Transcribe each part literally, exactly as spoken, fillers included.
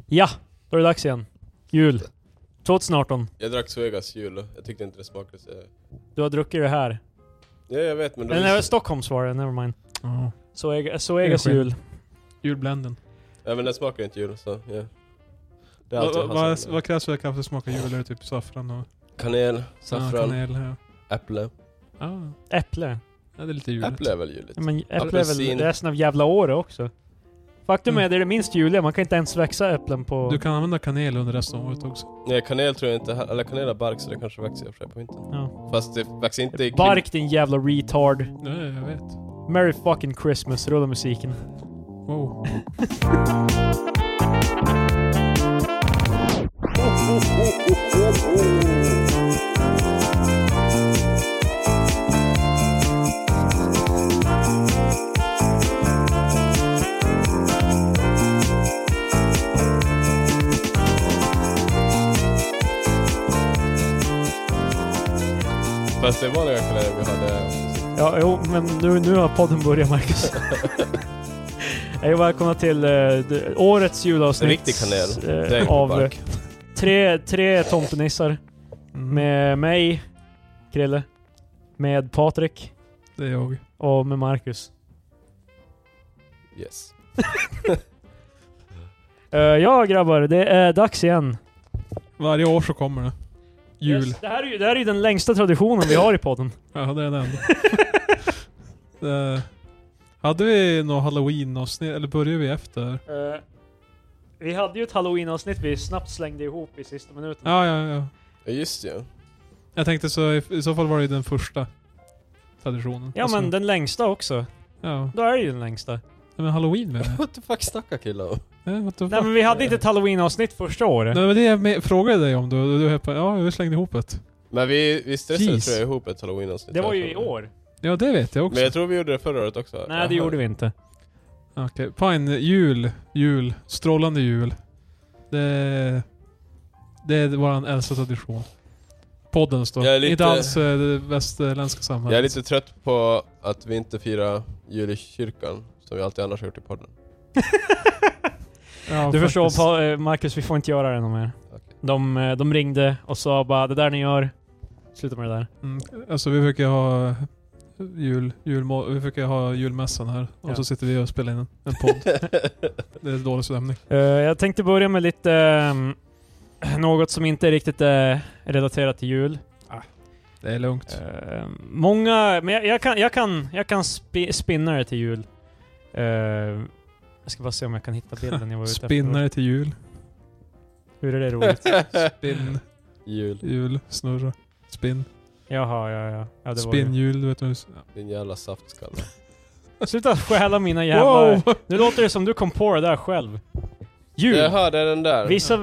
Ja, då är det dags igen. Jul. tjugo arton. Jag drack Svegas jul och jag tyckte inte det smakade så... Du har druckit det här. Ja, jag vet, men... Eller Stockholms var det, never mind. Oh. Svegas jul. Julblenden. Ja, men den smakar inte jul, så ja. Det är Va, alltid va, vad, vad krävs för att kaffe smakar jul? Är det typ saffran och... Kanel, saffran, ja, kanel, ja. äpple. Ah. Äpple. Ja, det är lite juligt. Äpple är väl juligt? Ja, men äpple är Apelsin. väl resten av jävla året också. Faktum Mm. är det är det minst juliga. Man kan inte ens växa äpplen på... Du kan använda kanel under resten av året också. Nej, kanel tror jag inte... Eller kanel är bark, så det kanske växer för på vintern. Ja. Fast det växer inte i... Bark, din jävla retard. Nej, jag vet. Merry fucking Christmas. Rulla musiken. Wow. Fast det är vanliga kanel vi hade... Ja, jo, men nu, nu har podden börjat, Marcus. Hej, välkomna till uh, årets julavsnitt. Riktig kanel. Uh, Det är av bark. tre, tre tomtenissar. Mm. Med mig, Krille. Med Patrik. Det är jag. Och med Marcus. Yes. Uh, ja, grabbar. Det är dags igen. Varje år så kommer det. Jul. Yes, det, här är ju, det här är ju den längsta traditionen vi har i podden. Ja, det är det ändå. det, hade vi någon Halloween-avsnitt, eller började vi efter? Uh, vi hade ju ett Halloween-avsnitt vi snabbt slängde ihop i sista minuten. Ja, ja, ja. Ja, just det. Ja. Jag tänkte så, i, i så fall var det den första traditionen. Ja, Alltså, men den längsta också. Ja, Då är det ju den längsta. ja men Halloween med det. What the fuck snackar killar? Ja, what the fuck? Nej, men vi hade inte ett Halloween-avsnitt första året. Nej, men det jag med, frågade dig om då. Du, du, du, ja, vi slängde ihop ett. Men vi, vi stressade Jeez. tror jag ihop ett Halloween-avsnitt. Det var ju i år. Ja, det vet jag också. Men jag tror vi gjorde det förra året också. Nej, Jaha. det gjorde vi inte. Okej, fine. Jul. Jul. Strålande jul. Det, det är våran äldsta tradition. Podden står. Jag är lite- Inte alls eh, det västerländska samhället. Jag är lite trött på att vi inte firar jul i kyrkan, som vi alltid annars har gjort i podden. Ja, Du faktiskt. förstår, Pa- eh, Marcus, vi får inte göra det någon mer. Okej. De, eh, de ringde och sa bara, det där ni gör, sluta med det där. Mm, alltså vi försöker ha jul, julmo- vi försöker ha julmässan här. Och Ja. så sitter vi och spelar in en, en podd. Det är dålig stämning. Uh, jag tänkte börja med lite um, något som inte är riktigt uh, relaterat till jul. Det är lugnt. Uh, många, men jag, jag kan, jag kan, jag kan spi- spinna det till jul. Uh, jag ska bara se om jag kan hitta bilden jag var ute efter. Spinnare till jul. Hur är det roligt? Spinn. Jul. Jul. Snurra. Spinn. Jaha, ja, ja. ja det Spinnjul, du vet vad du s- Din jävla saftskalle. var det. Sluta stjäla mina jävla... Wow! Nu låter det som du kom på det där själv. Jul! Jaha, det är den där. Vissa...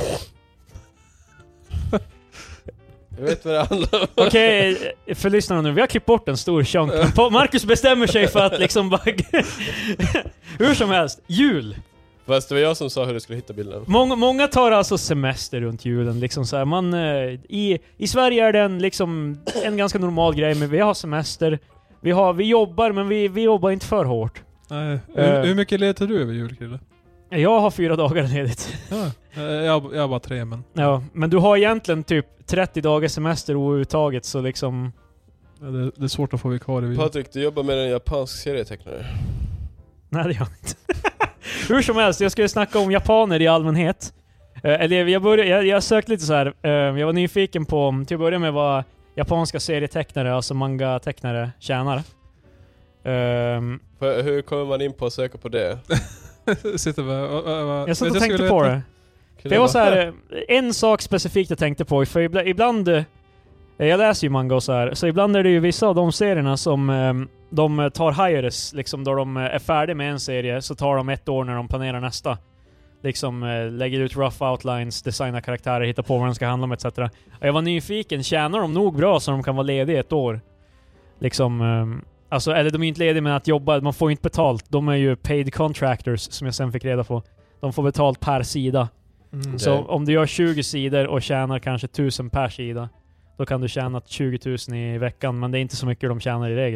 Jag vet vad det handlar om. Okej, för lyssnarna nu, vi har klippt bort en stor chunk. Men Pa- Marcus bestämmer sig för att liksom bara... Hur som helst, jul! Fast det var jag som sa hur du skulle hitta bilden. Många, många tar alltså semester runt julen, liksom så här. Man, eh, i, I Sverige är det en, liksom, en ganska normal grej, men vi har semester. Vi, har, vi jobbar, men vi, vi jobbar inte för hårt. Nej. Hur, Eh. hur mycket ledigt har du över jul, Krille? Jag har fyra dagar ledigt. Ja. eh, Jag, jag har bara tre, men... Ja, men du har egentligen typ trettio dagars semester outtaget, så liksom... Ja, det, det är svårt att få vikarie vid jul. Patrik, du jobbar med en japansk serietecknare. Nej, det gör jag inte. Hur som helst, jag skulle snacka om japaner i allmänhet. Uh, eller jag, började, jag, jag sökte lite så här. Uh, jag var nyfiken på, till att börja med, vad japanska serietecknare, alltså manga-tecknare, tjänar. Um, För, hur kommer man in på att söka på det? Sitter bara... och- och- och- jag satt vet och tänkte skulle på veta- det. Det var så här, eh, en sak specifikt jag tänkte på, för ibland, ibland eh, jag läser ju manga och så här, så ibland är det ju vissa av de serierna som eh, de tar hires, liksom då de är färdiga med en serie, så tar de ett år när de planerar nästa. Liksom eh, lägger ut rough outlines, designar karaktärer, hittar på vad de ska handla om et cetera. Och jag var nyfiken, tjänar de nog bra så de kan vara lediga ett år? Liksom, eh, alltså, eller de är inte lediga med att jobba, man får inte betalt. De är ju paid contractors, som jag sen fick reda på. De får betalt per sida. Mm. Så Okej. om du gör tjugo sidor och tjänar kanske tusen per sida, då kan du tjäna tjugo tusen i veckan, men det är inte så mycket de tjänar i regel.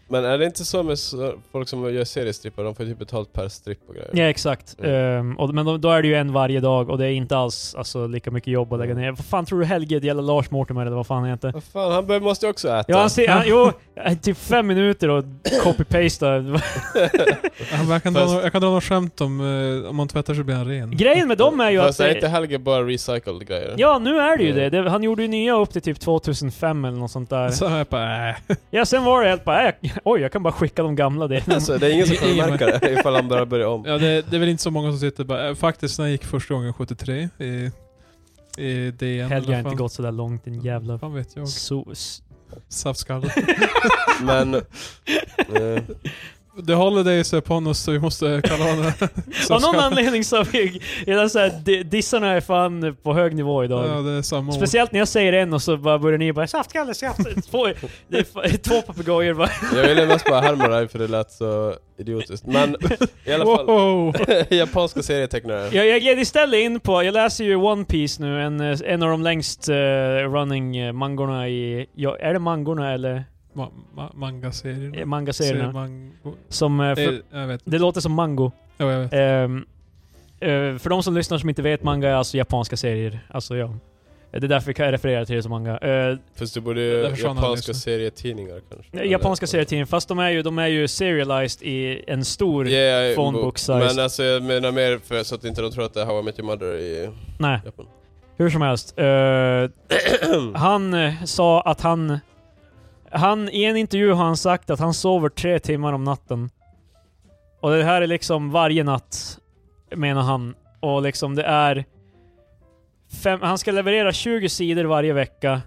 Men är det inte så med så, folk som gör seriestrippar, de får typ betalt per stripp och grejer? Ja, exakt. Mm. Um, och, men då, då är det ju en varje dag och det är inte alls alltså, lika mycket jobb att lägga ner. Vad fan tror du Helge, det gäller Lars Mortimer eller vad fan han heter? Vad fan, han bör, måste ju också äta. Ja, han ser, han, jo, typ fem minuter och copy-pasta. Jag kan, dra, Fast- nå- jag kan dra något skämt om uh, om man tvättar så blir han ren. Grejen med dem är ju Fast att... är inte Helge bara recycled grejer? Ja, nu är det ju Mm. det. det. Han gjorde ju nya upp till typ tvåtusenfem eller något sånt där. Så jag bara äh. Ja, sen var det helt bara, äh, oj, jag kan bara skicka de gamla det. Alltså, det är ingen som kommer Ingen- märka det ifall han börjar börja om. Ja, det, det är väl inte så många som sitter bara... äh, Faktiskt när jag gick första gången sjuttiotre i, i D N. Helge har eller inte fan- gått så där långt, din jävla... Fan vet jag. Så, s- Saftskalle. Men... eh, The Holidays är på oss så vi måste kalla honom Av någon anledning så har vi... Jag så här, di- dissarna är fan på hög nivå idag. Ja, det är samma ord. Speciellt när jag säger en och så bara börjar ni bara saftkalle, saft. Två, det är fa- två papegojor bara. jag ville mest bara härma dig för det lät så idiotiskt. Men i alla fall, Wow. japanska serietecknare. Jag, jag gled istället in på, jag läser ju One Piece nu, en, eh, en av de längst uh, running uh, mangorna i... Ja, är det mangorna eller Ma- ma- manga-serien. eh, mangaserierna? Mango. Som... eh, för, Det, jag vet. det låter som mango. Ja, jag vet. Ehm, eh, för de som lyssnar som inte vet, manga är alltså japanska serier. Alltså ja. Det är därför jag refererar till det som manga. Eh, Fast du borde Därför sa han japanska liksom. serietidningar kanske. japanska serietidningar, fast de är ju, de är ju serialized i en stor... Yeah, phone bo- book size. Men alltså jag menar mer för så att inte de tror att det är How I Met Your Mother i Nej, Japan. hur som helst. Eh, han eh, sa att han... Han, i en intervju har han sagt att han sover tre timmar om natten. Och det här är liksom varje natt, menar han. Och liksom det är... Fem, han ska leverera tjugo sidor varje vecka.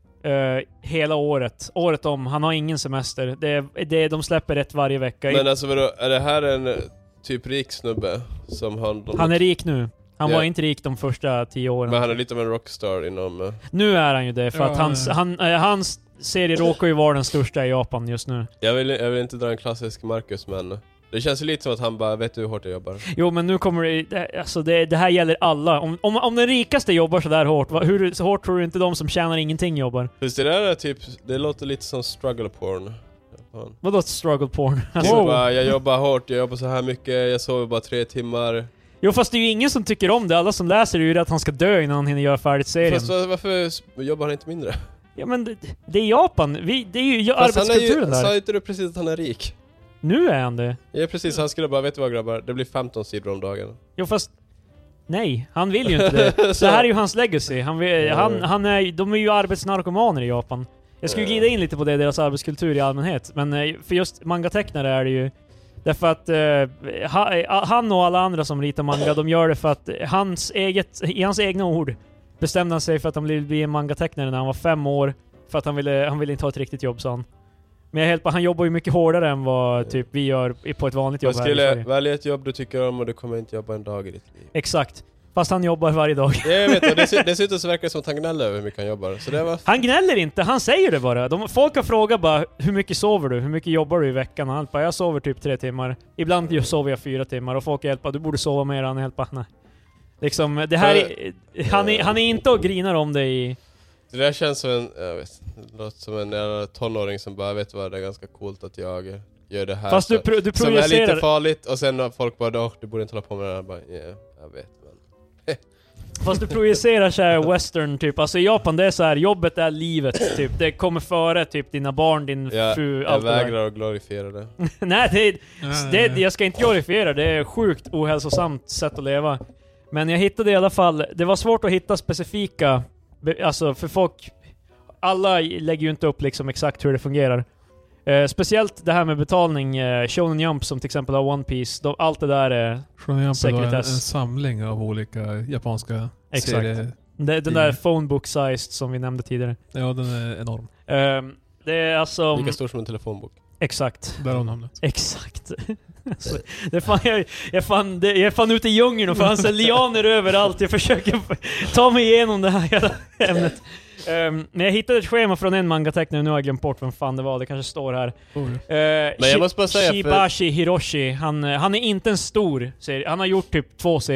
eh, hela året. Året om. Han har ingen semester. Det är, det är, de släpper ett varje vecka. Men alltså vadå, är det här en typ rik snubbe som han... Han är rik nu. Han Ja. var inte rik de första tio åren. Men han är lite av en rockstar inom... eh, Nu är han ju det, för Ja, att hans, ja. han, eh, hans serie råkar ju vara den största i Japan just nu. Jag vill, jag vill inte dra en klassisk Marcus, men... Det känns ju lite som att han bara, vet du hur hårt jag jobbar? Jo, men nu kommer det... det alltså det, det här gäller alla. Om, om, om den rikaste jobbar så där hårt, va, hur så hårt tror du inte de som tjänar ingenting jobbar? Fast det där är typ, det låter lite som struggle porn. Fan. Vadå struggle porn? Typ Alltså, bara, jag jobbar hårt, jag jobbar så här mycket, jag sover bara tre timmar. jo, fast det är ju ingen som tycker om det. Alla som läser är ju att han ska dö innan han hinner göra färdigt serien. Fast var- varför s- jobbar han inte mindre? Ja, men det, det är Japan. Vi, det är ju ja, Fast han är arbetskulturen ju, sa där. inte du precis att han är rik? Nu är han det. Ja precis, han skulle bara, vet du vad grabbar? Det blir femton sidor om dagen. Jo, fast... Nej, han vill ju inte det. Så det här är ju hans legacy. Han, vill, Ja. han, han är, de är ju arbetsnarkomaner i Japan. Jag skulle Ja. glida in lite på det, deras arbetskultur i allmänhet. Men eh, för just mangatecknare är det ju... Därför att eh, ha, eh, han och alla andra som ritar manga, de gör det för att hans eget, i hans egna ord bestämde han sig för att han ville bli en mangatecknare när han var fem år. För att han ville, han ville inte ha ett riktigt jobb, sa han. Men jag helt på, han jobbar ju mycket hårdare än vad typ vi gör i- på ett vanligt jobb Jag här i skulle Sverige. välja ett jobb du tycker om och du kommer inte jobba en dag i ditt liv. Exakt. Fast han jobbar varje dag. Ja, jag vet, och dess- dessutom så verkar det som att han gnäller över hur mycket han jobbar. Så det var... Han gnäller inte, han säger det bara. De, folk har frågat bara, hur mycket sover du? Hur mycket jobbar du i veckan? Och han bara, jag sover typ tre timmar. Ibland ju sover jag fyra timmar. Och folk hjälper, du borde sova mer. Han hjälper, nej. Liksom, det här är, han, är, han är inte och grinar om det i... Det där känns som en, jag vet, det låter som en jävla tonåring som bara, vet vad, det är ganska coolt att jag gör det här. Fast du, så- pro, du som är lite projicerar... farligt och sen när folk bara, "Åh, du borde inte hålla på med det här." Jag bara, yeah, jag vet. Men... Fast du projicerar så här western typ. Alltså i Japan det är så här, jobbet är livet typ. Det kommer före typ dina barn, din Jag, fru, jag allt det där. vägrar att glorifiera det. Nej, det, Nej, det, jag ska inte glorifiera, det är sjukt ohälsosamt sätt att leva. Men jag hittade i alla fall, det var svårt att hitta specifika, be- alltså för folk, alla lägger ju inte upp liksom exakt hur det fungerar. Eh, speciellt det här med betalning, eh, Shonen Jump som till exempel har One Piece, de, allt det där är, Shonen Jump är då en, en sekretess. samling av olika japanska Exakt. serier. det, den där phone book sized som vi nämnde tidigare. Ja, den är enorm. Eh, det är alltså... Lika stor som en telefonbok. Exakt. Där har namnet. Exakt. Alltså, det är fan, jag, jag, fan, det, jag är fan ute i djungeln och fanns lianer överallt. Jag försöker ta mig igenom det här hela ämnet. Um, men jag hittade ett schema från en mangatecknare, nu har jag glömt bort vem fan det var, det kanske står här. Oj. Uh, Men jag Shi- måste bara säga, för- Shibashi Hiroshi, han, han är inte en stor serie, han har gjort typ två serier.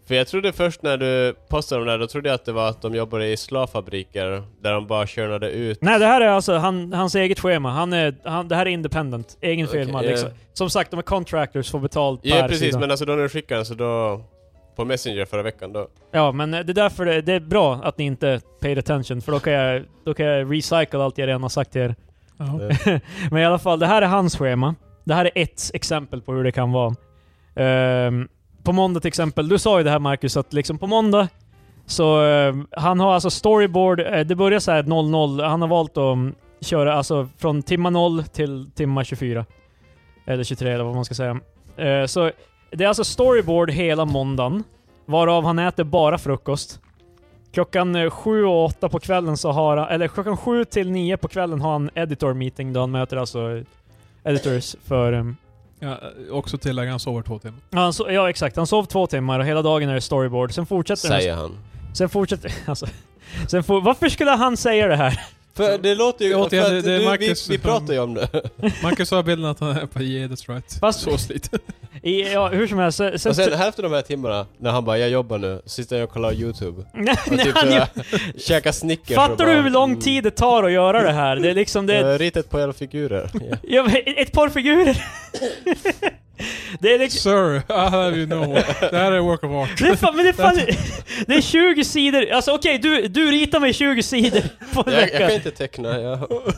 För jag trodde först när du postade dem där, då trodde jag att det var att de jobbade i slavfabriker där de bara körnade ut. Nej, det här är alltså han, hans eget schema. Han är, han, det här är independent, egen Okej, firma. ja. Liksom. Som sagt, de är contractors, får betalt Ja, per precis, sida. men alltså då när du skickade den så då på Messenger förra veckan då. Ja, men det är därför det, det är bra att ni inte paid attention, för då kan jag, då kan jag recycle allt jag redan har sagt till er. Jaha. Eh, Men i alla fall, det här är hans schema. Det här är ett exempel på hur det kan vara. Ehm, på måndag till exempel, du sa ju det här Marcus, att liksom på måndag så eh, han har alltså storyboard, eh, det börjar så här noll noll, han har valt att um, köra alltså från timma noll till timma tjugofyra. Eller tjugotre eller vad man ska säga. Eh, så det är alltså storyboard hela måndagen, varav han äter bara frukost. Klockan eh, sju och åtta på kvällen så har han, eller klockan sju till nio på kvällen har han editor meeting då han möter alltså editors för... Um, Ja, också tillägga han sover två timmar. ja, han so- ja, exakt. Han sov två timmar och hela dagen är det storyboard. Sen fortsätter han... säger han. Sen fortsätter... Alltså, sen for, varför skulle han säga det här? För det låter ju... Det låter- för att det är du, Marcus vi, vi som- pratar ju om det. Marcus har bilden att han är på yeah, that's right. Fast- Så slit. I, ja, hur som helst. Sen, sen, Och sen hälften av de här timmarna när han bara, jag jobbar nu, så sitter jag och kollar YouTube. nej, Och typ han, såhär, käkar Snickers. fattar och du bara, hur lång mm, tid det tar att göra det här? Det är liksom... Det är, eh, Rita ett par jävla figurer. Ja. ja, men ett par figurer. Det är liksom... Sir, I have you know. Det här är work of art. Det är fan, men det är fan... Det är tjugo sidor. Alltså okej, du, du ritar mig tjugo sidor på en Jag, jag vecka. kan inte teckna, jag...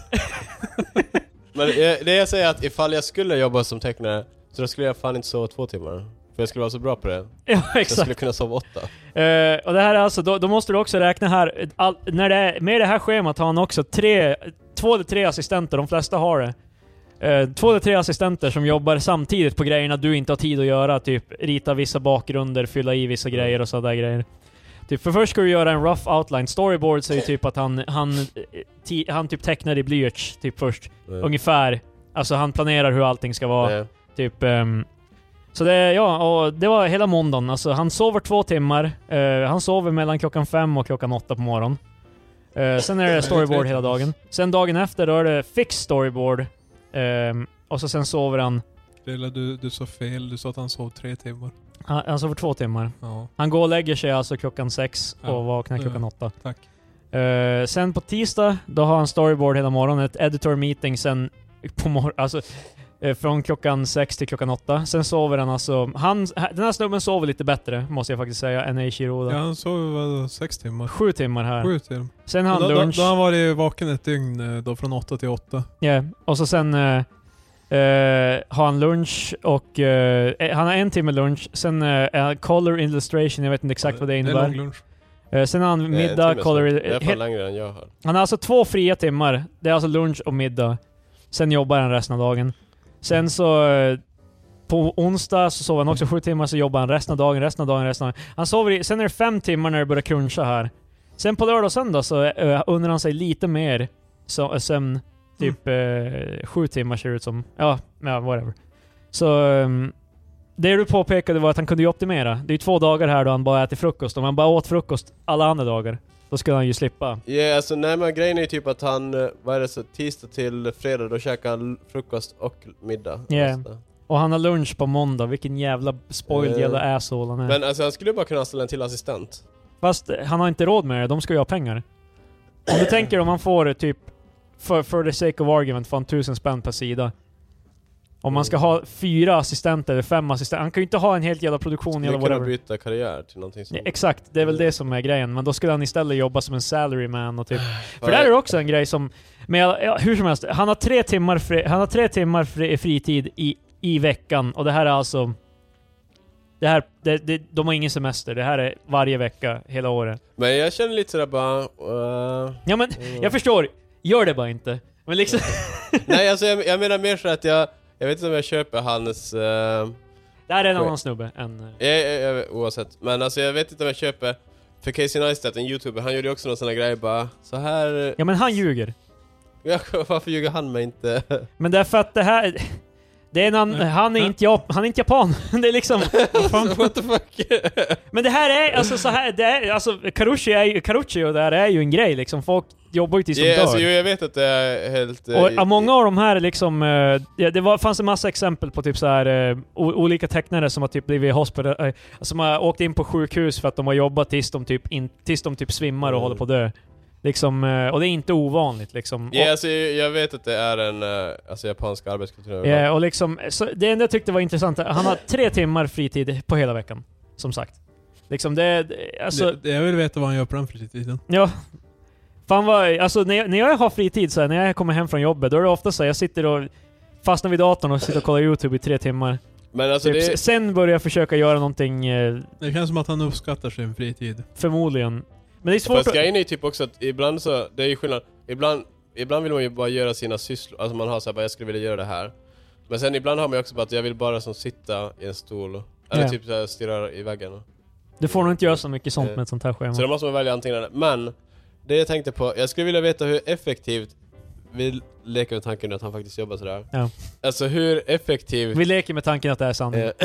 Men jag, det jag säger är att ifall jag skulle jobba som tecknare, så då skulle jag fan inte sova två timmar. För jag skulle vara så bra på det. Ja, Jag exakt. skulle kunna sova åtta. Uh, och det här är alltså, då, då måste du också räkna här, all, när det är, med det här schemat har han också tre, två eller tre assistenter, de flesta har det. Uh, två eller tre assistenter som jobbar samtidigt på grejerna du inte har tid att göra, typ rita vissa bakgrunder, fylla i vissa grejer och sådana där grejer. Typ, för först ska du göra en rough outline. Storyboard säger typ att han, han, ti, han typ tecknar i blyerts typ först. Mm. Ungefär. Alltså han planerar hur allting ska vara. Nej. Typ, um, så det, ja, och det var hela måndagen. Alltså han sover två timmar. Uh, han sover mellan klockan fem och klockan åtta på morgonen. Uh, sen är det storyboard hela dagen. Sen dagen efter då är det fix storyboard. Um, och så sen sover han. Lilla, du, du sa fel. Du sa att han sov tre timmar. Han, han sover två timmar. Ja, Han går och lägger sig alltså klockan sex och Ja, vaknar klockan ja. åtta. tack. Uh, sen på tisdag, då har han storyboard hela morgonen. Ett editor meeting sen på morgonen. Alltså uh, från klockan sex till klockan åtta. Sen sover han alltså... Han, den här snubben sover lite bättre, måste jag faktiskt säga, än Eiichiro. Ja, han sov vadå, sex timmar. Sju timmar här. Sju timmar. Sen har Då, han då, lunch. då har han varit vaken ett dygn eh, då från åtta till åtta. Ja, och så sen uh, uh, har han lunch och uh, han har en timme lunch. Sen uh, color illustration, jag vet inte exakt vad det Det är innebär. lång lunch. Uh, sen har han Det är en middag, timme color... snart. Det är he- fan längre än jag har. Han har alltså två fria timmar. Det är alltså lunch och middag. Sen jobbar han resten av dagen. Sen så... eh, På onsdag så sover han också sju timmar, så jobbar han resten av dagen, resten av dagen, resten av dagen. Han sover i, sen är det fem timmar när det börjar cruncha här. Sen på lördag och söndag så uh, undrar han sig lite mer så, sömn. Typ eh, sju timmar ser det ut som. Ja, ja whatever. Så... Um, det du påpekade var att han kunde ju optimera. Det är ju två dagar här då han bara äter frukost. Om han bara åt frukost alla andra dagar, då skulle han ju slippa. Ja, yeah, alltså nej men grejen är ju typ att han, eh, vad är det så, tisdag till fredag, då käkar han frukost och middag. Ja. Alltså. Och han har lunch på måndag. Vilken jävla spoiled Eh, jävla asshole han är. Men alltså han skulle ju bara kunna anställa en till assistent. Fast eh, han har inte råd med det. De ska ju ha pengar. Om du tänker om han får eh, typ för, for the sake of argument får han tusen spänn per sida. Om man ska ha fyra assistenter eller fem assistenter. Han kan ju inte ha en helt jävla produktion Skulle eller kunna whatever. byta karriär till någonting sånt. Ja, exakt, det är väl det som är grejen. Men då skulle han istället jobba som en salaryman och typ... För Fan, där är det också en grej som... Men ja, hur som helst, han har tre timmar, fri, han har tre timmar fri, fritid i, i veckan. Och det här är alltså... Det här, det, det, de har ingen semester. Det här är varje vecka, hela året. Men jag känner lite sådär bara... Uh, Ja men, mm. jag förstår. Gör det bara inte. Men liksom... Nej alltså jag, jag menar mer så att jag... Jag vet inte om jag köper hans... Uh, det här är en annan snubbe än... eh, jag, jag, jag, oavsett. Men alltså jag vet inte om jag köper... För Casey Neistat, en youtuber, han gjorde ju också någon sån här grej bara... Så här... Ja men han ljuger. Ja, varför ljuger han mig inte? Men det är för att det här... Det är en an- han, är inte Jap- han är inte japan. Det är liksom... What the fuck? Men det här är, alltså så här, det är, alltså Karuchi är ju, Karuchi och det här är ju en grej liksom. Folk jobbar ju tills de yeah, dör. alltså, jo, jag vet att det är helt... Och uh, många av de här liksom, uh, ja, det var, fanns en massa exempel på typ så här uh, o- olika tecknare som har typ blivit hospital, uh, som har åkt in på sjukhus för att de har jobbat tills de typ, in, tills de typ svimmar och Mm. håller på att dö. Liksom, uh, och det är inte ovanligt liksom. Ja, och, alltså, jag vet att det är en uh, alltså, japansk arbetskultur. ja, och liksom, så det enda jag tyckte var intressant, han har tre timmar fritid på hela veckan, som sagt. Liksom det, det alltså... Det, jag vill veta vad han gör på den fritiden. Ja. Fan vad, alltså när jag, när jag har fritid så här, när jag kommer hem från jobbet, då är det ofta så här, jag sitter och fastnar vid datorn och sitter och kollar YouTube i tre timmar. Men alltså Typ, det... Sen börjar jag försöka göra någonting, eh, Det känns som att han uppskattar sin fritid. förmodligen. Men det är svårt Fast att... grejen är ju typ också att ibland så, det är ju skillnad, ibland, ibland vill man ju bara göra sina sysslor, alltså man har såhär bara jag skulle vilja göra det här. Men sen ibland har man ju också bara att jag vill bara som sitta i en stol, eller Ja. typ såhär stirra i väggen. Du får nog inte göra så mycket sånt Eh, med ett sånt här schema. Så då måste man välja antingen eller. Men, det jag tänkte på, jag skulle vilja veta hur effektivt, vi leker med tanken att han faktiskt jobbar sådär. Ja. Alltså hur effektiv... Vi leker med tanken att det är sanning. eh,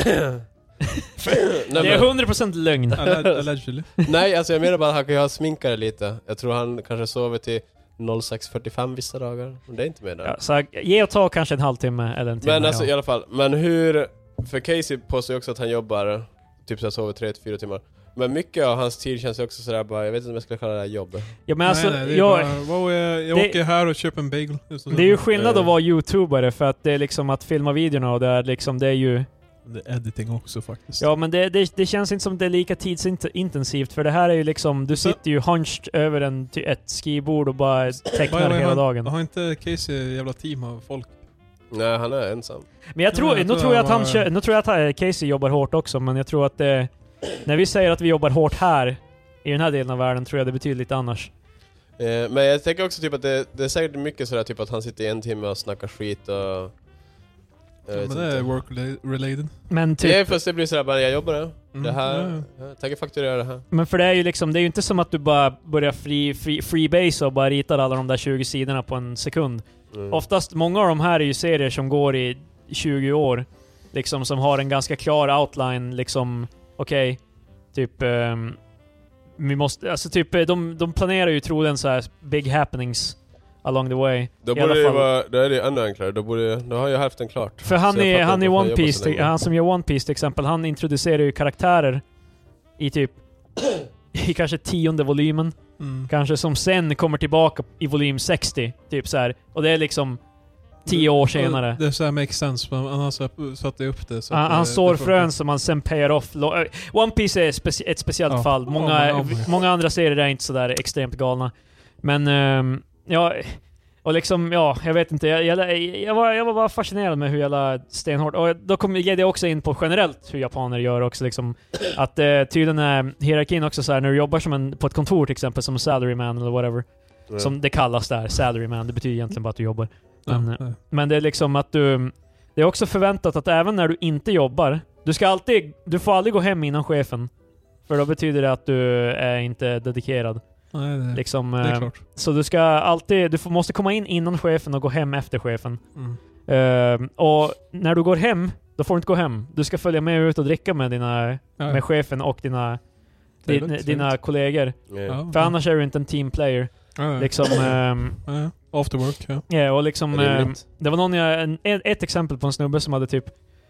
Nej, Det är men, hundra procent lögn. Alleg- Allegedly. nej, alltså jag menar bara att han kan ju ha sminkare lite. Jag tror han kanske sover till sex fyrtiofem vissa dagar. Men det är inte mer där. Ja, så här, ge och ta kanske en halvtimme eller en timme. Men alltså ja. i alla fall, men hur... För Casey påstår ju också att han jobbar typ så här sover tre till fyra timmar. Men mycket av hans tid känns ju också sådär bara, jag vet inte om jag skulle kalla det här jobb. Ja, men alltså, nej, nej, det är jag, bara, wow, jag, jag det- åker här och köper en bagel. Just så. det är ju skillnad Eh. att vara YouTubare för att det är liksom att filma videorna och det är liksom, det är ju... Det är editing också faktiskt. Ja, men det, det, det känns inte som det är lika tidsintensivt, för det här är ju liksom, du sitter ju hunched över en, ty- ett skrivbord och bara tecknar Vad- vad- hela har, dagen. Har inte Casey jävla team av folk? Nej, han är ensam. Men jag tror, Ja, jag nu tror tror jag jag att han var- kör, nu tror jag att han- Casey jobbar hårt också, men jag tror att det, när vi säger att vi jobbar hårt här, i den här delen av världen, tror jag det betyder lite annars. Eh, men jag tänker också typ att det, det är säkert mycket sådär typ att han sitter i en timme och snackar skit och... Jag Ja, vet men det är inte. work-related. Men typ, Ja, fast det blir sådär bara, jag jobbar det. Mm. Det här, Ja, ja. jag tänker fakturera det här. men för det är ju liksom, det är ju inte som att du bara börjar free, free, freebase och bara ritar alla de där tjugo sidorna på en sekund. Mm. Oftast, många av de här är ju serier som går i tjugo år. Liksom som har en ganska klar outline, liksom, okej, typ, ehm, vi måste, alltså typ, de, de planerar ju troligen så här big happenings along the way. Då i alla borde det fall. vara, då är det ännu enklare, då, borde, då har jag hälften klart. För han Så jag är, fattar han inte i varför One jag jobbar Piece, så till, länge. han som gör One Piece till exempel, han introducerar ju karaktärer i typ i kanske tionde volymen, Mm. kanske, som sen kommer tillbaka i volym sextio, typ så här. Och det är liksom tio år senare. Det är så här makes sense, men han har så här satt det upp det. Så Han, att han det- sår det funkar. frön som man sen payar off. Lo- äh, One Piece är speci- ett speciellt Ja. fall. Många, Ja, men- ja, men- många andra serier är inte sådär extremt galna. Men, ehm, ja... Och liksom, ja, jag vet inte. Jag, jag, jag, var, jag var bara fascinerad med hur jävla stenhårt... Och då kommer jag också in på generellt hur japaner gör också liksom. Att eh, tydligen är hierarkin också så här, när du jobbar som en, på ett kontor till exempel, som salaryman eller whatever. Mm. Som det kallas där, salaryman. Det betyder egentligen bara att du jobbar. Ja, Men, ja. men det är liksom att du... Det är också förväntat att även när du inte jobbar, du ska alltid... Du får aldrig gå hem innan chefen. För då betyder det att du är inte dedikerad. Nej, det, Liksom, det är eh, klart. så du ska alltid... Du får, måste komma in innan chefen och gå hem efter chefen. Mm. Eh, och när du går hem, då får du inte gå hem. Du ska följa med ut och dricka med dina... Ja, ja. Med chefen och dina... Din, Trevligt, dina trevligt. kollegor. Ja. Ja, För annars är du inte en teamplayer. ja, ja. Liksom... ehm, Ja, ja. After work, ja. Ja, och liksom... Rimligt. ehm, det var någon jag, en, ett, ett exempel på en snubbe som hade typ...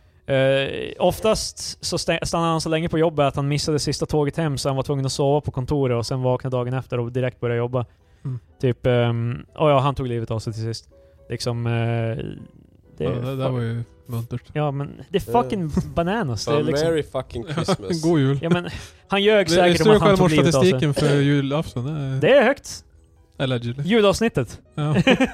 Eh, oftast så stä- stannade han så länge på jobbet att han missade sista tåget hem, så han var tvungen att sova på kontoret och sen vakna dagen efter och direkt börja jobba. Mm. Typ... Um, och ja, han tog livet av sig till sist. Liksom... eh, det, Ja, det där var ju muntert. ja, men det är fucking bananas. Det är Fan, liksom, Merry fucking Christmas. God jul. ja, men han ljög Det är säkert om stora att han tog livet av sig. självmordsstatistiken för julafton. Det är, Det är högt. allegedly. Julavsnittet. Ja.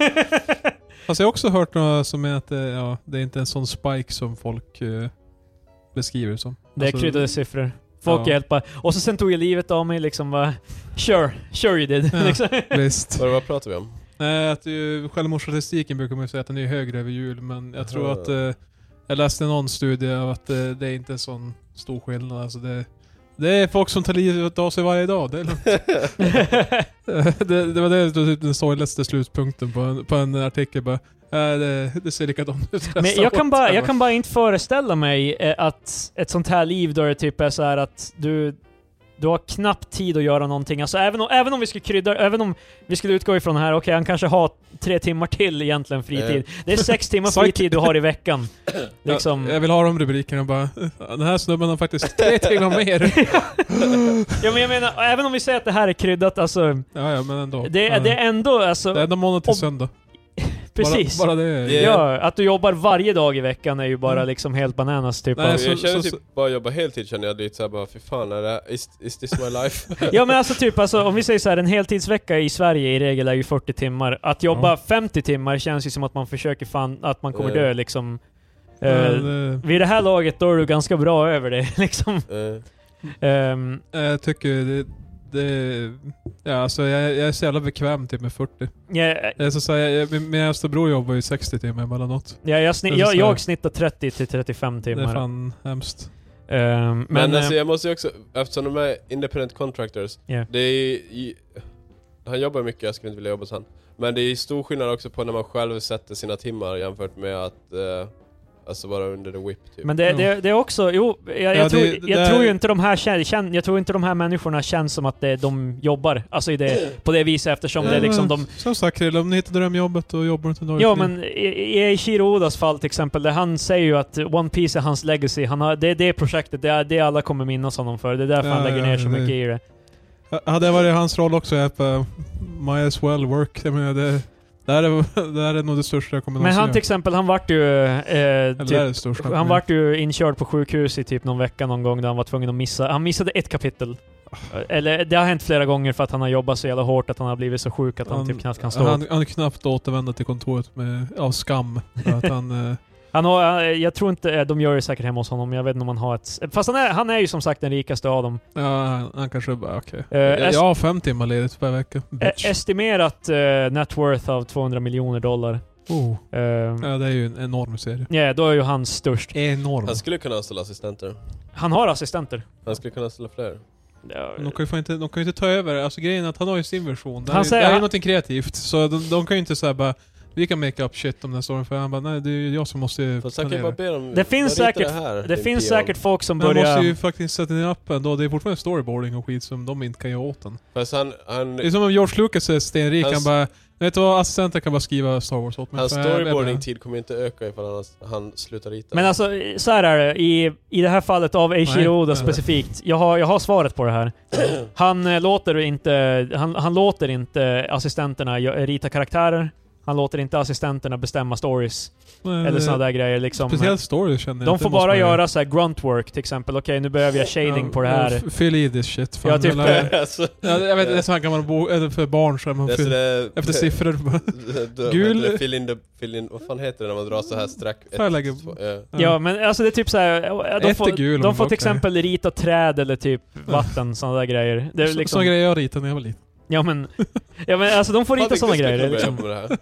Fast jag har också hört några som är att det, ja, det är inte en sån spike som folk eh, beskriver det som. Det är Alltså, kryddade siffror. Folk ja. hjälper. Och så sen tog jag livet av mig liksom bara... Sure, sure you did. Ja. liksom. Visst. Vad, vad pratar vi om? Nej, att ju, självmordsstatistiken brukar man ju säga att den är högre över jul, men jag tror Aha. att eh, jag läste någon studie av att eh, det är inte en sån stor skillnad. Alltså det, det är folk som tar livet av sig varje dag. Det, är lugnt. det, det var det, det var typ den sorgligaste slutpunkten på en, på en artikel. Bara, Äh, det, det ser likadant ut. Men jag kan, bara, jag kan bara inte föreställa mig eh, att ett sånt här liv då det typ är så här att du du har knappt tid att göra någonting. Alltså även om, även om vi skulle krydda, även om vi skulle utgå ifrån här, okej, okay, han kanske har tre timmar till egentligen fritid. Det är sex timmar fritid du har i veckan. Liksom. Jag, jag vill ha de rubrikerna bara. Den här snubben har faktiskt tre timmar mer. Ja, men jag menar, även om vi säger att det här är kryddat, alltså... Ja, ja, men ändå. Det, ja. det är ändå, alltså... Det är ändå månad till om, söndag. Precis. Bara, bara det. Ja, att du jobbar varje dag i veckan är ju bara mm. liksom helt bananas typ. Nej, alltså. jag känner så, typ så, bara jobba heltid känner jag lite såhär bara, fy fan, är det, is, is this my life? Ja, men alltså typ, alltså, om vi säger så här, en heltidsvecka i Sverige i regel är ju fyrtio timmar. Att jobba ja. femtio timmar känns ju som att man försöker fan, att man kommer dö liksom. Ja, uh, det... Vid det här laget då är du ganska bra över det liksom. Mm. Um, jag tycker det, det ja, alltså jag, jag är så jävla bekväm typ med fyrtio. Yeah. Jag så säga, jag, min äldsta bror jobbar ju sextio timmar emellanåt. Ja, jag, snitt, jag, jag snittar trettio till trettiofem timmar. Det är fan hemskt. Um, men men uh, alltså jag måste ju också, eftersom de är independent contractors, yeah. det är i, han jobbar mycket, jag skulle inte vilja jobba hos han. Men det är stor skillnad också på när man själv sätter sina timmar jämfört med att uh, alltså vara under the whip typ. Men det, det, det är också, jo, jag, jag, ja, tror, det, jag det tror är... ju inte de här kän, jag tror inte de här människorna känns som att det, de jobbar. Alltså i det, på det viset, eftersom ja, det är liksom de... Som sagt Krille, om ni hittar drömjobbet och jobbar inte en dag. Ja, men i, i Eiichiro Odas fall till exempel, där han säger ju att One Piece är hans legacy. Han har, det är det projektet, det är det alla kommer minnas honom för. Det är därför ja, han lägger ner ja, så det... mycket i det. Hade det varit hans roll också, jag på might as well work. Jag menar, det... Det här, är, det här är nog det största jag kommer Men han göra. till exempel, han vart ju eh, typ, det största, han vart ju inkörd på sjukhus i typ någon vecka någon gång där han var tvungen att missa. Han missade ett kapitel. Eller det har hänt flera gånger för att han har jobbat så jävla hårt att han har blivit så sjuk att han, han typ knappt kan stå. Han, han knappt återvända till kontoret med, av skam. För att han... eh, Han har, jag tror inte, de gör det säkert hemma hos honom, jag vet inte om han har ett... Fast han är, han är ju som sagt den rikaste av dem. Ja, han, han kanske bara, okej. Okay. Uh, jag, jag har fem timmar ledigt per vecka. Bitch. Estimerat uh, net worth av tvåhundra miljoner dollar. Oh. Uh, ja, det är ju en enorm serie. Ja, yeah, då är ju han störst. Enorm. Han skulle kunna anställa assistenter. Han har assistenter. Han skulle kunna anställa fler. Ja, de kan ju inte, de kan ju inte ta över, alltså grejen är att han har ju sin version. Det han är, säger, det är ju han... någonting kreativt, så de, de kan ju inte säga bara vi kan make up shit om den storyn, för han bara nej, det är ju jag som måste fast han kan bara be dem, det finns säkert, det, här, det finns säkert folk som börjar... Man måste ju faktiskt sätta ner appen då, det är fortfarande storyboarding och skit som de inte kan göra åt den. Fast han, han, det är som om George Lucas är stenrik, hans, han bara vet du vad, assistenten kan bara skriva Star Wars åt mig. Hans storyboarding-tid kommer inte öka ifall han, han slutar rita. Men alltså, så här är det. I, i det här fallet av Eiichiro Oda specifikt. Jag har, jag har svaret på det här. Han äh, låter inte han, han låter inte assistenterna rita karaktärer. Han låter inte assistenterna bestämma stories. Nej, eller sådana där grejer liksom. Speciellt stories känner jag. De får bara göra göra så här grunt work till exempel. Okej, okay, nu behöver jag shading ja, på det här. Fill i this shit. Ja, typ. alltså, ja, jag vet, det är så här kan man bo, eller för barn så man fyll, det, efter siffror. då, gul. Fill in the, fill in, vad fan heter det när man drar så här strack? Ett, lägger, två, ja. ja, men alltså det är typ så här. De får, gul, de får till okay. exempel rita träd eller typ vatten, sådana där grejer. Det är liksom, sådana grejer jag ritade när jag var liten. Ja men, ja men alltså de får rita sådana grejer liksom.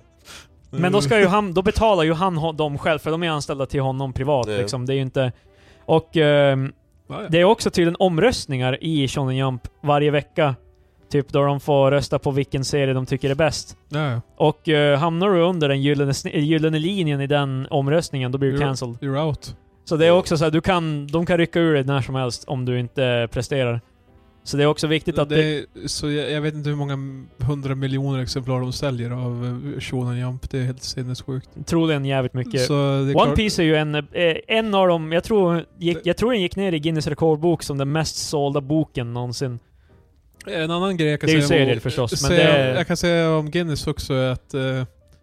Men då ska ju han, då betalar ju han dem själv, för de är anställda till honom privat yeah. liksom. Det är ju inte... Och eh, ah, ja. det är också tydligen omröstningar i Shonen Jump varje vecka. Typ då de får rösta på vilken serie de tycker är bäst. Ja, ja. Och eh, hamnar du under den gyllene, gyllene linjen i den omröstningen, då blir du cancelled. You're out. Så det är också så här, du kan, de kan rycka ur dig när som helst om du inte presterar. Så det är också viktigt att det... det så jag, jag vet inte hur många hundra miljoner exemplar de säljer av Shonen Jump. Det är helt sinnessjukt. Troligen jävligt mycket. Så One klart... Piece är ju en, eh, en av dem, jag tror, gick, jag tror den gick ner i Guinness rekordbok som den mest sålda boken någonsin. En annan grej jag kan det är säga... ju serier förstås, men säga, det är... Jag kan säga om Guinness också att uh,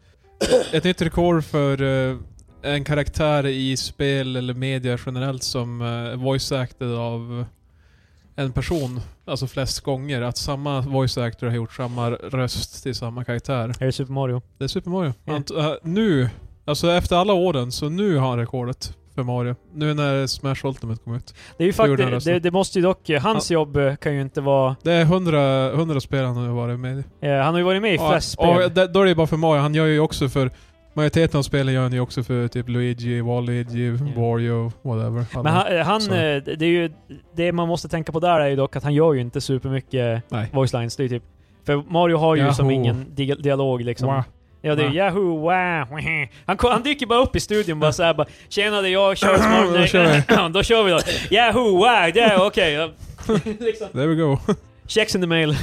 ett nytt rekord för uh, en karaktär i spel eller media generellt som uh, voice acted av en person, alltså flest gånger, att samma voice actor har gjort samma röst till samma karaktär. Är det Super Mario? Det är Super Mario. Yeah. Ant, uh, nu, alltså efter alla åren, så nu har han rekordet för Mario. Nu när Smash Ultimate kom ut. Det är ju faktiskt, det, det måste ju dock, hans ja. jobb kan ju inte vara... Det är hundra, hundra spel han har varit med i. Ja, han har ju varit med i flest ja, spel. Och det, då är det bara för Mario. Han gör ju också för... Majoriteten av spelen gör han ju också för typ Luigi, Waluigi, yeah. Wario, whatever. Men han, han det är ju... Det man måste tänka på där är ju dock att han gör ju inte supermycket voice lines. Det är typ... För Mario har ju Yahoo. som ingen di- dialog liksom. Wow. Ja, det är Va? Yahoo, wow. Han, kom, han dyker bara upp i studion bara såhär bara, tjena det är jag, Charles Martin. Då kör vi. Då kör vi då. Yahoo, wow, det är okej. Liksom. There we go. Checks in the mail.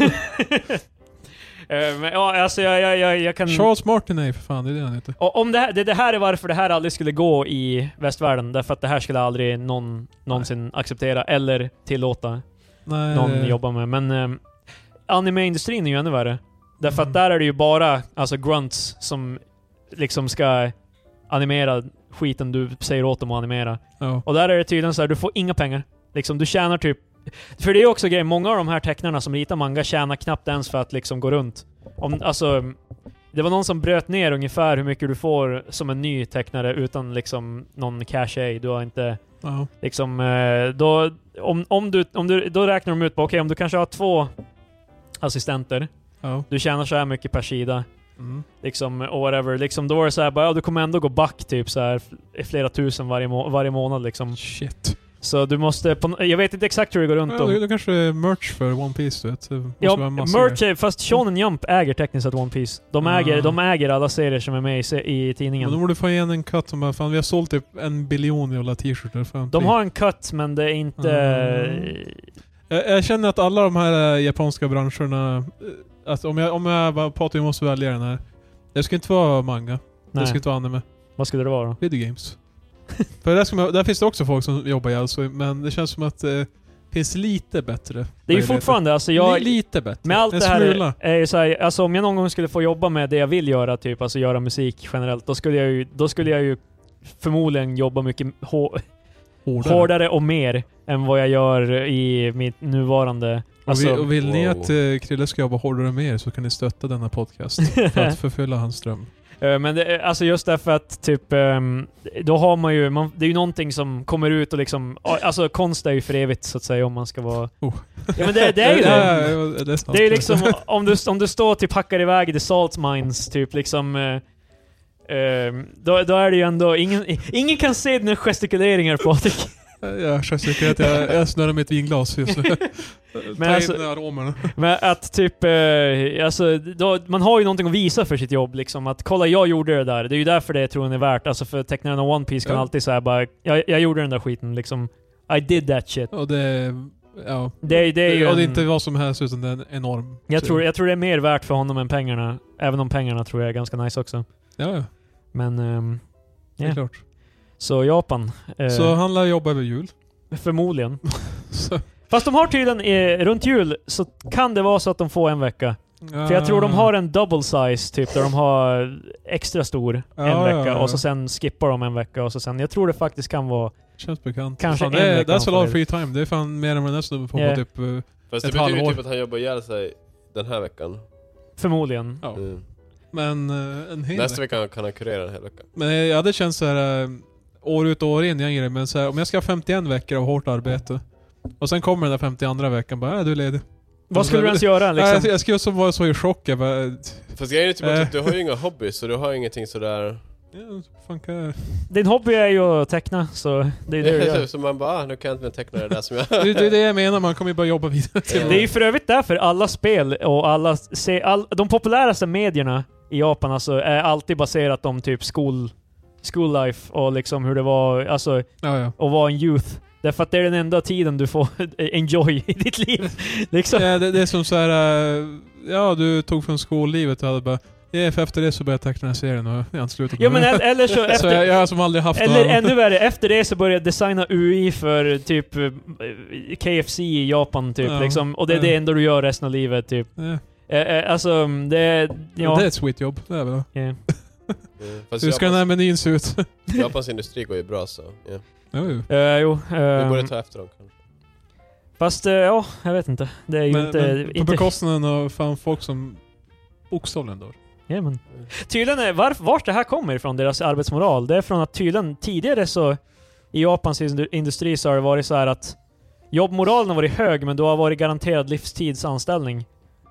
Uh, men ja, alltså jag, jag, jag, jag kan... Charles Martin är för fan, det är det han heter. Och om det, här, det, det här är varför det här aldrig skulle gå i västvärlden. Därför att det här skulle aldrig någon någonsin Nej. acceptera eller tillåta Nej. någon jobba med. Men um, anime-industrin är ju ännu värre. Därför Mm. att där är det ju bara alltså grunts som liksom ska animera skiten du säger åt dem att animera. Ja. Och där är det tydligen så här, du får inga pengar. Liksom, du tjänar typ... För det är också grejen, många av de här tecknarna som ritar manga tjänar knappt ens för att liksom gå runt. Om, alltså, det var någon som bröt ner ungefär hur mycket du får som en ny tecknare utan liksom någon cash. Du har inte... Ja. Liksom, eh, då, om, om du, om du, då räknar de ut på, okej, okay, om du kanske har två assistenter, Ja. du tjänar så här mycket per sida, Mm. liksom, och whatever, liksom, då är det så här, bara, ja, du kommer ändå gå back typ så här flera tusen varje, må varje månad liksom. Shit. Så du måste, på, jag vet inte exakt hur det går runt Ja, om. det, det kanske är merch för One Piece, du vet. Det måste Ja, vara massor. merch är, fast Shonen Jump äger tekniskt sett One Piece. De äger, Ah. de äger alla serier som är med i, se- i tidningen. Men då borde du få igen en cut som bara, fan vi har sålt typ en biljon jävla t-shirtar. Fan, De har en cut, men det är inte... Mm. Jag, jag känner att alla de här äh, japanska branscherna, äh, att om jag, om jag bara pratar, jag måste välja den här. Det ska inte vara manga. Nej. Det ska inte vara anime. Vad skulle det vara då? Video games. För där, ska man, där finns det också folk som jobbar i alltså, men det känns som att det eh, finns lite bättre. Det är ju möjligheter. fortfarande, alltså jag... Li, lite bättre. Med allt en det här smula. är, är ju så här, alltså om jag någon gång skulle få jobba med det jag vill göra, typ, alltså göra musik generellt, då skulle jag ju, då skulle jag ju förmodligen jobba mycket hår, Hårdare. hårdare och mer än vad jag gör i mitt nuvarande... Och, vi, Alltså, och vill ni wow. att uh, Krille ska jobba hårdare mer så kan ni stötta denna podcast för att förfylla hans dröm. eh, men det, är- alltså just därför att typ, ehm, då har man ju, man, det är ju någonting som kommer ut och liksom, alltså konst är ju för evigt så att säga om man ska vara... Oh. Ja men det, det är ju Ja, det. ja, ja, det är sant. Det är liksom, om du, om du står typ hackar iväg i the salt mines, typ liksom... Eh, eh, då, då är det ju ändå... Ingen, ingen kan se dina gestikuleringar, Patrik. Jag tycker att jag, jag snurrar med ett vinglas just nu. Ta alltså- in aromerna. Men att typ... Eh, alltså, då, man har ju någonting att visa för sitt jobb liksom. Att kolla, jag gjorde det där. Det är ju därför det tror jag är värt. Alltså för tecknaren av One Piece kan Ja. alltid säga bara... Jag, jag gjorde den där skiten liksom. I did that shit. Och det... Ja. Det, det är ju och det är en- inte vad som helst utan det är en enorm... jag, tror, jag tror det är mer värt för honom än pengarna. Även om pengarna tror jag är ganska nice också. Ja, ja. Men... ehm, Det är Ja. klart. så Japan. Eh, Så han lär jobba över jul. Förmodligen. Så, Fast de har tydligen, eh, runt jul så kan det vara så att de får en vecka. För jag tror de har en double size typ, där de har extra stor Ja, en ja, vecka ja. och så sen skippar de en vecka och så sen, jag tror det faktiskt kan vara... Känns bekant. Kanske fan, en det är, vecka that's a han lot får of free time. Det är fan mer än vad den här snubben får Ja. på typ... eh, Fast Ett det betyder ju halvår. typ att han jobbar ihjäl sig den här veckan. Förmodligen. Ja. Mm. Men eh, en hel Nästa vecka. vecka kan han kurera en hel vecka. Men jag hade känt så här eh, år ut och år in, jag grej, men så här, om jag ska ha femtioen veckor av hårt arbete och sen kommer den där femtioandra veckan bara, äh, du är ledig. Vad skulle du ens göra Liksom. liksom? Jag, jag skulle så vara så i chock. Jag bara, Fast grejen är typ Äh. att du har ju inga hobbys, så du har ingenting sådär... ja, fan kan jag... Din hobby är ju att teckna, så det är det du gör. Så man bara, ah, nu kan jag inte mer teckna det där som jag... det, det är det jag menar, man kommer ju bara jobba vidare till Det är ju för övrigt därför alla spel och alla... Se, all, de populäraste medierna i Japan alltså, är alltid baserat om typ school, school life och liksom hur det var, alltså, Ja, ja. att vara en youth. Därför att det är den enda tiden du får enjoy i ditt liv. Liksom. Ja, det, det är som så här. äh, ja, du tog från skollivet och hade bara, ja, för efter det så började jag teckna den här serien och jag har inte slutat Ja med men det. eller så Så efter... jag, jag har som aldrig haft Eller någon- ännu värre, efter det så började jag designa U I för typ eh, K F C i Japan typ Ja, liksom. Och det är ja. det enda du gör resten av livet typ. Ja. Eh, eh, alltså, det... Ja. Det är ett sweet jobb, det är väl det. Ja. Mm. Fast Hur ska den här Japans, menyn se ut? Japans industri går ju bra så, ja. Jo, jo. Eh, jo, Vi eh, borde ta efter dem kanske. fast eh, ja, jag vet inte. Det är ju Men, inte... men på inte bekostnaden av fan folk som bokstavligen dör. ja, men. Tydligen är, var, vart det här kommer ifrån, deras arbetsmoral, det är från att tydligen tidigare så i Japans indu- industri så har det varit så här att jobbmoralen har varit hög, men du har varit garanterad livstidsanställning.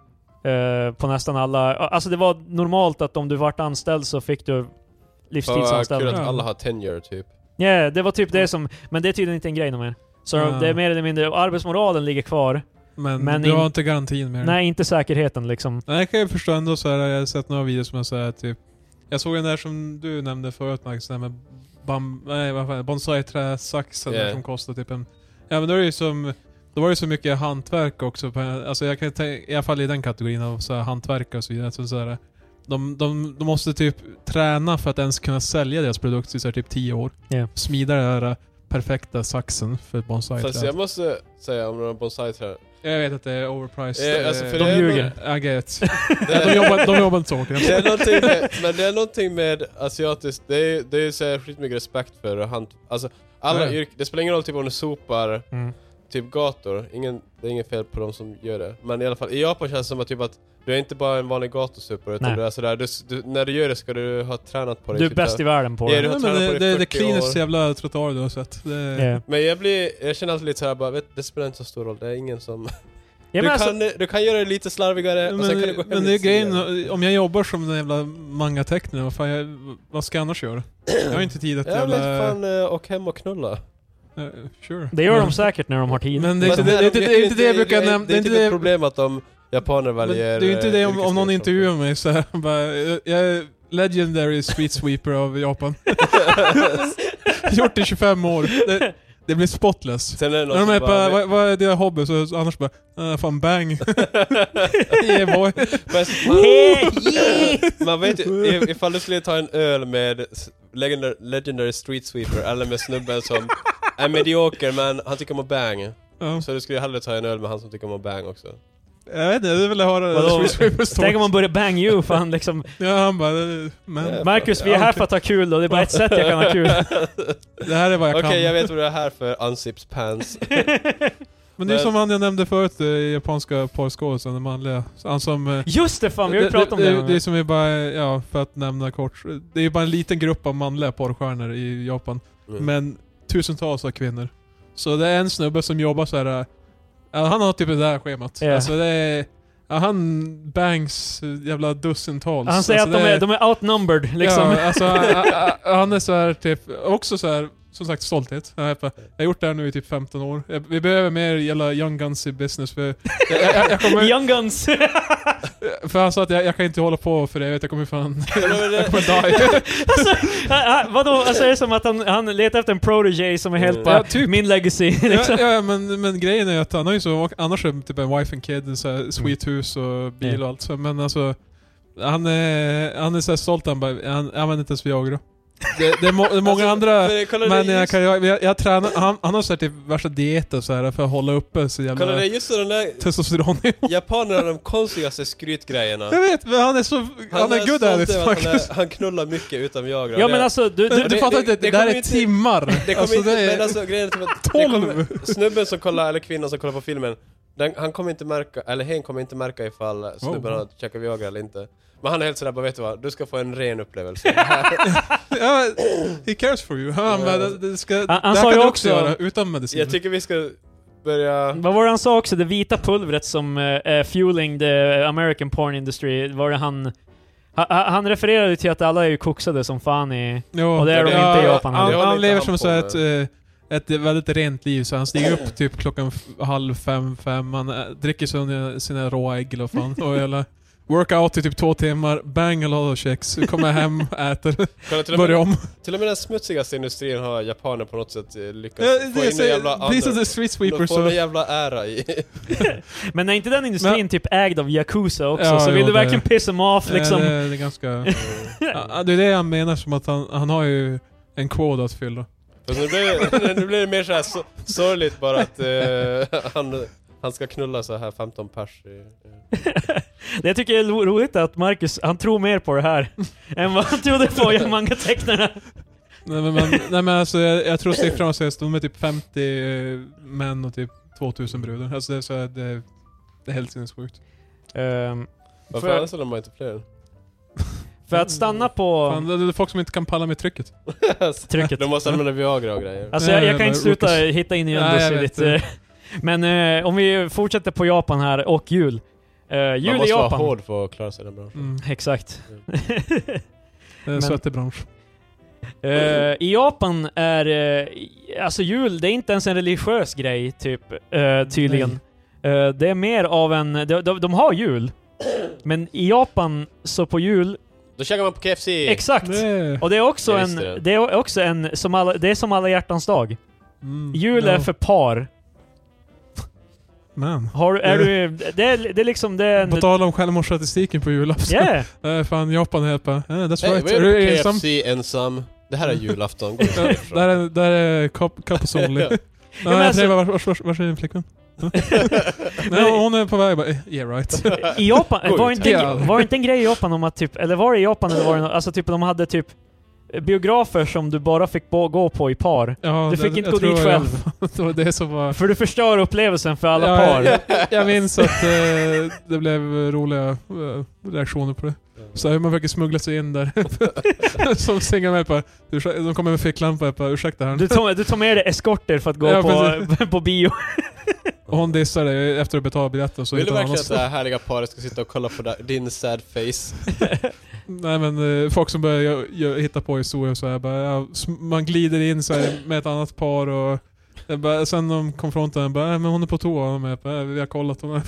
Eh, på nästan alla... Alltså det var normalt att om du vart anställd så fick du Fan vad kul livstidsanställning. att Ja. alla har tenure typ. Ja, yeah, det var typ det som... Men det är tydligen inte en grej mer. Så Ja. det är mer eller mindre... Arbetsmoralen ligger kvar. Men, Men du in- har inte garantin mer. Nej, inte säkerheten liksom. Nej, jag kan ju förstå ändå så här. Jag har sett några videos som är så här typ Jag såg den där som du nämnde förut, Max, där med bam, nej, vad fan, bonsai-träsaxen Yeah. som kostar typ en... Ja, men då är det ju som... Då var det så mycket hantverk också. På, alltså jag kan tänka, i alla fall i den kategorin av så här hantverk och så vidare. Så så här, de, de, de måste typ träna för att ens kunna sälja deras produkt i så här typ tio år. Yeah. Smida den där perfekta saxen för bonsai-träd. Fast jag måste säga om några bonsai-träd. Jag vet att det är overpriced. Eh, alltså för eh, det de är ljuger. I get. Ja, de, jobbar, de jobbar inte så hårt. Det är någonting med, men det är någonting med asiatiskt, det är, det är så här skitmycket respekt för hand, alltså alla Ja. yrk, det spelar ingen roll typ om du sopar Mm. typ gator, ingen, det är ingen fel på de som gör det, men i alla fall i Japan känns det som att typ att du är inte bara en vanlig gatusupare utan Nej. du är sådär, du, du, när du gör det ska du ha tränat på det. Du är typ bäst så i här. världen på Ja, det. du har Ja, men tränat det, på det, det i det är fyrtio cleanest år. jävla trottoar du har sett. Det, Yeah. Men jag blir, jag känner alltid lite såhär bara, vet, det spelar inte så stor roll, det är ingen som... Ja, du, men alltså, kan, du kan göra det lite slarvigare och men, sen kan du gå hem men det är lite tidigare. grejen, om jag jobbar som en jävla manga-tecknare, vad, fan jag, vad ska jag annars göra? Jag har inte tid att Ja jävla... men fan, eh, och hem och knulla. Uh, sure. det gör men, de säkert när de har tid. Men det är inte Men det, det, är inte- det, är inte det jag brukar nämna. Det är inte det, ett problem att de japaner men väljer... det är ju inte det om, om någon yrkesliv. intervjuar mig så här, bara, jag jag är legendary street sweeper av Japan. Gjort i tjugofem år. Det, det blir spotless. Sen är det någon När de är som på, bara... vad, vad är dina hobby? Så annars bara, uh, fan bang. Yeah boy. Fast man, man vet ju, if- ifall du skulle ta en öl med s- legendary, legendary street sweeper eller med snubben som är medioker men han tycker om att bang. Ja. Så du skulle hellre ta en öl med han som tycker om att bang också. Jag vet inte, jag vill höra Vadå? street sweeper Tänk om story. man börjar bang you, fan liksom. Ja, han bara, eh, men Ja. Marcus, vi är här för att ha kul och det är bara ett sätt jag kan ha kul. det här är vad jag Okej, kan. jag vet vad du är här för, unzips pants. Men det är Men- som han jag nämnde förut, eh, japanska porrskådisen, den manliga. Han som... eh, Just det, fan vi har ju pratat om det. det. Det, det är som är bara, ja, för att nämna kort. Det är ju bara en liten grupp av manliga porrstjärnor i Japan. Mm. Men tusentals av kvinnor. Så det är en snubbe som jobbar så här. Ja, han har typ det där schemat. Ja. Alltså det är... Ja, han bangs eh, jävla dussintals. Han säger alltså att de det är, de är outnumbered liksom. Ja, alltså a- a- a- han är så här typ, också så här, som sagt stolthet. Jag har jag har gjort det här nu i typ femton år. Jag, vi behöver mer jävla young guns i business för... Jag, jag, jag kommer, Young Guns. för han sa att jag, jag kan inte hålla på för det, jag vet jag kommer fan... Men det- jag kommer die. Alltså, ah, ah, vadå? Alltså är det som att han, han letar efter en protege som är helt Mm. bara Ja, typ. min legacy ja, liksom. ja men, men grejen är att han har ju så, annars är det typ en wife and kid, så här, sweet hus och bil Mm. och allt så, men alltså han är, han är så här stolt, han bara, han använder inte ens Viagra. Det, det, är må, det är många Alltså, andra, för kolla, men det är jag, just, kan, jag, jag, jag tränar, han, han har så här typ värsta dieter så här för att hålla uppe så kolla det är jävla just den där testosteron. japanerna har de konstigaste skrytgrejerna. Jag vet, men han är så, han, är good at it stolt över att han, faktiskt. är, han knullar mycket utan Viagra. Ja Det- men alltså, du, Men du, du det- fattar det- inte, det, det där kommer är inte- timmar. Det kommer alltså, inte, det är men alltså grejen är typ att det tolv. kommer, snubben som kollar, eller kvinnan som kollar på filmen, den, han kommer inte märka, eller hen kommer inte märka ifall snubben Oh. har käkat Viagra eller inte. Men han är helt sådär, bara vet du vad, du ska få en ren upplevelse. Ja, he cares for you. Han, Ja. bara, det, det ska, Han- han det här sa kan ju du också- göra utan medicin. Jag tycker vi ska börja... vad var det han sa också? Det vita pulvret som är fueling the American porn industry. Var det han... Ha, ha- han refererade till att alla är ju koksade som fan i... Jo, Och det är de ja, inte i Japan. Han, Det håller han inte lever han som på så ett, med. eh, ett väldigt rent liv, så han stiger upp typ klockan f- halv fem, fem, han äh, dricker sina, sina råa ägg eller fan, och eller workout i typ två timmar, bang a lot of checks, kommer hem, äter, Kolla, till, och börjar med, om. till och med den smutsigaste industrin har japaner på något sätt eh, lyckats Ja, få det in en jävla säger, these are andra... the street De sweepers. får en Så, jävla ära i... Men är inte den industrin Men- typ ägd av Yakuza också? Ja, så vill jo, du det- verkligen piss them off liksom? eh, det, det är ganska... ja, det är det han menar, som att han, han har ju en kod att fylla. Fast nu blir det, nu blir det mer såhär så, sorgligt bara att eh, han, han ska knulla så här femton pers i, Det jag tycker jag är ro- roligt att Marcus, han tror mer på det här än vad han trodde på i manga-tecknarna. Nej men, men, nej, men alltså, jag, jag tror siffran sägs, de är typ femtio eh, män och typ tvåtusen brudar. Alltså det är så här, det, det är helt sinnessjukt. Um, Varför För- annars är de bara inte fler? för att stanna på Fan, det, det är folk som inte kan palla med trycket. trycket. De måste använda Viagra och grejer. Alltså jag, jag kan Eh, inte sluta rookies. hitta in i Nej, Jöndus jag i vet ditt... det. eh, Men eh, om vi fortsätter på Japan här, och jul. Uh, Man jul i måste vara Japan. hård för att klara sig i den branschen. Mm. Exakt. Det är en Men- svettig bransch. Eh, I Japan är eh, alltså jul, det är inte ens en religiös grej typ, eh, tydligen. Eh, det är mer av en, de, de, de har jul, men i Japan så på jul Då käkar man på K F C. Exakt! Nej. Och det är också Jag en, visste det. det är också en, som alla, det är som alla hjärtans dag. Mm. Jul är Ja. för par. Man. Har, är du, det, är, det är liksom det är en, På tal om självmordsstatistiken på julafton. yeah. Nej, fan, Japan är helt bara, eh, that's Hey, right. vad är Är du du på K ensam? F C ensam? Det här är julafton. Gå Ja, härifrån. där är, där är cup- couples only. Ja. Nej, men jag alltså- tror, vars, vars, vars, vars är din flickvän? Nej, hon är på väg bara, eh, yeah right. I Japan, Gå var ut inte, här. var det inte en grej i Japan om att typ, eller var det i Japan eller var det no, alltså typ de hade typ biografer som du bara fick bo, gå på i par. Ja, Du fick det- inte jag gå tror dit jag- själv. Det var det som var... För du förstör upplevelsen för alla Ja, par. Jag, jag minns att eh, det blev roliga eh, reaktioner på det. Så hur man försöker smuggla sig in där. Som sängar med på, ursäkta, de kommer med ficklampa på, ursäkta här. Du tar, du tar med dig eskorter för att gå Ja, på, på bio. Och hon dissar dig efter att betala biljetten. Så Vill du hittar han verkligen att annars- det här härliga paret ska sitta och kolla på da- din sad face? Nej men eh, folk som börjar gö- gö- hitta på historier så här, bara, ja, sm- man glider in så här, med ett annat par och jag bara, sen de konfrontar en bara, äh, men hon är på toa och med, bara, äh, vi har kollat hon är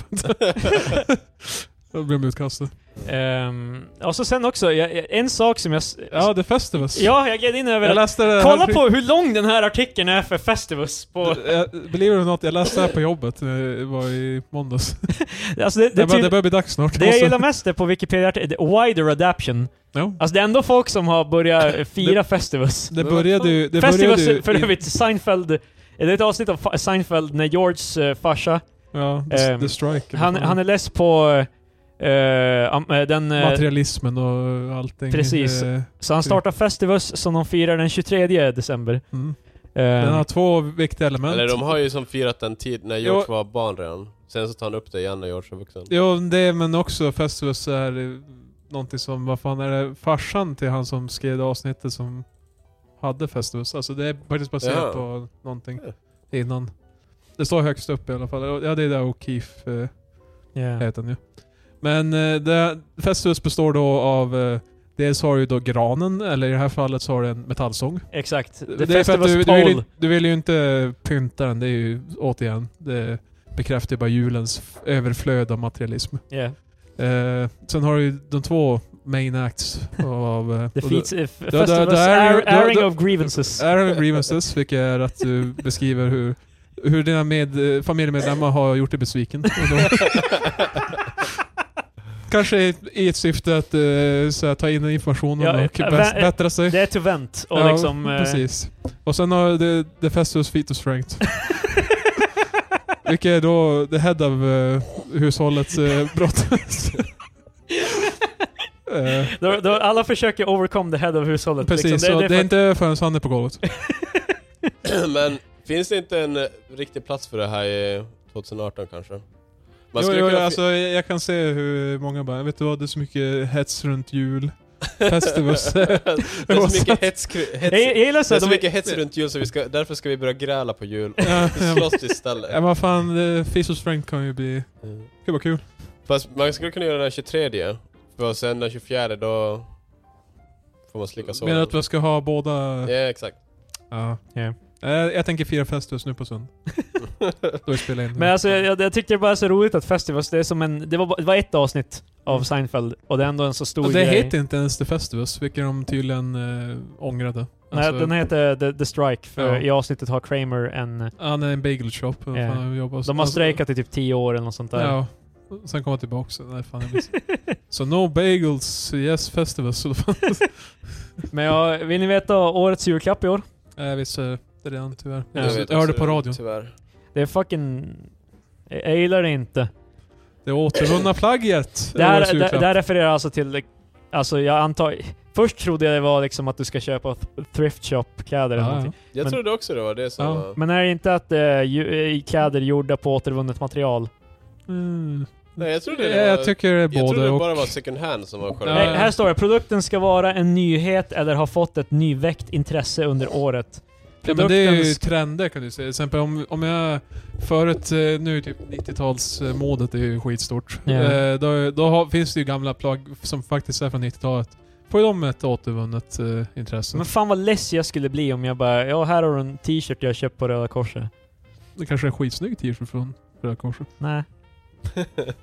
Då blir de utkastade. Um, och så sen också, jag, jag- en sak som jag... s- Ja, The Festivus. Ja, jag gled in över Jag att, läste det kolla här, på hur lång den här artikeln är för Festivus. På, Jag, believe it or not, jag läste det här på jobbet när jag var i måndags. alltså det, det, Det, bara, typ- det börjar bli dags snart. det jag Måste- gillar mest är på Wikipedia, är wider adaption. Ja. Alltså det är ändå folk som har börjat fira Festivus. Det började ju... Det började Festivus, ju för i- övrigt, Seinfeld... Det är ett avsnitt av Fa- Seinfeld när Georges uh, farsa, Ja, the, ehm, the strike. han, han är less på uh, am- eh, den... eh, materialismen och allting. Precis. Eh, så han startar Festivus som de firar den tjugotredje december. Mm. Eh, Den har två viktiga element. Eller de har ju som firat en tid när George Jo. var barn redan. Sen så tar han upp det igen när George är vuxen. Jo, det men också Festivus är eh, någonting som, vad fan är det, farsan till han som skrev det avsnittet som hade Festivus. Alltså det är faktiskt baserat Ja. på någonting Ja. innan. Det står högst upp i alla fall. Ja, det är där O'Keefe eh, yeah. heter den ju. Men eh, det, Festivus består då av eh, dels har du då granen, eller i det här fallet så har du en metallsång. Exakt. The Det är för att Festivus du, du, vill, pole. ju- du vill ju inte pynta den, det är ju återigen, det bekräftar ju bara julens f- överflöd av materialism. Yeah. Eh, sen har du ju de två main acts av... eh, The och feats, uh, då- Festivus då är ju- air, airing då- of grievances. Aaron Grievances, vilket är att du beskriver hur, hur dina med, eh, familjemedlemmar har gjort dig besviken. Och då, kanske i, i ett syfte att eh, så här, ta in informationen Ja, och äh, bäst, vä- bättra sig. Det är to vent. Och Ja, liksom... eh, precis. Och sen har det, det Festivus Feet of Strength. Vilket är då the head of uh, hushållets uh, brott. uh, då, då alla försöker overcome the head of hushållet. precis, liksom. så det, för är att- inte förrän han är på golvet. Men finns det inte en eh, riktig plats för det här i tjugoarton kanske? Man Jo, skulle jo, kunna fi- alltså, jag jag kan se hur många bara, vet du vad, det är så mycket hets runt jul. Festivus. det är så mycket hets, hets, Jag, jag gillar det så är att så de, mycket hets runt jul så vi ska, därför ska vi börja gräla på jul. ja, ja. Slåss istället. Ja, vad fan, uh, Feast of Strength kan ju bli, Mm. det var kul. Fast man skulle kunna göra den tjugotredje. För sen den tjugofjärde då får man slicka såren. Menar att vi ska ha båda... Ja, exakt. Ja. Ja. Jag, jag tänker fira Festivus nu på söndag. Då vi spelar in. Men alltså, jag, jag tyckte det bara är så roligt att Festivus, det är som en... Det var, det var ett avsnitt av Mm. Seinfeld, och det är ändå en så stor Och det grej. heter inte ens The Festivus, vilket de tydligen äh, ångrade. Nej, Alltså, den heter The, The Strike, för Ja. i avsnittet har Kramer en... han är en bagel shop. och Ja. fan, jobbar. De har strejkat i typ tio år eller något sånt där. Ja. Sen kommer tillbaka. Nej, fan, jag visst. Så no bagels, yes Festivus. Men ja, vill ni veta årets julklapp i år? Jag visste det redan tyvärr. Ja. Jag, vet jag hörde också på det, radion. Tyvärr. Det är fucking... Jag jag gillar det inte. Det återvunna plagget. Det här, årets det, julklapp. det här refererar alltså till... Alltså jag antar... Först trodde jag det var liksom att du ska köpa th- thrift shop kläder eller Ja, någonting. Jag Men- trodde också det var det som Ja. var... Men är det inte att det är ju, eh, kläder gjorda på återvunnet material? Mm. Nej, jag trodde det Jag, var... jag tycker det är Jag både trodde det och. bara var second hand som var själva... Ja, Nej, här står det. Produkten ska vara en nyhet eller ha fått ett nyväckt intresse under året. Ja, men det är ju Produktens- trender kan du säga. Till exempel om, om jag... Förut, eh, nu typ nittiotalsmodet är ju skitstort. Ja. Eh, då då har, finns det ju gamla plagg som faktiskt är från nittiotalet. Får ju de ett återvunnet eh, intresse. Men fan vad less jag skulle bli om jag bara... Ja, här har du en t-shirt jag köpt på Röda Korset. Det kanske är en skitsnygg t-shirt från Röda Korset. Nej.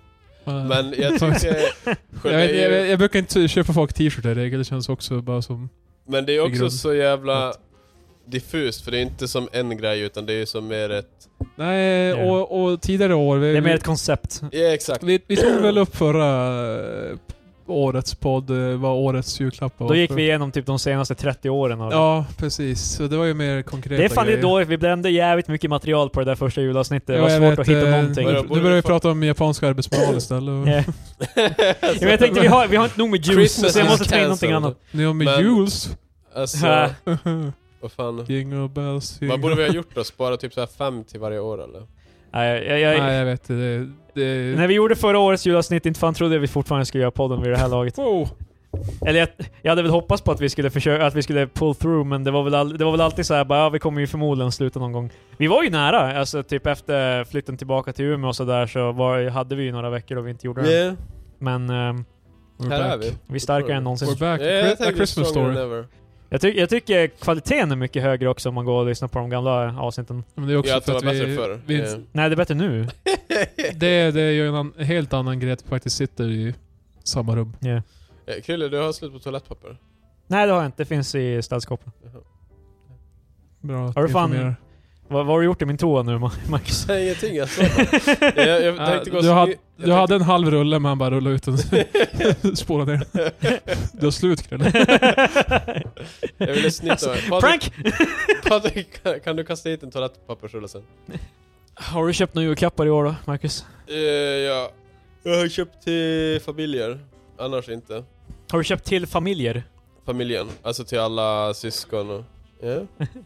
Men jag tycker... jag, jag, jag, jag brukar inte köpa folk t-shirtar i regel, det känns också bara som... Men det är också så jävla diffust, för det är inte som en grej utan det är som mer ett... Nej, yeah. och, och tidigare år... Vi, det är mer vi, ett koncept. Ja, exakt. Vi, vi tog väl upp förra äh, årets podd, vad årets julklapp var. Då gick vi igenom typ de senaste trettio åren. Av ja, precis. Så det var ju mer konkreta det är fan grejer. det dåligt, vi brände jävligt mycket material på det där första julavsnittet. Det ja, var svårt vet, att hitta eh, någonting. Nu, nu börjar vi prata om japansk arbetsmoral istället. Och yeah. ja, men jag tänkte, vi har, vi har inte nog med juice, så jag måste ta in någonting annat. Ni har med men, jules? Alltså... vad fan? Jingle bells, jingle. Vad borde vi ha gjort då? Spara typ så här fem till varje år eller? Nej, jag, jag, Nej, jag vet det, det... När vi gjorde förra årets julavsnitt, inte fan trodde jag vi fortfarande skulle göra podden vid det här laget. Oh. Eller jag, jag hade väl hoppats på att vi skulle försöka, att vi skulle pull through, men det var väl, all, det var väl alltid så här, bara, ja, vi kommer ju förmodligen sluta någon gång. Vi var ju nära, alltså typ efter flytten tillbaka till Umeå och så där, så var, hade vi ju några veckor och vi inte gjorde yeah. det. Men um, här är vi. Vi är starkare än någonsin. We're back. Yeah, A Christmas story. Jag, ty jag tycker kvaliteten är mycket högre också om man går och lyssnar på de gamla avsnitten. Men det är också ja, för att vi, förr. vi yeah. Nej, det är bättre nu. det, det är ju en an, helt annan grej att vi faktiskt sitter i samma rum. Yeah. Eh, Krille, du har slut på toalettpapper? Nej, det har jag inte. Det finns i städskåpet. Bra. Har du fan... Vad, vad har du gjort i min toa nu, Max? Nej, ingenting. Jag, jag, jag tänkte gå du, had, jag du tänkte... hade en halv rulle, men han bara rullade ut och spårade ner. Du har slut, Krille. Jag ville snitta mig. Prank! Patrik, kan, kan du kasta hit en toalettpappersrulle sen? Har du köpt några julklappar i år då, Marcus? Uh, ja. Jag har köpt till familjer. Annars inte. Har du köpt till familjer? Familjen. Alltså till alla syskon och... Yeah.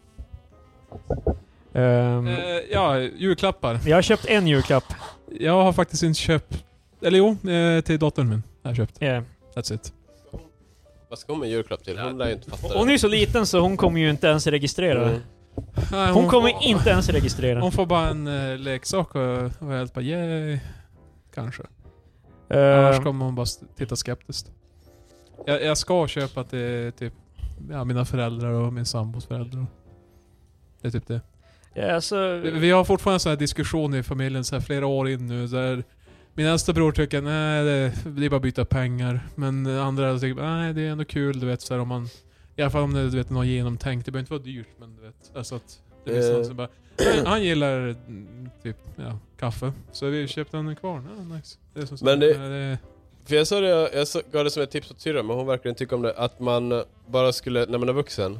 Um, uh, ja, julklappar. Jag har köpt en julklapp. Jag har faktiskt inte köpt... Eller jo, eh, till dottern min. Jag har köpt. Yeah. That's it. Vad ska hon med julklapp till? Hon lär ju inte fatta. Hon är ju så liten så hon kommer ju inte ens registrera. Mm. Nej, hon, hon kommer får, inte ens registrera. Hon får bara en uh, leksak och, och helt bara yay. Kanske. Uh, Annars kommer hon bara titta skeptiskt. Jag, jag ska köpa till typ ja, mina föräldrar och min sambos föräldrar. Det är typ det. Ja, alltså, vi, vi har fortfarande en sån här diskussion i familjen så här flera år in nu där min äldsta bror tycker nej det, det är bara att byta pengar, men andra tycker nej det är ändå kul, du vet så här, om man i alla fall om det du vet något genomtänkt, det behöver inte vara dyrt, men du vet alltså att det finns uh. någon som bara han, han gillar typ ja, kaffe, så vi köpte en kvar. Ja, nice. Det är som men det, det för jag sa det, jag gav det som ett tips åt Tyra, men hon verkligen tycker om det, att man bara skulle, när man är vuxen,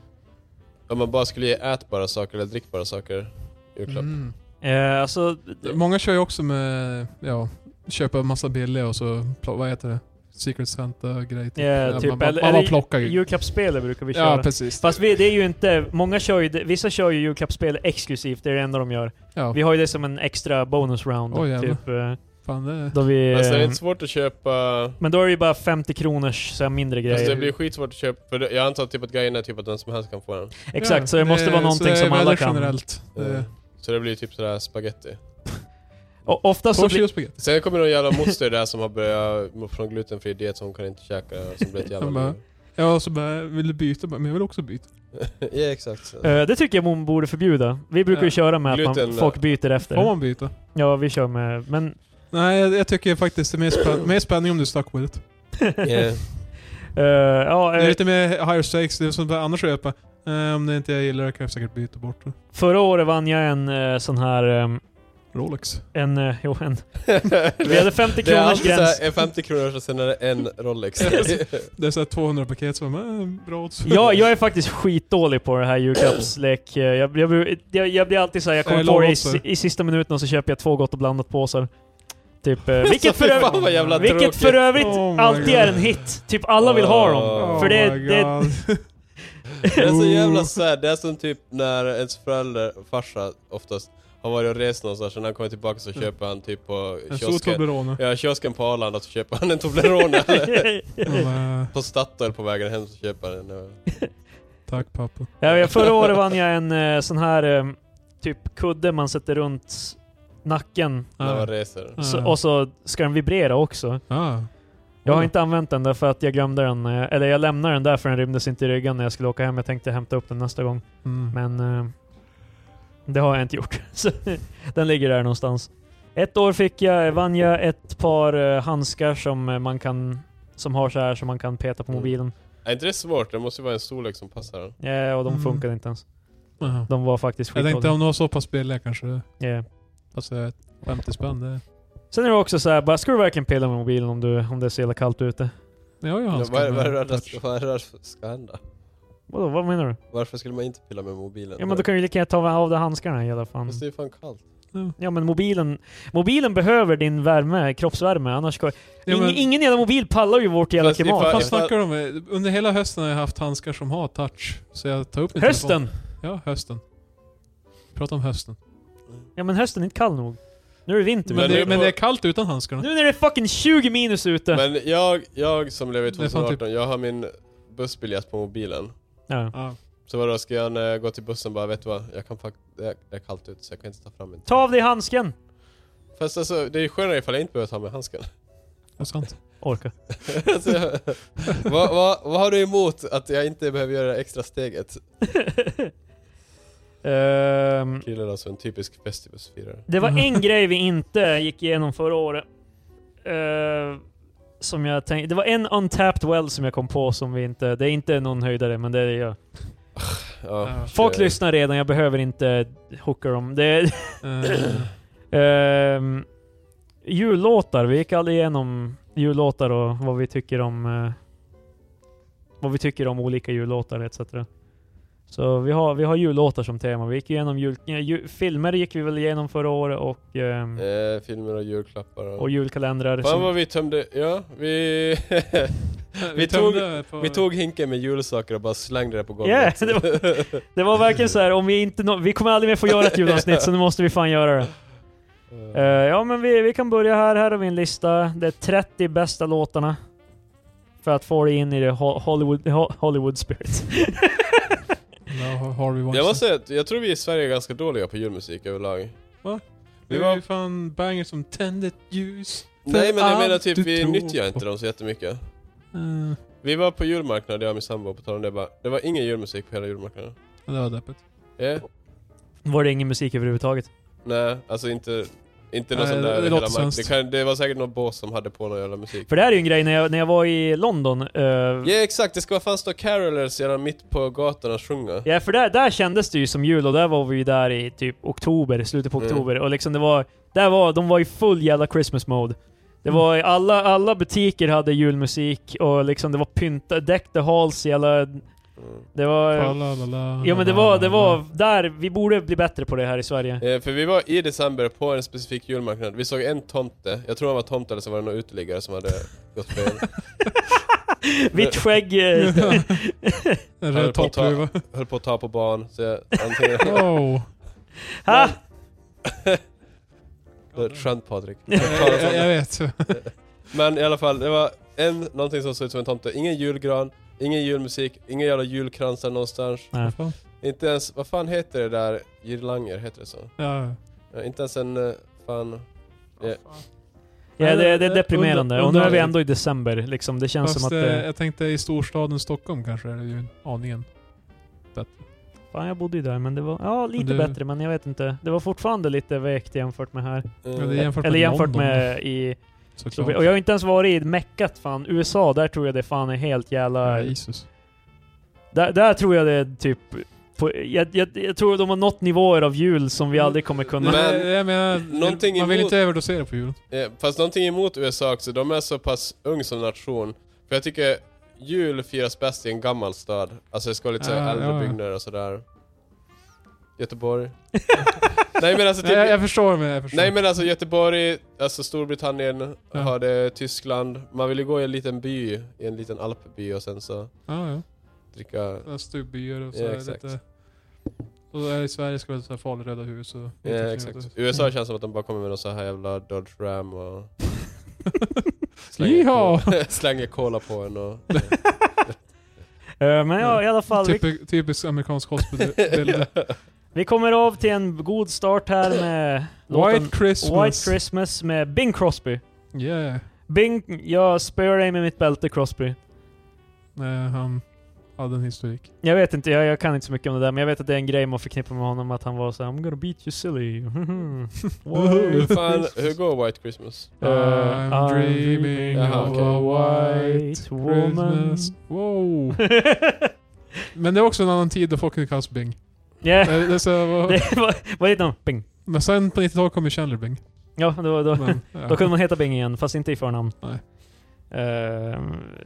om man bara skulle ge ätbara saker eller drickbara saker i julklapp. Mm. Eh, alltså, många kör ju också med ja, köpa en massa billiga och så vad heter det? Secret Santa-grej. Typ. Yeah, ja, typ, man, man, eller, man bara plockar ju. Julklappsspel brukar vi köra. Ja, precis. Fast vi, det är ju inte, många kör ju, vissa kör ju julklappsspel exklusivt, det är det enda de gör. Ja. Vi har ju det som en extra bonus round. Oh, typ, fan det. Då vi, alltså, det är inte svårt att köpa... Men då är det ju bara femtio kronors så här, mindre grejer. Alltså, det blir skitsvårt att köpa, för jag antar typ att grejen är typ att den som helst kan få den. Exakt, ja, så det måste vara någonting som alla kan. Generellt. Det. Så det blir typ sådär spaghetti. Och ofta så blir... Sen kommer någon jävla moster där som har börjat från glutenfri diet som hon kan inte käka, som blir ett jävla bara, ja, så bara, vill du byta? Men jag vill också byta. Ja, exakt. Så. Uh, det tycker jag man borde förbjuda. Vi brukar ju ja. köra med Gluten, att man, folk byter efter. Får man byta? Ja, vi kör med, men... Nej, jag, jag tycker faktiskt det är mer, spänn mer spänning om du stuck with it. Yeah. uh, ja, det är lite mer higher stakes, det är som annars köpa. Uh, om det inte jag gillar det kan jag säkert byta bort det. Förra året vann jag en uh, sån här... Um, Rolex. En, uh, jo, en... Vi hade femtio kronors gräns. Det är femtio kronor och sen är det en Rolex. Det är så här tvåhundra paket som är bra. Ja, jag är faktiskt skitdålig på det här julklappslek. Jag, jag, jag, jag blir alltid så här, jag kommer på det i, i sista minuten och så köper jag två gott och blandat påsar. Typ, uh, vilket för, öv vilket för övrigt oh alltid God. är en hit. Typ alla vill ha dem. Oh för det, det det är så jävla sad. Det är som typ när ens förälder, farsa oftast har varit och rest någonstans, så när han kommer tillbaka så köper han typ på kiosken, ja, kiosken på Arlanda, så köper han en Toblerone. På Statoil på vägen hem så köper han en. Tack pappa. Ja, förra året vann jag en uh, sån här uh, typ kudde man sätter runt nacken. När man reser. Så, och så ska den vibrera också. Ah. Jag har inte använt den där för att jag glömde den. Eller jag lämnade den där för den rymdes inte i ryggen när jag skulle åka hem. Jag tänkte hämta upp den nästa gång. Mm. Men uh, det har jag inte gjort. Så den ligger där någonstans. Ett år fick jag, vann jag ett par uh, handskar som uh, man kan, som har så här som man kan peta på mobilen. Mm. Är inte det svårt? Det måste ju vara en storlek som passar den. Ja, yeah, och de mm. funkade inte ens. Uh-huh. De var faktiskt skitdåliga. Jag tänkte om de var så pass billiga kanske. Ja. Yeah. Alltså femtio spänn det. Sen är det också så här, bara ska du verkligen pilla med mobilen om, du, om det är så jävla kallt ute? Ja, ja, ja, vad är det som ska hända? Vadå, vad menar du? Varför skulle man inte pilla med mobilen? Ja, men då kan ju lika gärna ta av de handskarna i alla fall. Fast det är fan kallt. Ja. ja, men mobilen mobilen behöver din värme, kroppsvärme, annars ska... Ja, ingen, ingen jävla mobil pallar ju vårt jävla klimat. Vad fan snackar de med? Under hela hösten har jag haft handskar som har touch. Så jag tar upp hösten? Telefon. Ja, hösten. Prata om hösten. Ja, men hösten är inte kall nog. Nu är det vinter. Men, men, det, på... men det är kallt utan handskarna. Nu när det är fucking tjugo minus ute. Men jag, jag som lever i tjugoarton, typ... jag har min bussbiljett på mobilen. Ja. ja. Så vadå, ska jag när jag går till bussen bara, vet du vad? Jag kan fakt- det, är, det är kallt ute så jag kan inte ta fram min. Ta av dig handsken! Fast alltså, det är ju skönare ifall jag inte behöver ta med handsken. Det är sant. Orka. alltså, vad, vad, vad har du emot att jag inte behöver göra det extra steget? Um, Killar alltså en typisk festivalsfirare. Det var en grej vi inte gick igenom förra året. Uh, som jag tänkte, det var en untapped well som jag kom på som vi inte, det är inte någon höjdare, men det är jag. Ja, folk det... lyssnar redan, jag behöver inte hooka dem. Det är uh. uh, jullåtar, vi gick aldrig igenom jullåtar och vad vi tycker om uh, vad vi tycker om olika jullåtar et cetera. Så vi har, vi har jullåtar som tema. Vi gick igenom jul, jul, filmer gick vi väl igenom förra året och um, eh, filmer och julklappar och, och julkalendrar. Fan vad vi tömde, ja, vi vi, vi tog på... vi tog hinken med julsaker och bara slängde det på golvet. Yeah, det var, det var verkligen så här, om vi inte no, vi kommer aldrig mer få göra ett julavsnitt så nu måste vi fan göra det. Uh, ja, men vi vi kan börja här här har vi en lista. Det är trettio bästa låtarna för att få det in i det Hollywood Hollywood spirit. Jag måste säga att jag tror vi i Sverige är ganska dåliga på julmusik överlag. Va? Vi var fan banger som tändet ljus. Nej, men jag menar typ vi nyttjar inte dem så jättemycket. Uh. Vi var på julmarknad, jag och min sambo på tal om det bara. Det var ingen julmusik på hela julmarknaden. Det var deppigt. Ja. Yeah. Var det ingen musik överhuvudtaget? Nej, alltså inte... Inte någon sån där det, hela mark- det, kan, det var säkert någon bås som hade på någon jävla musik. För det här är ju en grej när jag, när jag var i London. Uh, ja, exakt. Det ska fan stå carolers gärna mitt på gatan och sjunga. Ja, för där, där kändes det ju som jul. Och där var vi ju där i typ oktober, slutet på oktober. Mm. Och liksom det var, där var, de var i full jävla Christmas mode. Det mm. var alla, alla butiker hade julmusik. Och liksom det var pynta, deck the halls jävla... Mm. Det var ja men det var det var där vi borde bli bättre på det här i Sverige. Ja, för vi var i december på en specifik julmarknad. Vi såg en tomte. Jag tror han var tomte eller så var det någon uteliggare som hade gått fel. Vitt skägg. höll, på ta, höll på att ta på barn så jag antingen. Oh. Ha. Det är skönt, Patrik. jag, jag vet. Men i alla fall det var en någonting som såg ut som en tomte. Ingen julgran. Ingen julmusik, inga jävla julkransar någonstans. Nej. Inte ens, vad fan heter det där? Girlanger heter det så? Ja. Ja, inte ens en, uh, fan... Yeah. Ja, det, det är deprimerande. Under, och nu är vi ändå i december, liksom. Det känns Fast som att... Det, jag tänkte i storstaden Stockholm kanske är det ju aningen bättre. Fan, jag bodde ju där, men det var... Ja, lite du, bättre, men jag vet inte. Det var fortfarande lite vägt jämfört med här. Mm. Ja, det är jämfört Eller med jämfört London. med i... Så och jag har inte ens varit i Meckat, fan. U S A, där tror jag det fan är helt jävla... Ja, Jesus. Där, där tror jag det är typ... På, jag, jag, jag tror de har nått nivåer av jul som vi aldrig kommer kunna... Men, jag menar, man vill emot, inte överdosera på julen. Ja, fast någonting emot U S A också. De är så pass ung som nation. För jag tycker jul firas bäst i en gammal stad. Alltså det ska vara lite ja, äldre ja. byggnader och sådär. Göteborg. Nej men alltså typ, jag, jag förstår mig, jag förstår. Nej men alltså Göteborg, alltså Storbritannien, ja. har det Tyskland. Man vill ju gå i en liten by, i en liten alpby och sen så ja, ja. dricka stugbyar och så ja, är lite. Och där i Sverige ska vi ha Falröda hus och ja, exakt. U S A känns som att de bara kommer med någon så här jävla Dodge Ram och slänger, ja. slänger cola på en och uh, men ja, i alla fall Typ, typisk amerikansk hospital. Vi kommer av till en god start här med White Christmas. White Christmas med Bing Crosby. Yeah. Bing, jag spöar dig med mitt bälte, Crosby. Nej, han hade en historik. Jag vet inte, jag, jag kan inte så mycket om det där, men jag vet att det är en grej man förknippar med honom, att han var så här, I'm gonna beat you silly. Fan, hur går White Christmas? Uh, I'm, I'm dreaming Jaha, of okay. a white woman. Wow. Men det är också en annan tid då folk kunde kalla Bing. Yeah. Det, det, så, vad, det var, vad heter de? Bing. Men sen på nittiotalet kom ju Chandler Bing. Ja, då, då, Men, ja. då kunde man heta Bing igen, fast inte i förnamn. Nej. Uh,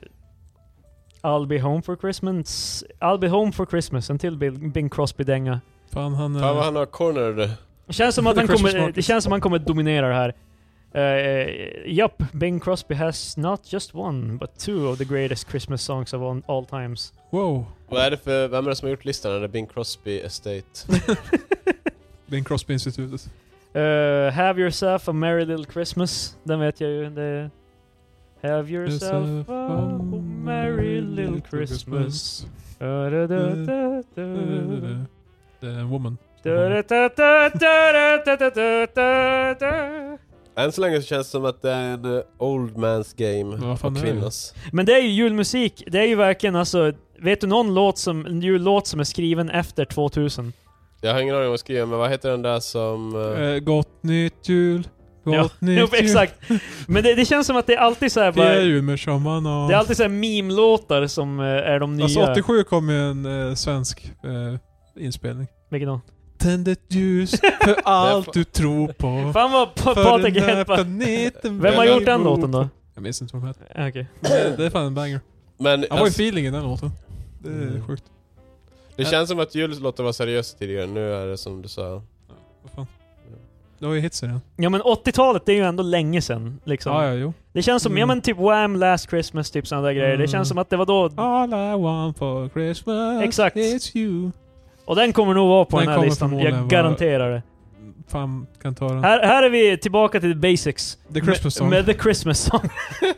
I'll be home for Christmas. I'll be home for Christmas until Bing, Bing Crosby-dänga. Fan, han... Fan vad han har cornered. Det känns som att han kommer, det känns som han kommer dominera det här. Uh, yup, Bing Crosby has not just one, but two of the greatest Christmas songs of all, all times. Wow. Vad är det för, vem är det som har gjort listan? Är det Bing Crosby Estate? Bing Crosby-institutet. Uh, have yourself a merry little Christmas. Den vet jag ju. Det have yourself a merry little Christmas. Da, da, da, da, da. Det är en woman. Da, da, da, da, da, da, da, da, da. Än så länge så känns det som att det är en uh, old man's game Vad fan och är det? kvinnas. Men det är ju julmusik. Det är ju verkligen alltså... Vet du någon låt som, en jullåt som är skriven efter tvåtusen? Jag har ingen aning om vad skriva, men vad heter den där som... Uh... Eh, gott nytt jul. Gott Ja, nytt jo, jul. exakt. Men det, det känns som att det är alltid så här Det bara... är ju med sommaren. Det är alltid så här meme-låtar som uh, är de nya. Alltså åttiosju kom ju en uh, svensk uh, inspelning. Vilken då? Tänd ett ljus för allt du tror på. Fan vad pa- Patrik är helt bara... Vem har gjort den låten då? Jag minns inte vad den heter. Okej. Okay. Det, det är fan en banger. Men Han var ju alltså, feeling i den låten. Det är Mm. sjukt. det känns som att jullåtar var seriösa tidigare. Nu är det som du sa. Ja, vad fan. Det var ju hits i den. Ja men åttiotalet det är ju ändå länge sedan liksom. Ja, ja, jo. Det känns som, Mm. ja men typ Wham! Last Christmas, typ sådana där grejer. Mm. Det känns som att det var då... All I want for Christmas Exakt. is you. Och den kommer nog vara på Den den här kommer listan, förmodligen jag vara- garanterar det. Fan, kan ta den. Här, här är vi tillbaka till the basics. The Christmas song. Med, med the Christmas song.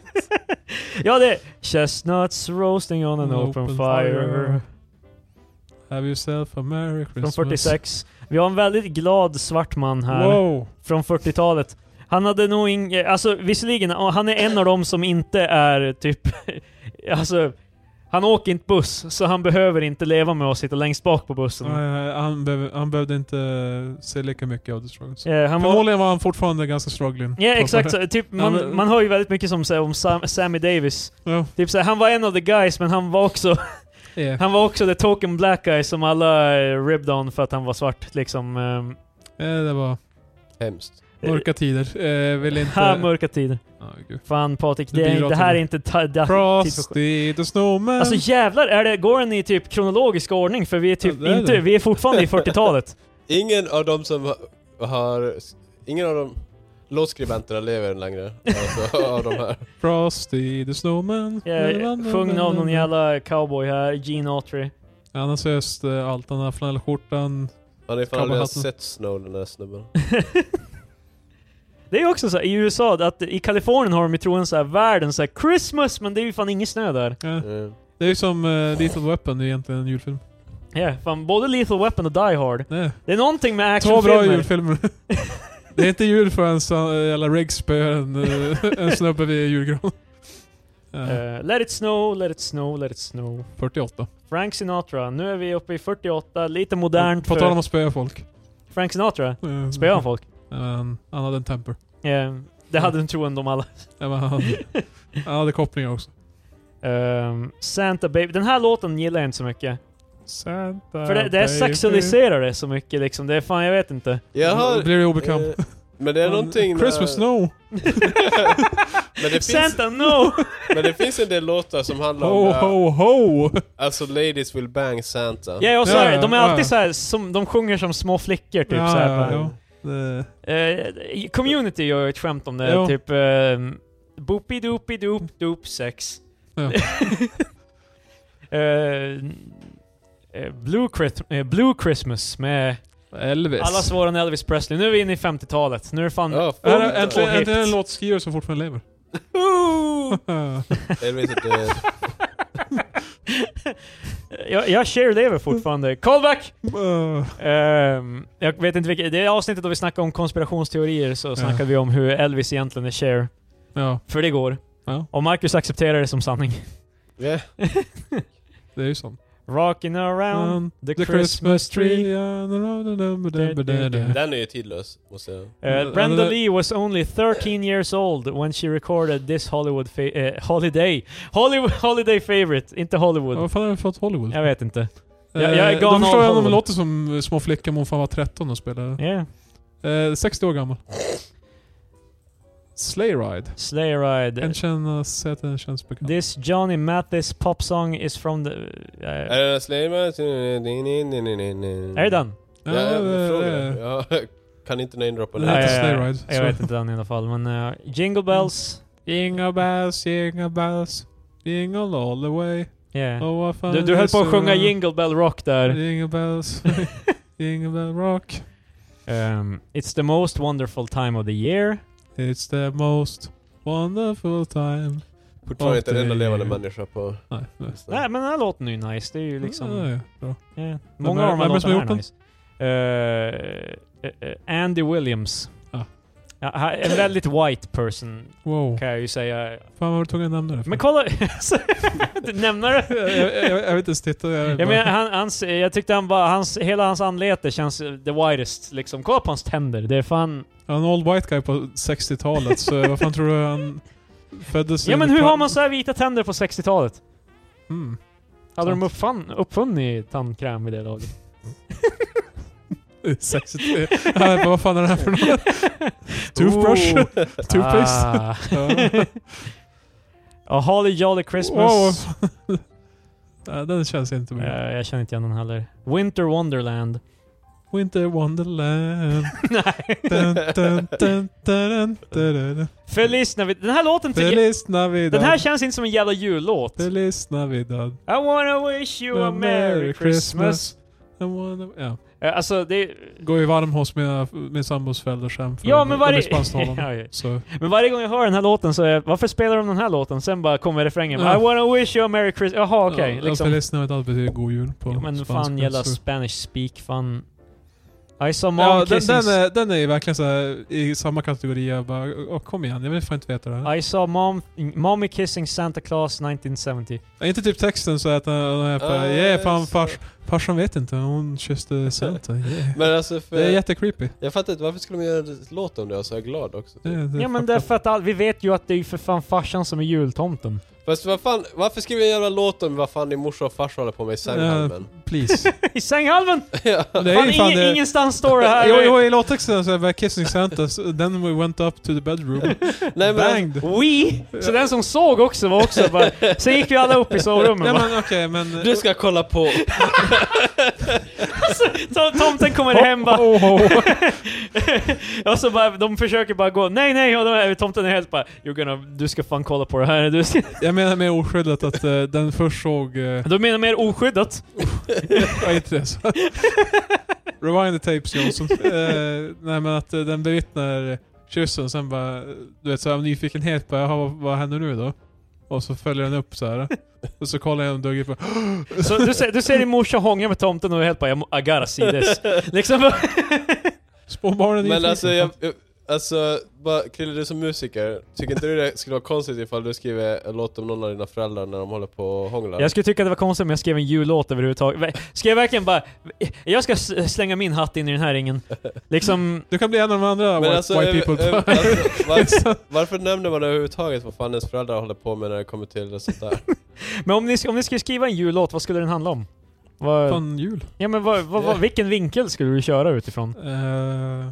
Ja det är Chestnuts roasting on an An open, open fire. fire. Have yourself a merry Christmas. Från fyrtiosex. Vi har en väldigt glad svart man här. Wow. Från fyrtiotalet. Han hade nog ing... Alltså visserligen, han är en av dem som inte är typ... Alltså... Han åker inte buss, så han behöver inte leva med att sitta längst bak på bussen. Nej, nej, han, behöv, han behövde inte se lika mycket av The Struggles. Eh, han var... Förmodligen var han fortfarande ganska struggling. Ja, exakt. Så, typ, man, Ja, men- man hör ju väldigt mycket som, så, här, om Sam, Sammy Davis. Ja. Typ så här, han var en av the guys, men han var också... Yeah. Han var också the token black guy som alla uh, ribbed on för att han var svart, liksom. Um, Eh, det var Hemskt. mörka tider. Eh, vill inte... Här mörka tider. Ah, gud. Fan Patrik, Det det, är, bidrar det här är till inte... Ta, da, tid för- Frosty the Snowman. Alltså jävlar, är det, går den i typ kronologisk ordning? För vi är typ Ja, det är inte... det. Vi är fortfarande i fyrtiotalet. Ingen av dem som ha- har... Ingen av de låtskribenterna lever längre. Alltså av de här. Frosty the Snowman. Jag sjungen av någon jävla cowboy här, Gene Autry. Han har söst eh, allt. Den här flanellskjortan. Han är fan Cowboyhatten. aldrig sett Snow, den där snubben. Det är också så här, i U S A, att i Kalifornien har de ju troligen så här världens så här Christmas, men det är ju fan ingen snö där. Ja. Mm. Det är ju som uh, Lethal Weapon, det är egentligen en julfilm. Ja, yeah, fan både Lethal Weapon och Die Hard. Nej. Det är någonting med Två bra actionfilmer. julfilmer. Det är inte jul förrän uh, jävla Riggs spöar en, uh, en snubbe vid julgran. Uh, Uh, let it snow, let it snow, let it snow. fyrtioåtta. Frank Sinatra, nu är vi uppe i fyrtioåtta, lite modernt På för tal om att spöa folk. Frank Sinatra. Uh, Spöar han folk? Ja, han, han hade en temper. Yeah, det hade en troen de alla. Ja, men han, han hade kopplingar också. Um, Santa Baby. Den här låten gillar jag inte så mycket. Santa För det, det är sexualiserar det så mycket liksom. Det är fan, jag vet inte. Jag har... Då blir det obekvämt. eh, men det är någonting... Christmas när- Snow! men, det finns, Santa, no! men det finns en del låtar som handlar Ho, om... eh, ho, ho! Alltså Ladies Will Bang Santa. Ja, och så Ja, här, ja, de är ja. alltid så här, som, de sjunger som små flickor typ Ja, så här. ja, bara. ja. Det, Eh, Community gör ju ett skämt om det, Jo. typ uh, boopy doopy doop doop sex. Ja. Eh, eh, Blue, Chris- eh, Blue Christmas med Elvis. allas våran Elvis Presley. Nu är vi inne i femtiotalet. Nu är det fan... Ja, Är det ungt äntligen, och hippt. äntligen en låtskrivare som fortfarande lever? Elvis är död. jag, jag Cher lever fortfarande. Callback! Uh, Ehm, jag vet inte vilket... Det är avsnittet då vi snackar om konspirationsteorier, så snackade vi om hur Elvis egentligen är Cher. ja. För det går. Ja. Och Marcus accepterar det som sanning. Yeah. Det är ju sånt. Rocking around Um, the, the Christmas tree. Den är ju tidlös, måste jag. Uh, Brenda Lee was only thirteen years old when she recorded this Hollywood fa- uh, holiday Hollywood holiday favorite, inte Hollywood. Ja, vad fan har du fått Hollywood? Jag vet inte. Uh, jag, jag är de gone förstår jag, all de låter som små flickor, hon fan var tretton och spelade. Yeah. Uh, sextio år gammal. Sleigh Ride. Sleigh Ride. En känns, att den känns bekant. This Johnny Mathis pop song is from the... Uh, är det Sleigh Ride? Är det den? Ja, jag frågar. Jag kan inte namedroppa det. det. Det heter Sleigh Ride. Jag så. vet inte den i alla fall, men... Uh, Jingle Bells. Jingle bells, jingle bells, jingle all the way. Yeah. Oh, du du höll på att sjunga Jingle Bell Rock där. Jingle bells, jingle bell rock. Um, it's the most wonderful time of the year. It's the most wonderful time. Fortfarande inte en enda levande människa på... Nej, nej. Nej, men den här låten är ju nice. Det är ju liksom... Ja, ja, bra. Yeah. Många av de här låtarna är nice. Uh, uh, uh, Andy Williams. Ah. Ja, en väldigt white person, wow. kan jag ju säga. Fan, vad du tog en nämna det för? Men kolla... Nämna det? jag, jag, jag, jag vet inte titta. Jag, ja, men han, hans, jag tyckte han bara... Hans, hela hans anlete känns the whitest. Liksom. Kolla på hans tänder. Det är fan... En old white guy på sextiotalet, så vad fan tror du han föddes? Ja, men hur har man så här vita tänder på sextiotalet? Mm. Hade de uppfann, uppfunnit tandkräm vid det laget? sextio ja, vad fan är det här för något? Toothbrush? Oh. Toothpaste? Ah. Ja, Holly Jolly Christmas. Wow. Ja, den känns inte bra. Uh, jag känner inte igen den heller. Winter Wonderland. Winter Wonderland. Nej. Dun, dun, dun, dun, dun, dun. Feliz Navidad. Den här låten tycker Feliz Navidad. Den här känns inte som en jävla jullåt. Feliz Navidad. I wanna wish you a, a Merry Christmas. I wanna, ja. Uh, alltså det... Går ju varm hos mina, min sambos föräldrar sen. För ja, men varje... ja, ja. Så. Men varje gång jag hör den här låten så är varför spelar de den här låten? Sen bara kommer refrängen. Ja. I wanna wish you a Merry Christmas. Jaha, okej. Okay, ja, liksom. Feliz Navidad betyder god jul på ja, men spanska, fan jävla så. Spanish speak fan. I saw mom ja, den, kissing... den, är, den är ju verkligen så här, i samma kategori. Jag bara, åh, kom igen, jag vill fan inte veta det här. I saw mom, mommy kissing Santa Claus nineteen seventy. Ja, inte typ texten så att han är bara, uh, yeah, fan fars, farsan vet inte, hon kysste Santa. Yeah. Men alltså för det är jättecreepy. Jag fattar inte, varför skulle de göra en låt om det och så är jag glad också? Det, det ja, men därför att all, vi vet ju att det är för fan farsan som är jultomten. Fast vad fan, varför skriver jag en jävla låt om vad fan din morsa och farsa håller på med i sänghalmen? Uh, please. I sänghalmen? Ja. Det är fan, ju fan ingen, det... ingenstans står det här. Jo, jo, i låttexten så är det kissing Santa, so then we went up to the bedroom. Nej, men banged. We? Så den som såg också var också bara... Sen gick vi alla upp i sovrummet. Ja, men okej, okay, men... Du ska kolla på. Alltså, tomten kommer hem bara... Oh, oh, oh. Och så bara, de försöker bara gå... Nej, nej, och då, tomten är helt bara... You're gonna, du ska fan kolla på det här. Du ska... Jag menar mer oskyddat att uh, den först såg... Uh... Du menar mer oskyddat? Ja, inte det. Så. Rewind the tapes, Johnson. uh, nej, men att uh, den bevittnar kyssen, sen bara... Du vet, så av nyfikenhet bara, jaha, vad, vad händer nu då? Och så följer den upp så här. Och så kollar jag en dugg på... Så du ser, du ser din morsa hånga med tomten och är helt bara, I gotta see this. Liksom... Spåbarnen. Men alltså, jag, jag, alltså, bara, Krille, du som musiker, tycker inte du det skulle vara konstigt ifall du skriver en låt om någon av dina föräldrar när de håller på och hånglar? Jag skulle tycka att det var konstigt om jag skrev en jullåt överhuvudtaget. Ska jag verkligen bara... Jag ska slänga min hatt in i den här ringen. Liksom... Du kan bli en av de andra white, alltså, white people. Ö, ö, alltså, varför, varför nämner man överhuvudtaget vad fan ens föräldrar håller på med när det kommer till det sånt där? Men om ni, om ni skulle skriva en jullåt, vad skulle den handla om? Vad... Fan, jul. Ja, men vad, vad, vad, vilken vinkel skulle du köra utifrån? Uh...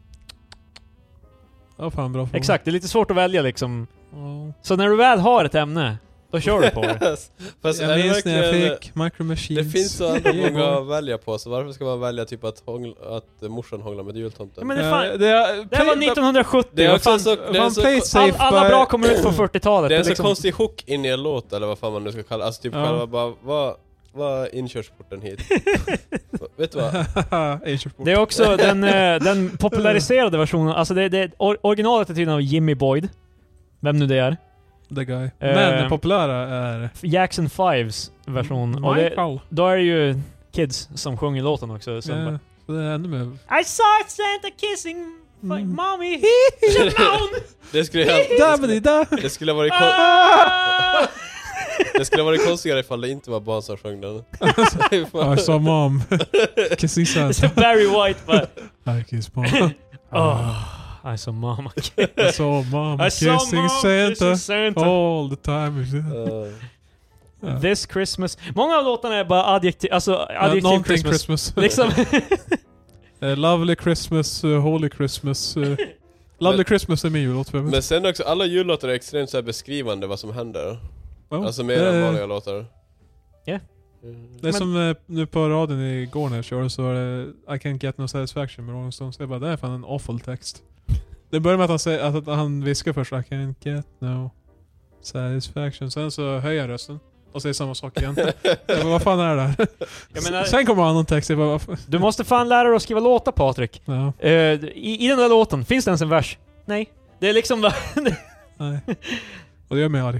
Ja, fan, bra fråga. Exakt, det är lite svårt att välja liksom. Oh. Så när du väl har ett ämne, då kör du på det. Fast jag minns när jag fick Micro Machines. Det finns så andra många att välja på, så varför ska man välja typ att, hångla, att morsan hånglar med jultomten? Ja, men det, fan, uh, det, är, det var nittonhundrasjuttio. Det är också fan, så, det är fan så, play safe all, alla by... bra kommer ut på fyrtiotalet. Det är en så liksom. konstig hook in i en låt, eller vad fan man nu ska kalla. Alltså typ ja. själva bara, vad, vad är inkörsporten hit? Vet du vad? Det är också den, eh, den populariserade versionen. Alltså det, det, or, originalet är tydligen av Jimmy Boyd. Vem nu det är. The guy. Eh, Men den populära är... Jackson Fives version. Och det, då är det ju kids som sjunger låten också. Som yeah, bara, det är ännu mer... I saw Santa kissing my Mm. mommy. Det skulle jag... Da, da, da. Det skulle ha varit... Ah! Det skulle vara konstigare ifall det inte var barn som sjöng den. I saw mom kissing Santa. Barry White bara... I kiss mom. Oh, I saw mom. I saw mom I kissing saw mom Santa, kissing Santa all the time. Uh. Ja. This Christmas. Många av låtarna är bara adjektiv, alltså adjektiv uh, Christmas. Christmas. Liksom. uh, lovely Christmas, uh, Holy Christmas. Uh, lovely men, Christmas är min jullåt. Men sen också, alla jullåtar är extremt så här beskrivande vad som händer. Oh, alltså mer än vanliga låtar. Ja. Yeah. Mm. Det är men, som uh, nu på radion igår när jag körde så var det I can't get no satisfaction med Rolling Stones. Jag bara, det är fan en awful text. Det börjar med att han, säger, att, att han viskar först I can't get no satisfaction. Sen så höjer jag rösten och säger samma sak igen. Jag bara, vad fan är det där? Jag menar, sen kommer annan text. Jag bara, du måste fan lära dig att skriva låtar, Patrik. Ja. Uh, i, I den där låten, finns det ens en vers? Nej. Det är liksom... Nej. Och det gör mig arg.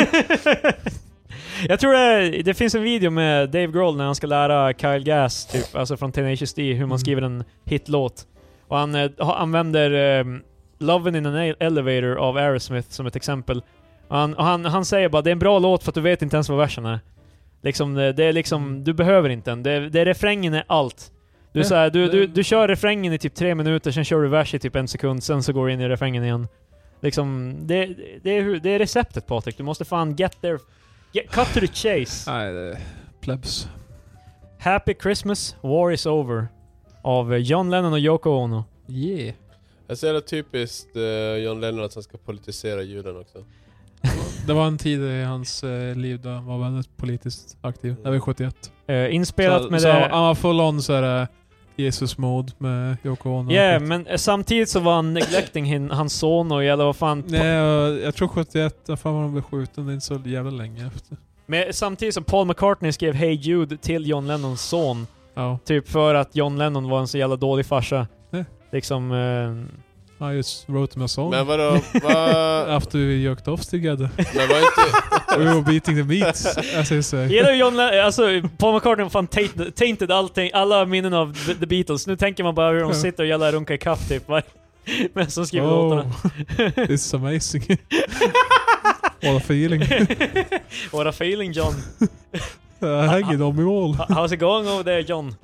Jag tror det, det finns en video med Dave Grohl när han ska lära Kyle Gass, typ, alltså från Tenacious D, hur man mm. skriver en hitlåt. Och han uh, använder um, Lovin' in an Elevator av Aerosmith som ett exempel. Och han, och han, han säger bara, det är en bra låt för att du vet inte ens vad versen är. Liksom, det, det är liksom, du behöver inte den. Det, det är refrängen är allt. Du, ja, så här, du, du, du kör refrängen i typ tre minuter, sen kör du vers i typ en sekund, sen så går du in i refrängen igen. Liksom, det, det, är, det är receptet, Patrik. Du måste fan get there. Get, cut to the chase. Nej, det är plebs. Happy Christmas, War is over. Av John Lennon och Yoko Ono. Yeah. Jag ser det typiskt uh, John Lennon att han ska politisera julen också. Det var en tid i hans uh, liv då han var väldigt politiskt aktiv. Mm. Det var sjuttioett. Uh, inspelat så, med så det... Han var full on så här Jesus-mode med Yoko Ono. Ja, yeah, men uh, samtidigt så var han neglecting hin, hans son och eller vad fan... Nej, jag, jag tror sjuttioett, där fan var han blev skjuten. Det är inte så jävla länge efter. Men samtidigt som Paul McCartney skrev Hey Jude till John Lennons son. Ja. Typ för att John Lennon var en så jävla dålig farsa. Yeah. Liksom... Uh, I just wrote him a song. Men vadå? Va... After we joked off together. Men var inte... we were beating the meat, as I say. Gillar John Lennon, alltså Paul McCartney fan tainted, tainted allting, alla minnen av the, the Beatles. Nu tänker man bara hur de sitter och jävla runka i kapp typ. Men som skriver oh, låtarna. This is amazing. What a feeling. What a feeling, John. uh, hang it on me wall. How's it going over there, John?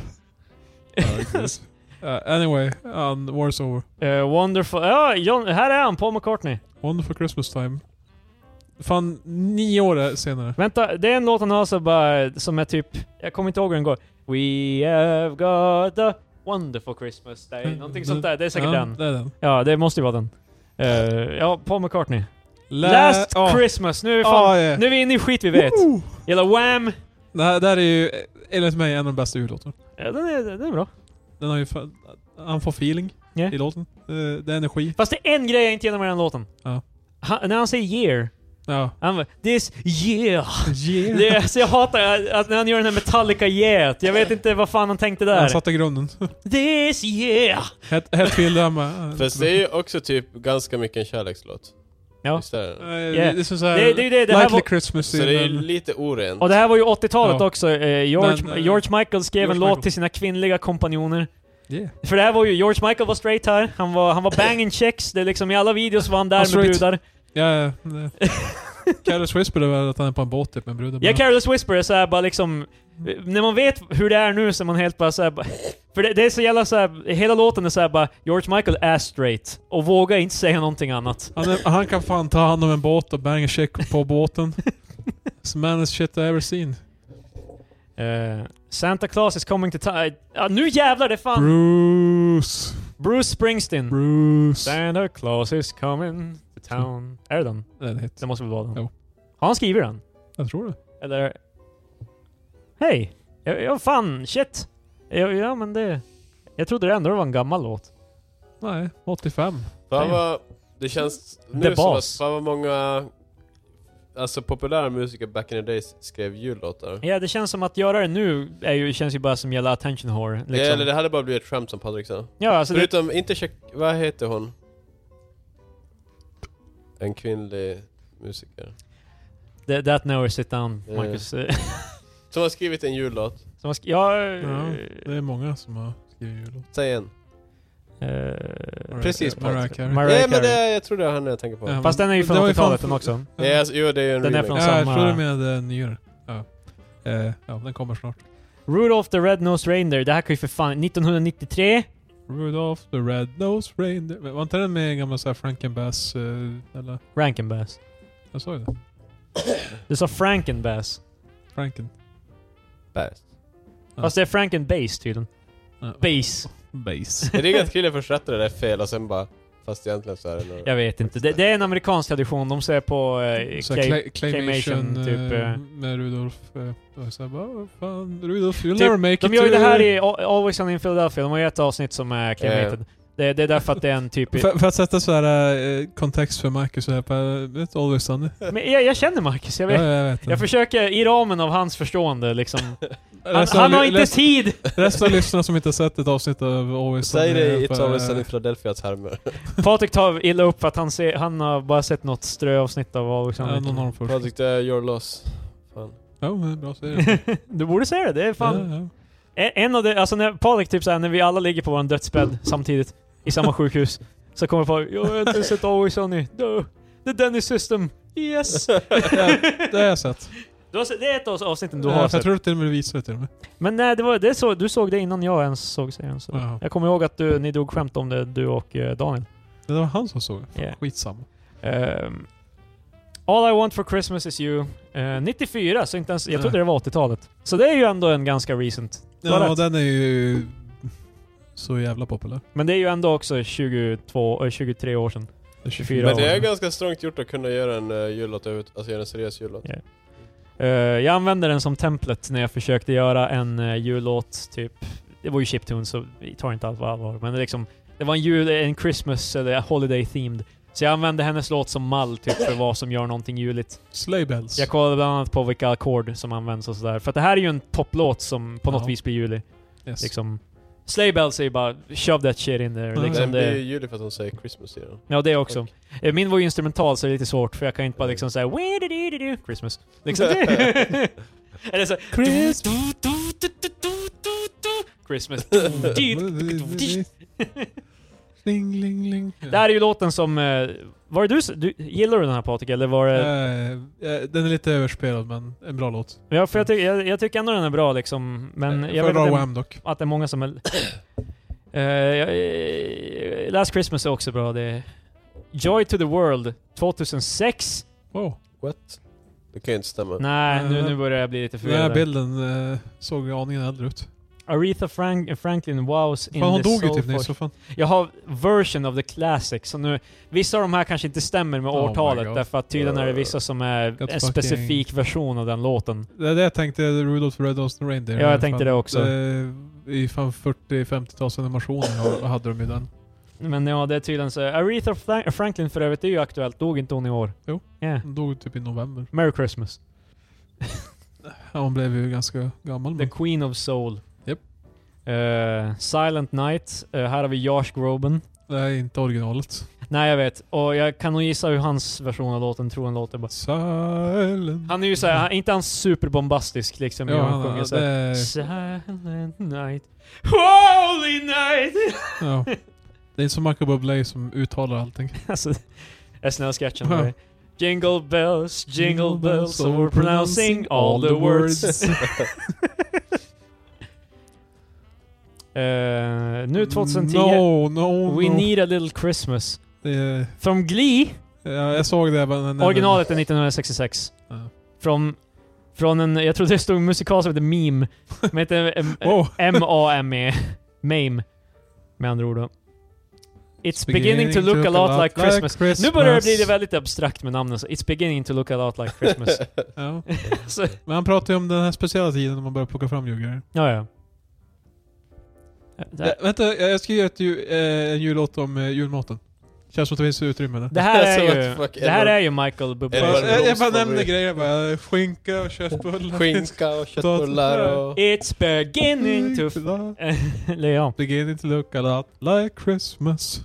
Uh, anyway, um, war's over. Uh, wonderful. Ja, John, här är han, Paul McCartney. Wonderful Christmas time. Fan, nio år senare. Vänta, det är en låt han har så bara, som är typ, jag kommer inte ihåg hur den går. We have got a wonderful Christmas day. Mm, Någonting sånt där, det är säkert ja, den. Det är den. Ja, det måste ju vara den. Uh, ja, Paul McCartney. La Last oh. Christmas. Nu är, vi fan, oh, yeah. nu är vi inne i skit vi vet. Woo! Gälla Wham! Det här, det här är ju, enligt mig, en av de bästa jullåtarna. Ja, den är, den är bra. Den har ju han får feeling yeah. i låten. Det, det är energi. Fast det är en grej jag inte gillar med den låten. Ja. Han, när han säger year. Ja. Han bara, this year. Yeah. Det är, så jag hatar att när han gör den här Metallica yeah. Jag vet inte vad fan han tänkte där. Han satte grunden. This year. Helt, helt fel där med. Fast det är ju också typ ganska mycket en kärlekslåt. Ja. Det, uh, yeah. det är så här, det, det, det, det här var, Christmas. Så det är lite orent. Och det här var ju åttiotalet ja. också. Eh, George, Men, uh, George Michael skrev George en Michael. låt till sina kvinnliga kompanjoner. Yeah. För det här var ju, George Michael var straight här. Han var, han var banging checks. Det är liksom, i alla videos var han där han med brudar. Ja, ja. Careless Whisper är väl att han är på en båt typ med brudar. Ja, Careless Whisper är såhär bara liksom... När man vet hur det är nu så är man helt bara såhär... För det, det är så jävla såhär... Hela låten är såhär bara... George Michael är straight. Och vågar inte säga någonting annat. Han, är, han kan fan ta hand om en båt och banga check på båten. It's the manest shit I ever seen. Uh, Santa Claus is coming to town. Uh, nu jävlar det fan... Bruce. Bruce Springsteen. Bruce. Santa Claus is coming to town. Är det den? Det är det hit. Det måste väl vara den. Jo. Har han skrivit den? Jag tror det. Eller... Hej! Ja, ja fan, shit! Ja, ja men det... Jag trodde det ändå var en gammal låt. Nej, åttiofem. Fan vad... Det känns... Nu som att fan vad många... Alltså populära musiker back in the days skrev jullåtar. Ja, det känns som att göra det nu är ju, känns ju bara som jävla attention whore. Liksom. Ja, eller det hade bara blivit ett skämt som Patrik sa. Ja, alltså förutom, det... inte check... Vad heter hon? En kvinnlig musiker. That, that never sit down, Marcus. Yeah. Som har skrivit en jullåt. Som har sk- ja, ja, det är många som har skrivit jullåt. Säg en. Uh, Precis på. Mariah Carey. Ja, men det, jag tror det är han jag tänker på. Ja, fast den är ju från åttiotalet den också. Ja, yes, jo, det är ju en den remake. är från ja, samma... jag tror det med uh, nyare. Ja. Uh, ja, den kommer snart. Rudolph the Red-Nosed Reindeer, det här kan ju för fan... nittonhundranittiotre? Rudolph the Red-Nosed Reindeer. Var inte den med en gammal såhär Frankenbass? Uh, eller? Rankenbass. Jag sa ju det. Du sa Frankenbass. Franken. Bass. Ja. Fast det är Frankenbass tydligen. Ja. Bass. Bass. Jag tycker att killen först rättade det fel och sen bara... Fast egentligen så är det nog... Jag vet inte. Det, det är en amerikansk tradition. De ser på uh, så clay, clay, claymation, claymation typ... uh, Uh, med Rudolf. Uh, och så bara, vad fan, Rudolf, you'll typ, never make it. de gör ju to... det här i Always Sunny in Philadelphia. De har ju ett avsnitt som är claymated. Yeah. Det, det är därför att det är en typ... För, för att sätta så här uh, kontext för Marcus så här på ett Always Sunny. Men jag, jag känner Marcus, jag vet. Ja, jag vet. Jag försöker i ramen av hans förstående liksom. Han, Resten han av- har inte resten- tid! Resten av lyssnarna som inte har sett ett avsnitt av Always Sunny. Säg det i på, It's Always Sunny eh, in Philadelphia termer. Patrik tar illa upp för att han, ser, han har bara sett något ströavsnitt av Always Ja, Sunny. någon av dem först. Jag tyckte your loss. Fan. Ja, men bra serie. Du borde säga det, det är fan... Ja, ja. En- En av de, alltså när Patrik typ såhär, när vi alla ligger på vår dödsbädd samtidigt i samma sjukhus, så kommer Patrik, jag har inte sett Always Sunny. The, the Dennis System. Yes! Ja, det har jag sett. Du har sett, det är ett av avsnitten du Ja, har jag sett. tror att det vill visa det till och med. Men nej, det var, det så, du såg det innan jag ens såg serien. Så. Jaha. Jag kommer ihåg att du, ni drog skämt om det, du och eh, Daniel. Det var han som såg det. Yeah. Skitsamma. Um, All I Want For Christmas Is You. Uh, nittiofyra, så inte ens, jag trodde det var åttiotalet. Så det är ju ändå en ganska recent. Du har Ja, rätt. och den är ju så jävla populär. Men det är ju ändå också tjugotvå, äh, tjugotre år sedan. Det är tjugofyra Men det är år. ganska strångt gjort att kunna göra en uh, jullåt ut, alltså göra en seriös jullåt. Yeah. Uh, jag använde den som template när jag försökte göra en uh, jullåt, typ. Det var ju chiptune, så vi tar inte allt vad allvar. Men det, liksom, det var en jul, en Christmas eller holiday themed. Så jag använde hennes låt som mall typ för vad som gör någonting juligt. Sleigh Bells. Jag kollade bland annat på vilka ackord som används och sådär. För att det här är ju en poplåt som på något Ja. vis blir julig. Yes. Liksom. Sleigh Bells är ju bara shove that shit in there. Ja. Liksom Den blir ju det, julig för att de säger Christmas i den. ja, det också. Eh, Min var ju instrumental så det är lite svårt för jag kan inte bara liksom säga "Wee-di-di-di-di", Christmas. Liksom. Eller så Christmas. Christmas. Ling, ling, ling. Det här är ju låten som... eh, Var det du, s- du gillar du den här Patrik, eller var det... Eh, eh, den är lite överspelad, men en bra låt. Ja, för jag, ty- jag, jag tycker ändå den är bra liksom. Men Eh, jag vet Föredrar att det, Wham dock. att det är många som är... Eh, jag- eh, Last Christmas är också bra. Det är Joy to the World tjugohundrasex. Wow. What? Det kan ju inte stämma. Nej, nu, Eh, nu börjar jag bli lite Den här förvirrad. bilden eh, såg aningen äldre ut. Aretha Frank- Franklin wows in Fan, hon the dog ju typ Soulforce. nyss, så fan. Jag har version of the classic, så nu... Vissa av de här kanske inte stämmer med Oh my årtalet, God. därför att tydligen är det vissa som är Got en fucking- specifik version av den låten. Det är det jag tänkte, Rudolph the Red-Nosed Reindeer. Ja, jag tänkte fan, det också. I fan fyrtio-femtio-tals animationer hade de ju den. Men ja, det är tydligen så. Aretha Fra- Franklin för övrigt är ju aktuellt. Dog inte hon i år? Jo. Yeah. De dog typ i november. Merry Christmas. Ja, hon blev ju ganska gammal. The Men. Queen of Soul. Japp. Eh, Silent Night. Eh, här har vi Josh Groban. Det är inte originalet. Nej, jag vet. Och jag kan nog gissa hur hans version av låten tror han låter. Bara. Silent. Han är ju såhär, han, inte han superbombastisk liksom. Ja, Ja, han, sjunger det så här, är, Silent Night. Holy Night! ja. Det är inte som Michael Bublé som uttalar allting. Alltså, S N L-sketchen. Ja. där. Jingle bells, jingle bells, so we're pronouncing all the words. Eh, nu tjugohundratio. No, no, We no. need a little Christmas. Det är, Från Glee. ja, jag såg det. Men, men, Originalet är nittonhundrasextiosex. Ja. Från, från en, jag tror det stod en musikal som heter Meme. Men heter em- Wow. M A M E. Mame. Med andra ord då. It's beginning to look a lot like Christmas. Nu börjar det bli det väldigt abstrakt med namnen. Så It's beginning to look a lot like Christmas. Ja. Så, Men han pratar ju om den här speciella tiden när man börjar plocka fram julgrejer. ja, ja. Det, Äh, vänta, jag jag ska göra ett ju, eh, en jullåt om eh, julmaten. Känns som att det finns utrymme där. det här är Så ju, what the fuck, det här Edward- är ju Michael Bublé. Edward- jag, jag, jag bara Bloms nämner favorit. grejer. Bara, skinka och köttbullar. Skinka och köttbullar och... It's beginning to... Eller ja. Beginning to look a lot like Christmas.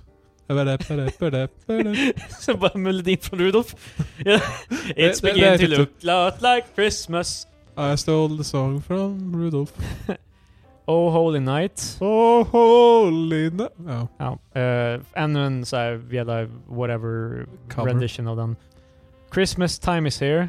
Så bara melodin från Rudolf. Ja. It's det- det beginning är to typ- look a lot like Christmas. I stole the song from Rudolph. Oh Holy Night. Oh Holy Night. Ja. Ja. Uh, ännu en så här jävla whatever Cover. rendition av den. Christmas Time Is Here.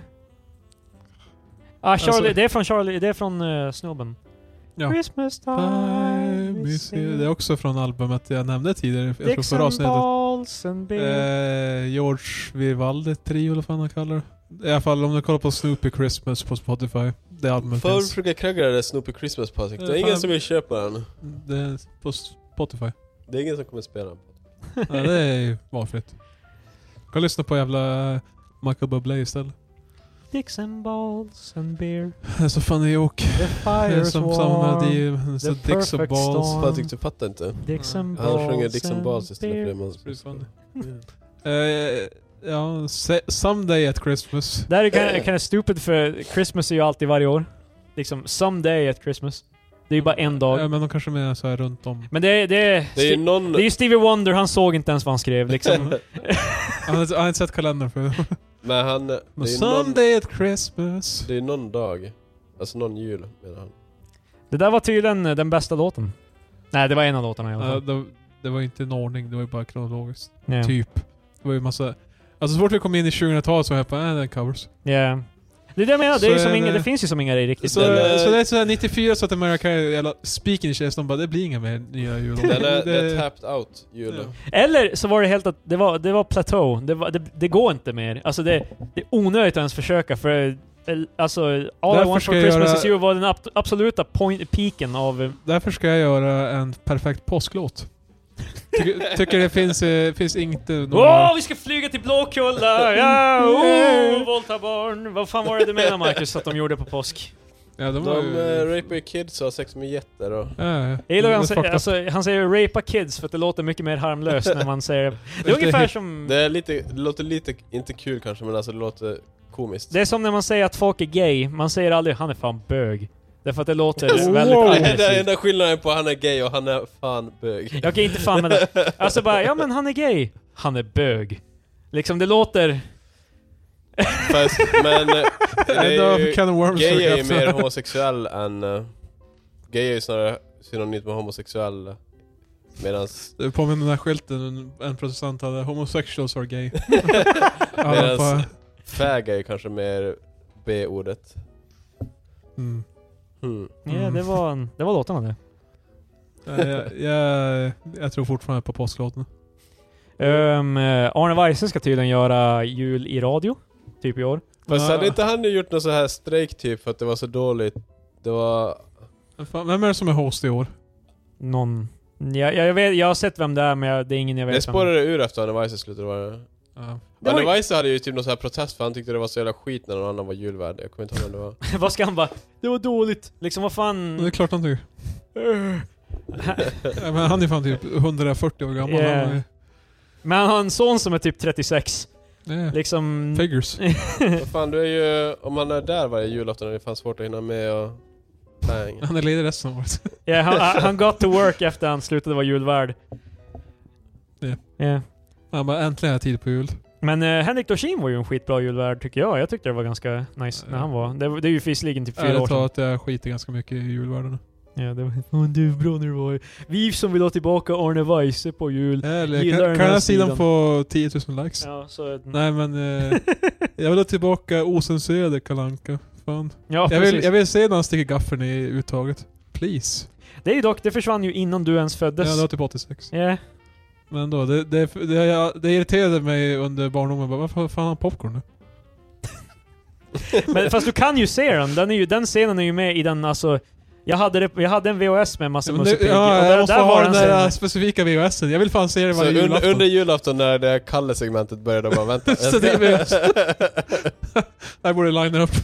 Ah, Charlie, Alltså- det är från Charlie, det är från uh, Snowben. Ja. Christmas Time Is Det Here. är också från albumet jag nämnde tidigare. Jag tror förra Dixon avsnittet. Balls and Beer. Eh, George Vivaldi trio eller vad fan han kallar det. I alla fall om du kollar på Snoopy Christmas på Spotify. Det albumet Får finns. försöka kragga det Snoopy Christmas Patrick. Det är Ja, ingen fan. som vill köpa den. Det är på Spotify. Det är ingen som kommer spela den. Ja, det är ju valfritt. Du kan lyssna på jävla Michael Bublé istället. Dixon Balls and Beer. Det är så fan i åk. The fire's Som samma warm. melodi. Så The Dixon perfect Balls. storm. Patrick, du fattar inte. Dixon Ja. Balls Han sjunger Dixon and Balls istället för Beer. det man Det är fan det. Eh, ja, se- Someday at Christmas. Det här är kind of stupid för Christmas är ju alltid varje år. Liksom, someday at Christmas. Det är ju bara en dag. Ja, men de kanske menar så här runt om. Men det är, det är, Det är ju Sti- någon... det är ju Stevie Wonder, han såg inte ens vad han skrev liksom. Han har jag har inte sett kalendern för. Men han... Det är Men ju någon, Someday at Christmas. det är någon dag. Alltså någon jul menar han. Det där var tydligen eh, den bästa låten. Nej, det var en av låtarna i alla Ja, fall. det, det var inte en ordning, det var ju bara kronologiskt. Ja. Typ. Det var ju massa... Alltså så fort vi kom in i tjugohundratalet så var jag på äh, den covers. Ja. Det är det jag menar, det, Så är ju som är inga, det- det finns ju som inga riktigt. Så, Den är- så det är såhär nittiofyra så att America Carey jävla speaking chest, de bara det blir inga mer nya jullåtar. Den är, Det- det är tapped out julen. Ja. Eller så var det helt att det var, det var plateau. Det, var, det, det går inte mer. Alltså det, det är onödigt att ens försöka för eh, alltså All Därför I Want ska For jag Christmas göra- Is You var den ab- absoluta point, peaken av... eh, Därför ska jag göra en perfekt påsklåt. Tycker, tycker det finns, eh, finns inte Åh, några... vi ska flyga till Blåkulla! Ja, oh, våldta barn! Vad fan var det du menade, Marcus, att de gjorde på påsk? Ja, de var De ju... äh, rapar kids och har sex med jätter och... Ja, ja. Jag gillar hur han, Det är säger, fucked up. alltså, han säger rapa kids för att det låter mycket mer harmlöst när man säger... Det är ungefär som... Det är lite, det låter lite, inte kul kanske, men alltså det låter komiskt. Det är som när man säger att folk är gay. Man säger aldrig han är fan bög. Därför att det låter Wow. väldigt Det är aggressivt. den enda skillnaden på han är gay och han är fan bög. Jag kan inte fan med det. Alltså bara, ja men han är gay. Han är bög. Liksom det låter... Fast, men eh, det är ju, Can of worms gay är ju också. mer homosexuell än... Uh, gay är ju snarare synonymt med homosexuell. Medans... Det påminner om den här skylten en procent hade homosexuals are gay. Alla medans bara, fag är ju kanske mer B-ordet. mm. Hmm. Ja, det var, det var låtarna det. Ja, jag, jag, jag tror fortfarande på påsklåten. Um, Arne Weise ska tydligen göra jul i radio. Typ i år. Fast Ja. hade inte han ju gjort någon så här strejk typ för att det var så dåligt? Det var... Fan, vem är det som är host i år? Någon... Ja, jag, vet, jag har sett vem det är, men jag, det är ingen jag vet Det vem. spårade ur efter Arne Weise slutade vara... Ja. Det var Arne ju- Weise hade ju typ någon så här protest för han tyckte det var så jävla skit när någon annan var julvärd. Jag kommer inte ihåg vem det var. Vad ska han bara? Det var dåligt. Liksom vad fan... Det är klart han tycker. Ja, men han är fan typ hundrafyrtio år gammal. Yeah. Han är, Men han har en son som är typ trettiosex. yeah. Liksom... Figures. Vad fan, du är ju... Om man är där varje julafton är det fan svårt att hinna med och... Bang. Han är ledig resten av året. Ja, han, han got to work efter han slutade vara julvärd. Ja. Ja. Han bara äntligen har jag tid på jul. Men uh, Henrik Dorsin var ju en skitbra julvärd tycker jag. Jag tyckte det var ganska nice när han var. Det, det är ju visserligen typ fyra år Ärligt sedan. talat, jag skiter ganska mycket i julvärden. Ja, det var oh, du bra när du var. Vi som vill ha tillbaka Arne Weise på jul. Eller, Gillar kan, den kan här den här sidan sidan. få tio tusen likes? Ja, så... Nej men, eh, jag vill ha tillbaka osensurerade Kalle Anka. Fan. Ja, Jag vill, precis. jag vill se när han sticker gaffeln i uttaget. Please. Det är ju dock, det försvann ju innan du ens föddes. Ja, det var typ åttiosex. Ja. Men då, det, det, det, det irriterade mig under barndomen. Bara, varför fan har han popcorn nu? Men fast du kan ju se den. Den, är ju, den scenen är ju med i den, alltså... Jag hade, det, jag hade en V H S med massa Ja, Musse men det, Pigg. ja, och jag måste ha den där scenen. specifika V H S:en. Jag vill fan se det Så varje under, julafton. under julafton när det Kalle-segmentet började, bara vänta. Så det är V H S. Jag borde linea upp.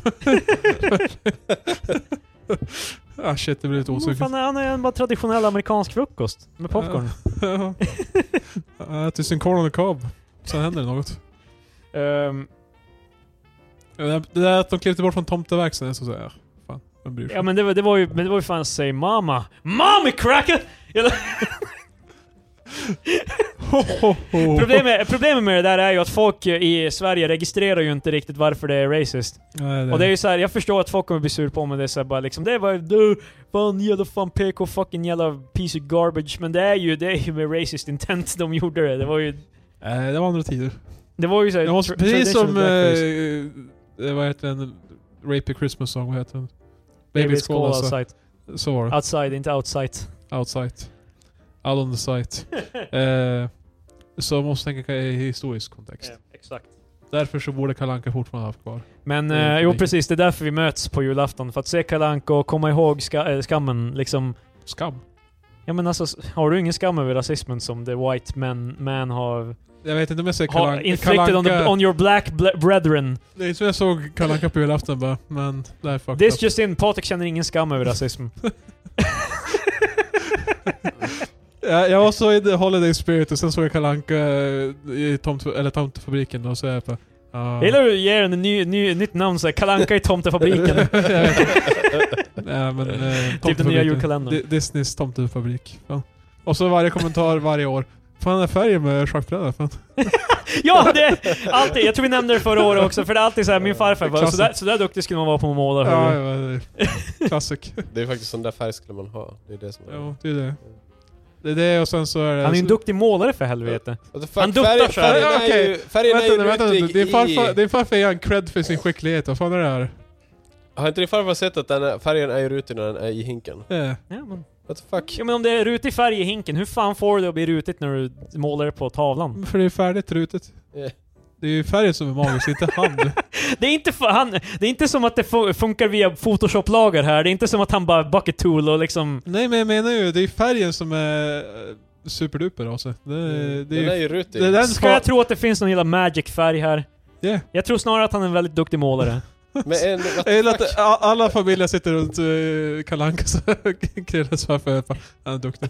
Ah shit, det blev lite Vad osugen. fan, han är en bara traditionell amerikansk frukost. Med popcorn. Ja. Jag äter sin corn on the cob. Så händer det något. Um, Det där- det där att de klippte bort från tomteverksen är så såhär, fan, vem bryr sig? ja men det var, det var ju, men det var ju fan säg mamma. Mommy cracker! Eller, problemet, problemet med det där är ju att folk i Sverige registrerar ju inte riktigt varför det är racist. Nej, det. Och det är ju så här, jag förstår att folk kommer bli sur på mig, det är så här, bara liksom, det var du, fan jävla fan P K, fucking jävla piece of garbage, men det är ju, det är ju med racist intent de gjorde det. Det var ju... Nej, det var andra tider. Det var ju så här, det var precis som, eh, vad heter den? Rapey Christmas song, vad heter den? Baby's Call Outside. Så var det. Outside, inte outside. Outside. Out on the site. eh, så måste tänka i historisk kontext. Ja, exakt. Därför så borde Kalle Anka fortfarande ha kvar. Men eh, jo precis, det är därför vi möts på julafton. För att se Kalle Anka och komma ihåg ska, äh, skammen liksom. Skam? Ja men alltså, har du ingen skam över rasismen som the white man, man har... Jag vet inte om jag säger Kalle Anka... Inflicted on, the, on your black brethren. Det är så jag såg Kalle Anka på julafton bara, men det är fucked This up. just in, Patrik känner ingen skam över rasism. jag, jag var så i the holiday spirit och sen såg jag Kalle Anka i tomt, eller tomtefabriken och så är jag bara... Uh. Eller du ger en ny, ny, nytt namn såhär, Kalle Anka i tomtefabriken. Ja, men, eh, typ den nya julkalendern. D- Disneys tomtefabrik. Ja. Och så varje kommentar varje år. Fan är färgen med schackbräda? Ja, det är alltid. Jag tror vi nämnde det förra året också, för det är alltid så här, min farfar bara, så där, så där duktig skulle man vara på att måla. Ja, ja, det är klassik. Det är faktiskt sån där färg skulle man ha. Det är det som är. Ja, det är det. Det är det och sen så är det... Han är ju en duktig målare för helvete. Han duktar så här. Färgen är ju, färgen är ju vänta, vänta, riktig din farfar, i... din farfar är en cred för sin skicklighet. Vad fan är det här? Har inte din farfar sett att den här färgen är ju rutig när den är i hinken? Ja. Ja, men... What the fuck? Ja, men om det är rutig färg i hinken, hur fan får det att bli rutigt när du målar det på tavlan? För det är färdigt rutigt. Yeah. Det är ju färgen som är magisk, inte hand. Det är inte för, han, det är inte som att det funkar via Photoshop-lager här. Det är inte som att han bara bucket tool och liksom... Nej, men jag menar ju, det är färgen som är superduper alltså. Det, mm. det den är, är ju rutig. Det, den ska, ska jag tro att det finns någon hela magic-färg här? Yeah. Jag tror snarare att han är en väldigt duktig målare. Men en, eller att alla familjer sitter runt uh, Kalle Anka så Krilles farfar han är duktig.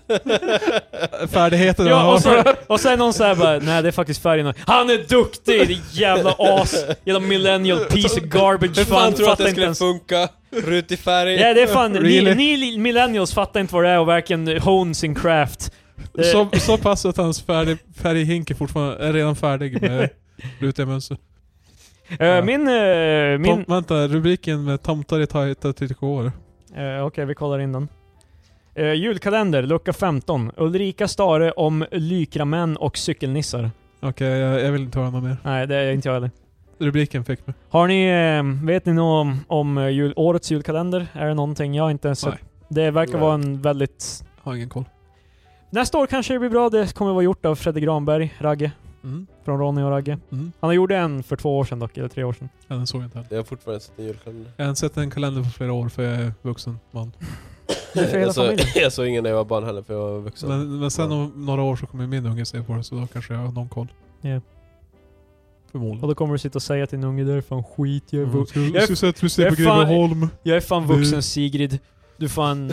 Färdigheten ja, och, så, och sen någon säger bara, nej det är faktiskt färgen. Han är duktig, det jävla as. Jävla millennial piece of garbage. Hur fan tror att det skulle ens funka? Rutig färg. Ja, det är fan, really? ni, ni millennials fattar inte vad det är och verkligen hone sin craft. Så, så pass att hans färg, färghink är fortfarande är redan färdig med rutiga mönster. Uh, ja. Min... Uh, min... Tom, vänta, rubriken med tomtar i tajta trikåer. Uh, Okej, okay, vi kollar in den. Uh, julkalender, lucka femton. Ulrika Stare om lykramän och cykelnissar. Okej, okay, jag, jag vill inte höra något mer. Nej, det är inte jag heller. Rubriken fick mig. Har ni... Uh, vet ni något om, om jul, årets julkalender? Är det någonting jag inte sett? Det verkar Nej. vara en väldigt... Jag har ingen koll. Nästa år kanske det blir bra. Det kommer vara gjort av Fredrik Granberg, Ragge. Mm. Från Ronny och Ragge. Mm. Han har gjort en för två år sedan dock, eller tre år sedan. Ja, den såg jag inte heller. Jag har fortfarande sett en julkalender. Jag har inte sett en kalender på flera år för jag är vuxen man. Det är för hela jag, så, familjen. jag såg ingen när jag var barn heller för jag var vuxen. Men, men sen om några år så kommer min unge se på det så då kanske jag har någon koll. Ja. Yeah. Förmodligen. Och då kommer du sitta och säga till din unge, det är fan skit. Jag är, mm, vu- jag, jag, jag, jag, jag, jag, fan, jag är fan vuxen Sigrid. Du fan...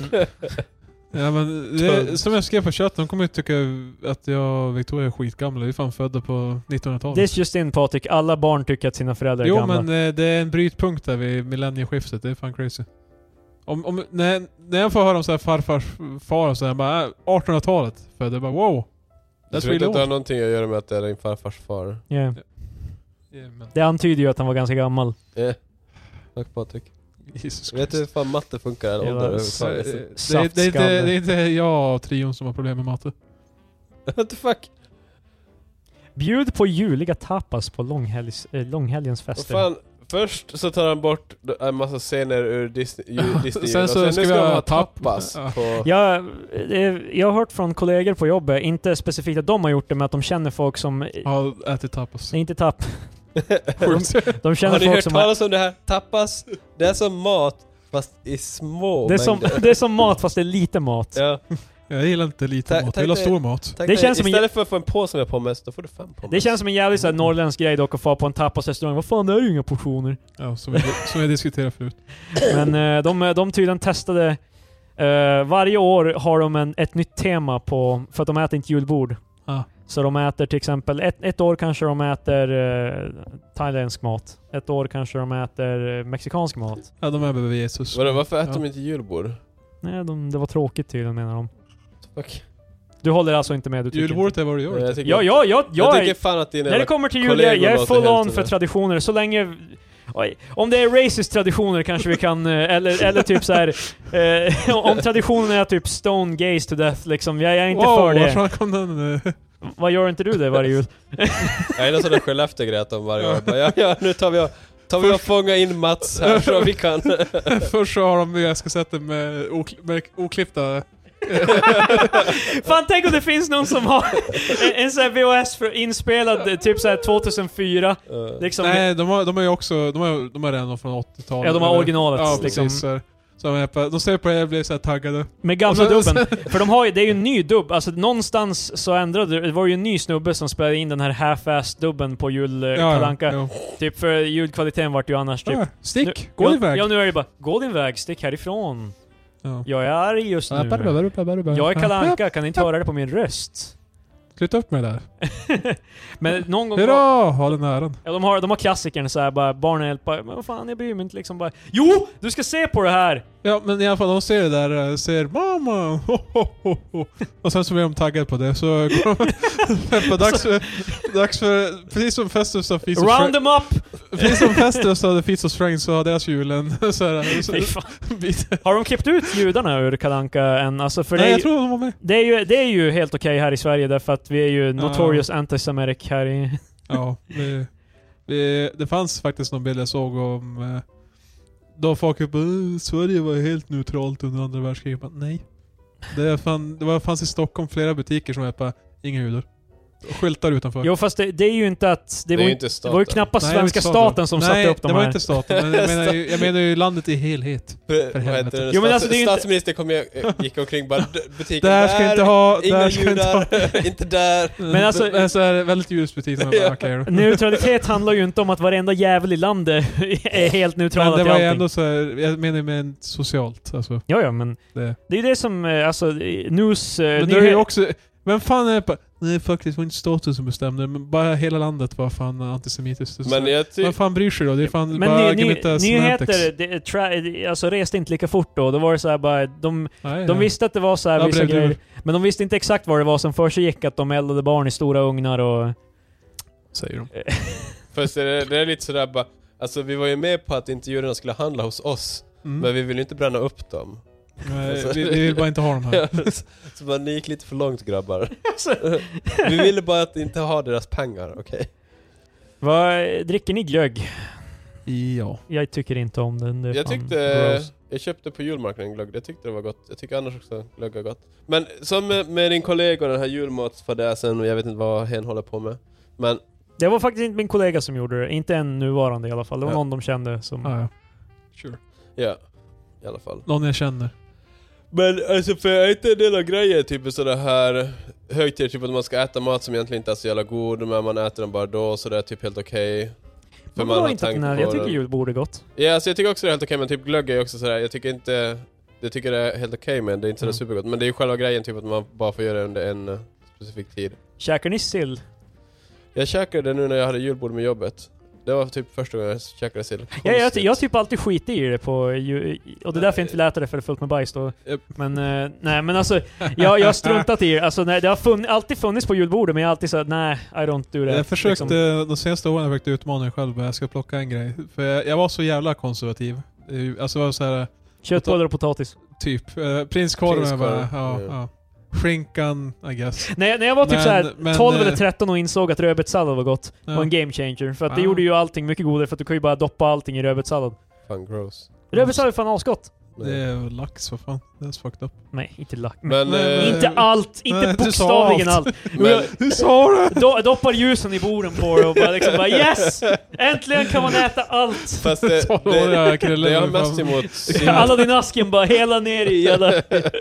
Ja men det, som jag skrev på chatten, de kommer ju tycka att jag och Victoria är skitgamla. Vi är fan födda på nittonhundratalet. Det är just in Patrik, alla barn tycker att sina föräldrar är jo, gamla. Jo men eh, det är en brytpunkt där vid millennieskiftet, det är fan crazy. Om, om, när, när jag får höra om så här farfars far och så här, bara artonhundratalet. För det är bara wow. Jag tror inte att det har någonting att göra med att det är din farfars far. Yeah. Yeah, men. Det antyder ju att han var ganska gammal. Ja. Yeah. Tack Patrik. Vet du hur fan matte funkar eller ja, ålder s- det, det, det, är inte, det är inte jag och trion som har problem med matte. What the fuck? Bjud på juliga tapas på långhelgs, äh, långhelgens fester. Fan, först så tar han bort en massa scener ur Disney, ju, Disney sen så sen ska, ska vi ha tapas. Ja. På... Jag, jag har hört från kollegor på jobbet, inte specifikt att de har gjort det, men att de känner folk som... har ätit tapas. Nej, inte tapp. de, de känner har ni folk hört som talas om det här? Tapas, det är som mat fast i små det är, som, det är som mat fast det är lite mat. Ja. Jag gillar inte lite ta, mat, jag gillar stor mat. Det känns som istället en, för att få en påse med pommes, då får du fem pommes. Det känns som en jävligt såhär norrländsk grej dock att få på en tapasrestaurang. Vad fan, det är ju inga portioner. Ja, som jag, som jag diskuterade förut. Men uh, de, de tydligen testade uh, varje år har de en, ett nytt tema på, för att de äter inte julbord. Ah. Så de äter till exempel, ett, ett år kanske de äter uh, thailändsk mat. Ett år kanske de äter uh, mexikansk mat. Ja, de är bredvid Jesus. Var det, varför äter ja. de inte julbord? Nej, de, det var tråkigt tydligen menar de. Fuck. Du håller alltså inte med? Du tycker julbordet är vad du gör. Jag tycker, ja, ja, ja, jag jag tycker fan att dina när det kommer till jul, jag, jag är full on för traditioner. Så länge... Oj, om det är racist traditioner kanske vi kan... Eller, eller typ så här. Eh, om traditionen är typ stone gays to death, liksom. Jag, jag är inte wow, för det. Varför kom den... Vad gör inte du det varje jul? Jag är nästan en Skellefteå-grät om varje år. Ja, ja, nu tar vi och, tar vi och fånga in Mats här så vi kan... Först så har de, jag ska sätta med, okl- med oklippta... Fan, tänk om det finns någon som har en, en sån här V H S för inspelad typ så här tjugohundrafyra. Uh. Liksom. Nej, de har, de har ju också... De har, de har redan från åttiotalet. Ja, de har originalet. Ja, liksom. precis. Så. Så de, på, de ser på det och blir så här taggade. Med gamla så, dubben. För de har ju, det är ju en ny dubb. Alltså någonstans så ändrade det. Det var ju en ny snubbe som spelade in den här half-ass dubben på jul ja, Kalle Anka. ja. Typ för ljudkvaliteten vart ju annars typ... Ja, stick, nu, gå ja, din väg. Ja, nu är det bara, gå din väg, stick härifrån. Ja. Jag är arg just nu. Jag är Kalle Anka, kan ni inte höra det på min röst? Sluta upp med det där. Men någon gång... Hurra, ha den äran. Ja, de har, de har klassikern såhär bara, barnen hjälper, men vad fan, jag bryr mig inte liksom bara. Jo! Du ska se på det här! Ja, men i alla fall, de ser det där, ser mamma, ho, ho, ho, ho. Och sen så blir de taggade på det, så går de, dags, för, dags för, precis som Festus av Feast of Round them up! Precis som Festus av Feast of Strength så har deras julen så här, så, har de klippt ut judarna ur Kalle Anka än? Alltså, för nej, det är, jag tror de var med. Det är ju, det är ju helt okej här i Sverige därför att vi är ju notorious uh. anti-Semitic här i... Ja, det, det, det fanns faktiskt någon bild jag såg om eh, då folk upp Sverige var helt neutralt under andra världskriget. Nej. Det, fan, det var, fanns i Stockholm flera butiker som hette inga judar. Och skyltar utanför. Jo, fast det, det är ju inte att... Det, det, var, ju inte det var ju knappast nej, svenska staten som nej, satte upp de här. Nej, det var inte staten. Men jag, menar ju, jag menar ju landet i helhet. För, för helvete. Det? Jo, men alltså, det är statsministern kom jag, gick omkring bara butiken där ska där, inte ha, inga där ska judar, inte, ha. inte där. Men alltså, det är så här väldigt ljusbutik. Ja. Neutralitet handlar ju inte om att varenda jävel i landet är helt neutrala till allting. Men det var ju ändå så här, jag menar med socialt. Alltså. Ja, ja, men det, det är ju det som, alltså, news... Men det är ju också... Men fan är det på... Nej, faktiskt var inte staten som bestämde, men bara hela landet var fan antisemitiskt. Men jag ty- Vad fan bryr sig då? Det är fan men bara ny, ny, nyheter, det, tra- alltså reste inte lika fort då. Då var det så här bara, de, nej, de ja. visste att det var så här ja, vissa grejer. du. Men de visste inte exakt vad det var som för sig gick, att de eldade barn i stora ugnar och... Säger de. Först är det, det är lite sådär bara, alltså vi var ju med på att inte judarna skulle handla hos oss, mm. men vi vill inte bränna upp dem. Nej, alltså, vi, vi vill bara inte ha dem här. Ja, så man gick lite för långt, grabbar. Vi ville bara att inte ha deras pengar, okej? Okay? Vad dricker ni glögg? Ja. Jag tycker inte om den. Det jag tyckte... Gross. Jag köpte på julmarknaden glögg. Jag tyckte det var gott. Jag tycker annars också glögg är gott. Men som med, med din kollega och den här julmatsfadäsen och jag vet inte vad hen håller på med. Men... Det var faktiskt inte min kollega som gjorde det. Inte en nuvarande i alla fall. Det var ja. någon de kände som... Ah, ja. Sure. Ja, i alla fall. Någon jag känner. Men alltså för jag är inte en del av grejer typ sådär här högtider, typ att man ska äta mat som egentligen inte är så jävla god, men man äter den bara då, så det är typ helt okej. Okay. För man har inte tänkt på jag tycker julbord är gott. Ja, alltså jag tycker också det är helt okej, okay, men typ glögg är också sådär, jag tycker inte, jag tycker det är helt okej okay, men det är inte mm. så supergott. Men det är ju själva grejen typ att man bara får göra det under en uh, specifik tid. Käkar ni sill? Jag käkade det nu när jag hade julbord med jobbet. Det var typ första gången jag käkade sill. Ja, jag, jag typ alltid skiter i det på... Och det är därför jag inte vill äta det, för det är fullt med bajs då. Yep. Men, uh, nej men alltså, jag, jag har struntat i det. Alltså, nej, det har funn, alltid funnits på julbordet, men jag har alltid sagt nej, I don't do that. Jag försökte, liksom. De senaste åren jag försökte utmana mig själv, jag ska plocka en grej. För jag, jag var så jävla konservativ. Alltså det var så här... Köttbullar och potatis. Typ. Uh, prinskorven bara, ja, ja. Skinkan, I guess. Nej, när jag var typ men, såhär men, tolv eller tretton och insåg att rödbetssallad var gott, ja. var en game changer. För att det ah. gjorde ju allting mycket godare, för att du kan ju bara doppa allting i rödbetssallad. Fan gross. Rödbetssallad är fan asgott. Det är lax, vad fan. Det är så fucked up. Nej, inte lax. Men, men, inte äh, allt, inte nej, bokstavligen allt. allt. Men, du sa det! Do, doppar ljusen i borden på det och bara liksom bara yes! Äntligen kan man äta allt! Fast det, det, det, det, det jag har mest emot... Alla din asken bara hela ner i alla...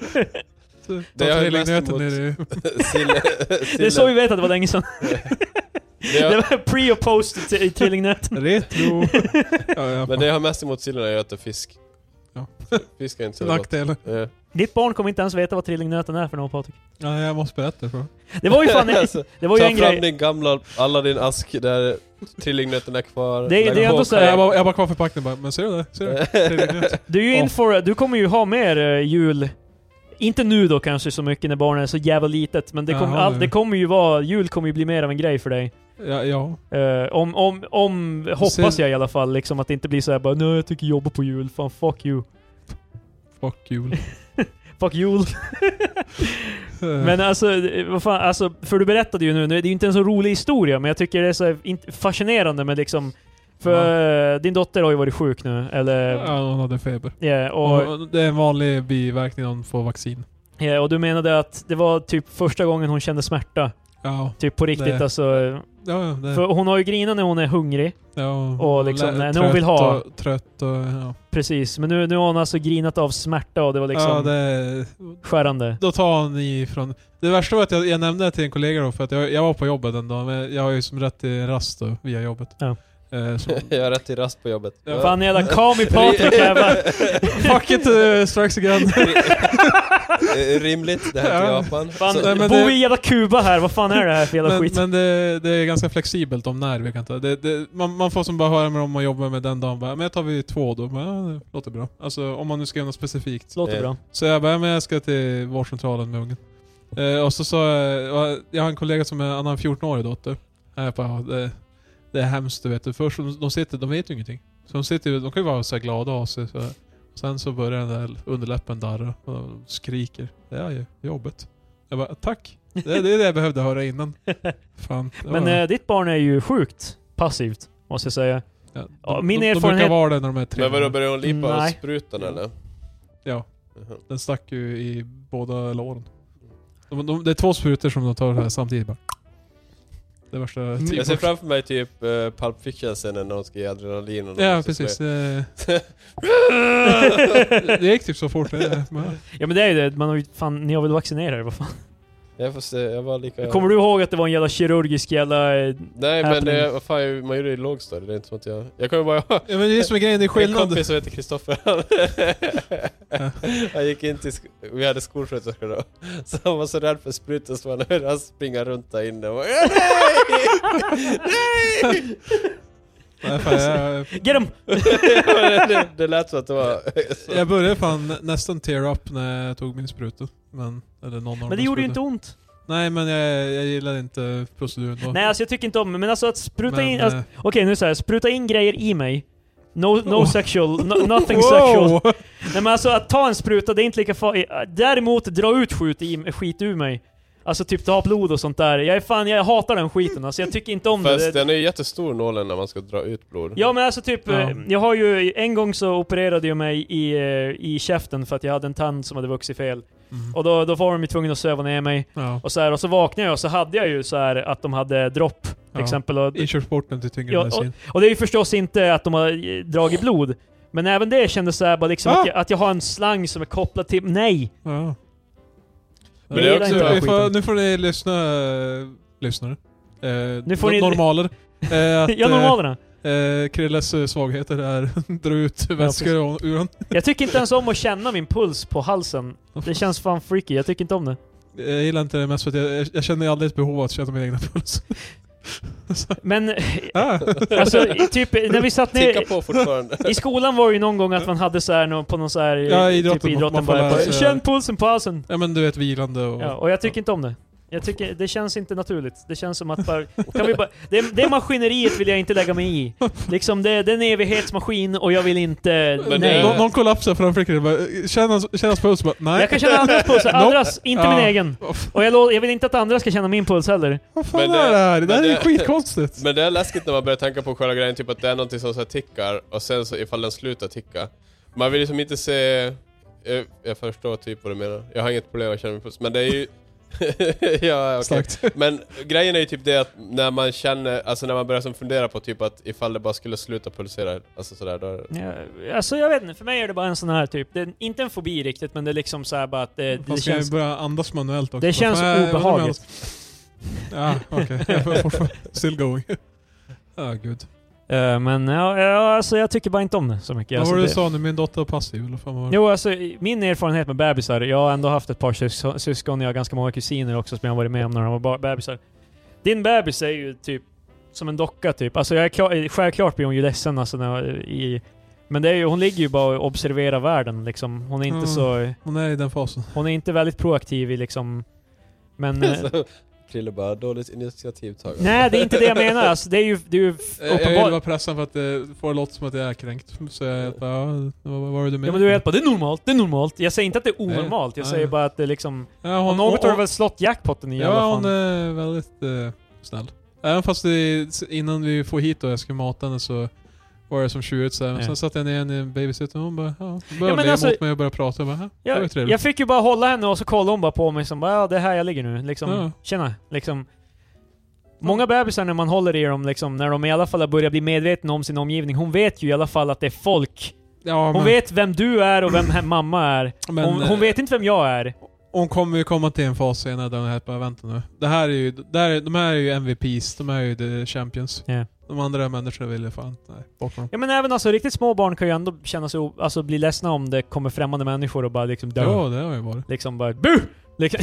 Det är mest emot sille. Det är så vi vet att det var länge sedan. Det, det var pre och post i trillingnöten. Retro. Ja, ja, men det jag har mest emot sillen är att jag äter fisk. Ja. Fisk är inte så gott. Ja. Ditt barn kommer inte ens veta vad trillingnöten är för någon, Patrik. Ja, jag måste berätta för. Det var ju fan alltså, det var ju en grej. Ta fram din gamla alla din ask där trillingnöten är kvar. Det, det är ändå så här, jag bara jag bara kvar förpackningen bara, men ser du det? Ser du? Du är ju in för, du kommer ju ha mer uh, jul inte nu då kanske så mycket när barnen är så jävla litet, men det, kom, Jaha, all, det kommer ju vara, jul kommer ju bli mer av en grej för dig. Ja, ja. Uh, om, om, om hoppas Sen, jag i alla fall liksom att det inte blir så här bara, nej jag tycker jobba på jul, fan fuck you. Fuck jul. Fuck jul. Men alltså, vad fan, alltså, för du berättade ju nu, det är ju inte en så rolig historia, men jag tycker det är så fascinerande med liksom, för ja. din dotter har ju varit sjuk nu, eller? Ja, hon hade feber. Yeah, och, och det är en vanlig biverkning om hon får vaccin. Ja, yeah, och du menade att det var typ första gången hon kände smärta. Ja. Typ på riktigt, det. alltså. Ja, det. För hon har ju grinat när hon är hungrig. Ja, och liksom när hon vill ha. Och, trött och ja. Precis, men nu, nu har hon alltså grinat av smärta och det var liksom ja, det, skärande. Då tar hon ifrån. Det värsta var att jag, jag nämnde det till en kollega då, för att jag, jag var på jobbet en dag, men jag har ju som rätt till rast då, via jobbet. Ja. Eh, jag har rätt till rast på jobbet. Ja. Fan jävla Kami Patrik här va. Fuck it, uh, strikes again. Rimligt, det här till Japan. Fan, så, bor vi i jävla Kuba här, vad fan är det här för jävla men, skit? Men det, det är ganska flexibelt om när vi kan ta det, det, man, man får som bara höra med om man jobbar med den dagen bara, men jag tar vi två då, men ja, det låter bra. Alltså om man nu ska göra något specifikt. Låter yeah. bra. Så jag bara, men jag ska till vårdcentralen med ungen. Eh, och så sa jag, jag har en kollega som är en annan fjorton-årig dotter. Jag bara, ja, det, det är hemskt du vet. Först de, de sitter, de vet ju ingenting. Så de sitter, de kan ju vara så här glada av sig. Så, sen så börjar den där underläppen darra och de skriker. Det är ju jobbet. Jag bara, tack. Det, det är det jag behövde höra innan. Fan. Men äh, ditt barn är ju sjukt passivt, måste jag säga. Ja, de, ja, min de, de erfarenhet... brukar vara det när de är tre. Men vadå, börjar hon lipa Nej. av sprutan eller? Ja. Uh-huh. Den stack ju i båda låren. De, de, det är två sprutor som de tar här samtidigt bara. Det värsta mm. Jag ser framför mig typ uh, Pulp Fiction-scenen när de ska ge adrenalin och ja, precis. det gick typ så fort. Ja, men det är ju det. Man har ju, fan, ni har väl vaccinerat er, vad fan? Jag får se, jag var lika... Kommer du ihåg att det var en jävla kirurgisk jävla... Eh, Nej, men det, vad fan, man gjorde det i lågstadiet, det är inte som att jag... Jag kommer bara... Ja, men det är som är grejen, det är skillnad. En kompis som heter Kristoffer. Han gick in till... Sk- vi hade skolsköterska då. Så han var så rädd för sprutan så han hörde han springa runt där inne och bara, nej! Nej! Nej, fan, jag... Get him! ja, det, det lät så att det var... Jag började fan nästan tear up när jag tog min spruta. Men, eller någon men det gjorde ju inte ont. Nej, men jag, jag gillade inte proceduren då. Nej, alltså jag tycker inte om men alltså att spruta men, in... Alltså, äh... Okej, okay, nu så här, spruta in grejer i mig. No, no oh. sexual, no, nothing wow. sexual. Nej, men alltså att ta en spruta, det är inte lika farligt. Däremot dra ut skit, i, skit ur mig. Alltså typ ta blod och sånt där. Jag är fan, jag hatar den skiten. Alltså jag tycker inte om Fast det. Fast den är ju jättestor nålen när man ska dra ut blod. Ja, men alltså typ, ja. jag har ju, en gång så opererade jag mig i, i käften för att jag hade en tand som hade vuxit fel. Mm. Och då, då var de ju tvungna att söva ner mig. Ja. Och, så här, och så vaknade jag och så hade jag ju så här att de hade dropp, till ja. exempel. Och, inkörsporten till tyngre ja, och, och det är ju förstås inte att de har dragit blod. Men även det kändes så här, bara liksom ah. att, jag, att jag har en slang som är kopplad till... Nej! Ja. Men det är också nu, får, nu får ni lyssna, äh, lyssnare. Äh, nu får ni normaler. Äh, ja, normalerna. Äh, Krilles svagheter är dra ut vätskor ja, ur honom. Jag tycker inte ens om att känna min puls på halsen. Det känns fan freaky, jag tycker inte om det. Jag gillar inte det mest för att jag, jag känner aldrig ett behov av att känna min egna puls. Men ah. alltså typ när vi satt ner på fortfarande. I skolan var det ju någon gång att man hade så här no, på någon så här ja, idrotten, typ idrotten bara, bara känn pulsen på halsen. Ja, men du vet vilande och ja, och jag tycker ja. inte om det. Jag tycker det känns inte naturligt. Det känns som att bara, kan vi bara det, det maskineriet vill jag inte lägga mig i. Liksom det, det är en evighetsmaskin och jag vill inte men nej. Någon, någon kollapsar framför dig bara känna kännas puls bara nej. Jag kan känna andras puls, andras inte ja. min egen. Och jag, jag vill inte att andra ska känna min puls heller. Vad fan är det här? Det här är skitkonstigt. Men det är läskigt när man börjar tänka på själva grejen typ att det är någonting som så här tickar och sen så ifall den slutar ticka. Man vill liksom inte se jag, jag förstår typ vad du menar. Jag har inget problem att känna min puls, men det är ju ja, okay. Men grejen är ju typ det att när man känner, alltså när man börjar som fundera på typ att ifall det bara skulle sluta pulsera, alltså sådär då... Ja, alltså jag vet inte, för mig är det bara en sån här typ, det är inte en fobi riktigt, men det är liksom så här bara att det, det ska känns... börja andas manuellt också. Det känns äh, obehagligt. Ja, okej. Okay. Jag får fortfarande still going. Ja, oh, gud. Uh, men ja, ja, alltså jag tycker bara inte om det så mycket. Vad alltså, var det det... du sa nu? Min dotter är passiv? Eller fan var... Jo, alltså min erfarenhet med bebisar, jag har ändå haft ett par sys- syskon, jag har ganska många kusiner också som jag har varit med om när de var bebisar. Din bebis är ju typ som en docka typ. Alltså jag är klar, självklart blir hon ju ledsen alltså när, i, Men det är ju, hon ligger ju bara och observerar världen liksom. Hon är inte mm. så... Hon är i den fasen. Hon är inte väldigt proaktiv i liksom... Men... Krille bara dåligt initiativtag. Nej, det är inte det jag menar. Alltså, det är ju... Det är ju uppenbar... Jag vill vara pressad för att det får låta som att jag är kränkt. Så jag bara, ja, vad var det du menar? Ja, men du vet bara, det är normalt, det är normalt. Jag säger inte att det är onormalt. Jag Nej. säger bara att det är liksom... Ja, hon, och något har väl slått jackpotten i ja, alla fall. Ja, hon är väldigt uh, snäll. Även fast det, innan vi får hit och jag ska mata henne så var det som tjugoett så här. Men ja. Sen satt jag ner i en babysitter och hon bara, ja, började ja, alltså, mot mig och började prata. Och bara, ja, det var trevligt. Jag fick ju bara hålla henne och så kollade hon bara på mig som bara, ja, det är här jag ligger nu. Liksom, ja. Tjena, liksom. Många bebisar när man håller i dem, liksom, när de i alla fall har börjat bli medvetna om sin omgivning, hon vet ju i alla fall att det är folk. Ja, hon men... vet vem du är och vem mamma är. Men, hon, hon vet inte vem jag är. Hon kommer ju komma till en fas senare där hon är bara, vänta nu. Det här är ju, där, de här är ju M V P's, de här är ju the champions. Yeah. De andra människorna vill ju fan, nej, bort dem. Ja, men även alltså riktigt små barn kan ju ändå känna sig, alltså bli ledsna om det kommer främmande människor och bara liksom dö. Ja, det har ju varit. Liksom bara, bu! Liksom.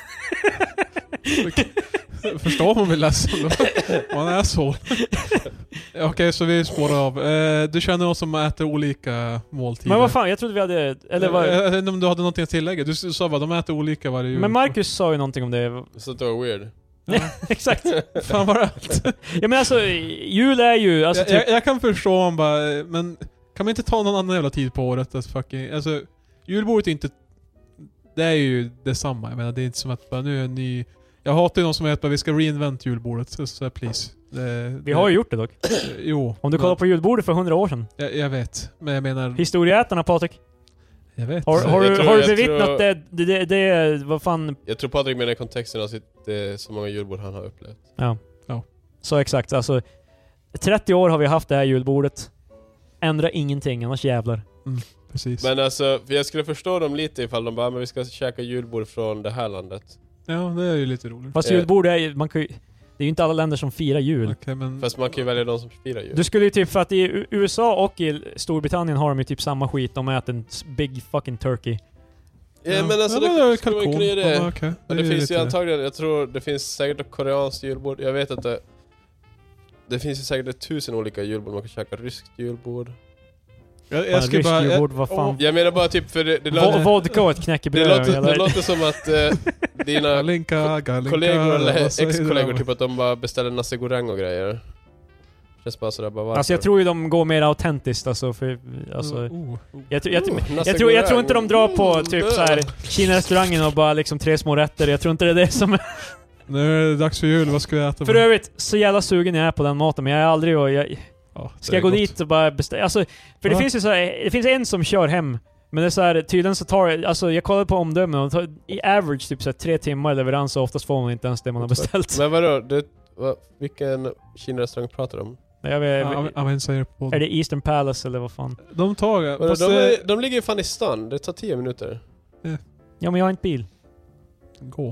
Förstår hon vill läsa då? Man är så. Okej, okay, så vi spårar av. Eh, du känner oss som äter olika måltider. Men vad fan, jag trodde vi hade... Eller var... Jag vet inte om du hade någonting att tillägga. Du sa bara, de äter olika varje jul. Men Marcus sa ju någonting om det. Så det var weird. Ja. Exakt. Fan vad rätt. Ja, men alltså, jul är ju... Alltså, jag, jag, jag kan förstå om bara... Men kan man inte ta någon annan jävla tid på året? Att fucking, alltså, julbordet är inte... Det är ju detsamma. Jag menar, det är inte som att bara, nu är en ny... Jag hatar ju någon som heter att vi ska reinvent julbordet. Så, så please. Det, vi det, har ju gjort det dock. Jo. Om du kollar på julbordet för hundra år sedan. Jag, jag vet. Men jag menar... Historieätarna, Patrik. Jag vet. Har, har, jag du, tror, har du jag bevittnat tror, det, det, det, det... Vad fan... Jag tror Patrik menar i kontexten av sitt, det, så många julbord han har upplevt. Ja. Ja. Så exakt. Alltså, trettio år har vi haft det här julbordet. Ändra ingenting, annars jävlar. Mm, precis. Men alltså, för jag skulle förstå dem lite ifall de bara, men vi ska käka julbord från det här landet. Ja, det är ju lite roligt. Fast julbord är ju, man kan ju, det är ju inte alla länder som firar jul. Okay, men... Fast man kan ju välja de som firar jul. Du skulle ju typ, för att i U S A och i Storbritannien har de ju typ samma skit. De äter en big fucking turkey. Ja, ja men alltså, ja, det, det skulle man kunna göra det. Ja, okay. det, det finns ju antagligen, jag tror det finns säkert ett koreanskt julbord. Jag vet att det, det finns ju säkert tusen olika julbord. Man kan käka ryskt julbord. Jag, jag ska bara... Julbord, vad fan? Jag menar bara typ för det, det låter... Vodka och ett knäckebröd. Det låter, det låter som att uh, dina galinka, galinka, kollegor eller ex-kollegor typ att de bara beställer nasi goreng och grejer. Känns bara sådär bara varför. Alltså jag tror ju de går mer autentiskt alltså för alltså uh, uh, uh. jag, jag, jag, jag, jag tror jag tror inte de drar på typ så här Kina-restaurangen och bara liksom tre små rätter. Jag tror inte det är det som är. Nu är det dags för jul, vad ska vi äta? För övrigt så jävla sugen jag är på den maten, men jag är aldrig och jag ja, ska jag gå gott. Dit och bara beställa alltså för ja. Det finns ju så här, det finns en som kör hem. Men det är så här, tydligen så tar alltså jag kollade på omdömen och tar, i average typ så här, tre timmar leverans och oftast får man inte ens det man har beställt. Men vadå? Det, vad, vilken Kina-restaurang pratar de om? Jag vet, ja, jag vet, säger på är det Eastern Palace eller vad fan? De tar det. De, de, de ligger fan i stan. Det tar tio minuter. Yeah. Ja, men jag har inte bil. Gå.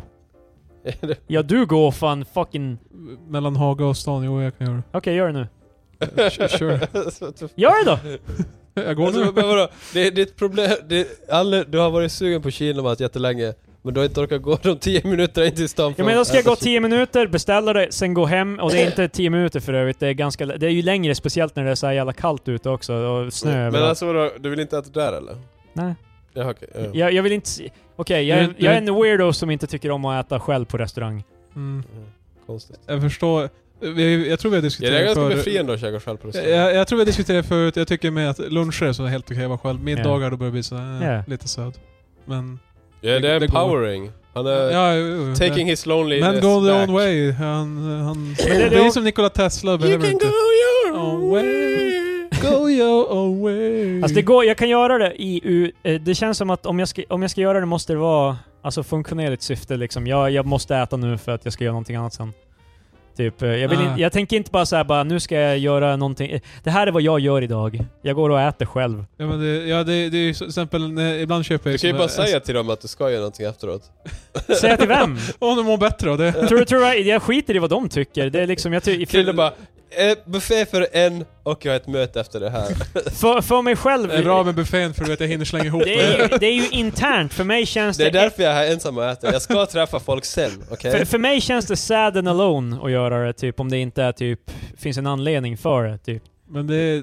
Ja, du går fan fucking... Mellan Haga och stan, jo jag kan göra det. Okej, okay, gör det nu. Sure. Gör det då! Jag går alltså, nu. Men vadå? Det, det är ett problem. Det, alla, du har varit sugen på Kina jättelänge. Men du har inte orkat gå de tio minuter in till stan. Ja, men då ska jag gå tio minuter, beställa det, sen gå hem. Och det är inte tio minuter för övrigt. Det är ganska, det är ju längre, speciellt när det är så här jävla kallt ute också. Och snö Men överallt. alltså vadå? Du vill inte äta där eller? Nej. Ja, okay, ja. Jag, jag vill inte... Okej, okay, jag, jag, jag är en weirdo som inte tycker om att äta själv på restaurang. Mm. Mm. Konstigt. Jag förstår... Jag, jag tror vi har diskuterat ja, det är ganska för... befriande att käka själv på restaurang. Jag, jag tror vi har diskuterat förut. Jag tycker med att luncher så är helt okej att vara själv. Middagar yeah. då börjar bli så äh, yeah. lite söd. Men... Ja, det, det är empowering. Han är ja, jo, jo, taking det. his lonely Men go the own way. Han... han men det, det är som Nikola Tesla. You can inte. go your own way. Go your own way. Alltså det går, jag kan göra det i... Det känns som att om jag ska, om jag ska göra det måste det vara... Alltså funktionellt syfte liksom. Jag, jag måste äta nu för att jag ska göra någonting annat sen. Typ, jag, vill ah. in, jag tänker inte bara så här, bara, nu ska jag göra någonting. Det här är vad jag gör idag. Jag går och äter själv. Ja, men det, ja, det, det är ju till exempel, när, ibland köper jag... Du kan ju bara säga till dem att du ska göra någonting efteråt. Säga till vem? Om de mår bättre av det. Tror, tror jag, jag skiter i vad de tycker. Det är liksom, jag tycker... Krille bara, eh, buffé för en och jag har ett möte efter det här. för, för mig själv... Det är bra med buffén för att jag hinner slänga ihop det. Är ju, det är ju internt. För mig känns det... Det är därför jag är här ensam och äter. Jag ska träffa folk sen, okej? Okay? För, för mig känns det sad and alone att göra det, typ. Om det inte är typ... Finns en anledning för det, typ. Men det...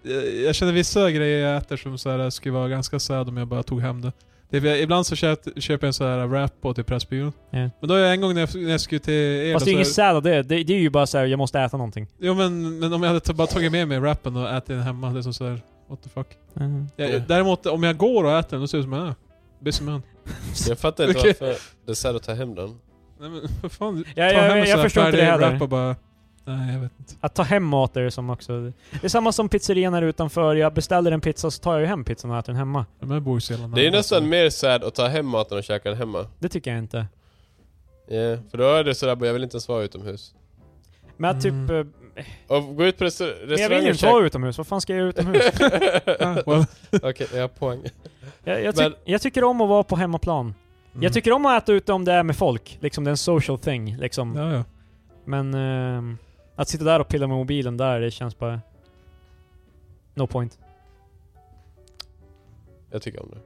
jag, jag känner vissa grejer jag äter som så här skulle vara ganska sad om jag bara tog hem det. det är, ibland så köper, köper jag en sån här wrap på till Pressbyrån. Yeah. Men då är jag en gång när jag, när jag skulle till er... Fast det är inget sad av det. det. Det är ju bara så här, jag måste äta någonting. Jo men, men om jag hade bara tagit med mig wrappen och ätit den hemma, det är som så här, what the fuck. Mm. Jag, mm. Däremot om jag går och äter den, då ser det som jag är. Busy man. Jag fattar inte varför det är sad att ta hem den. Nej men för fan, ja, ta jag, hem jag, jag förstår inte det heller. Och bara, nej jag vet inte. Att ta hem mat är det som också... Det är samma som pizzerian här utanför. Jag beställer en pizza så tar jag ju hem pizzan och äter den hemma. Ja, bor så det är nästan alltså. Mer sad att ta hem maten och käka den hemma. Det tycker jag inte. Ja, yeah, för då är det sådär, jag vill inte ens vara utomhus. Men att mm. typ... Och gå ut på restaurang. Men jag vill ju inte vara utomhus. Vad fan ska jag göra utomhus? well. Okej, okay, jag har poäng. Jag, jag, ty Men... jag tycker om att vara på hemmaplan. Mm. Jag tycker om att äta ute om det är med folk. Liksom det är en social thing. Liksom. Ja, ja. Men uh, att sitta där och pilla med mobilen där, det känns bara... No point. Jag tycker om det.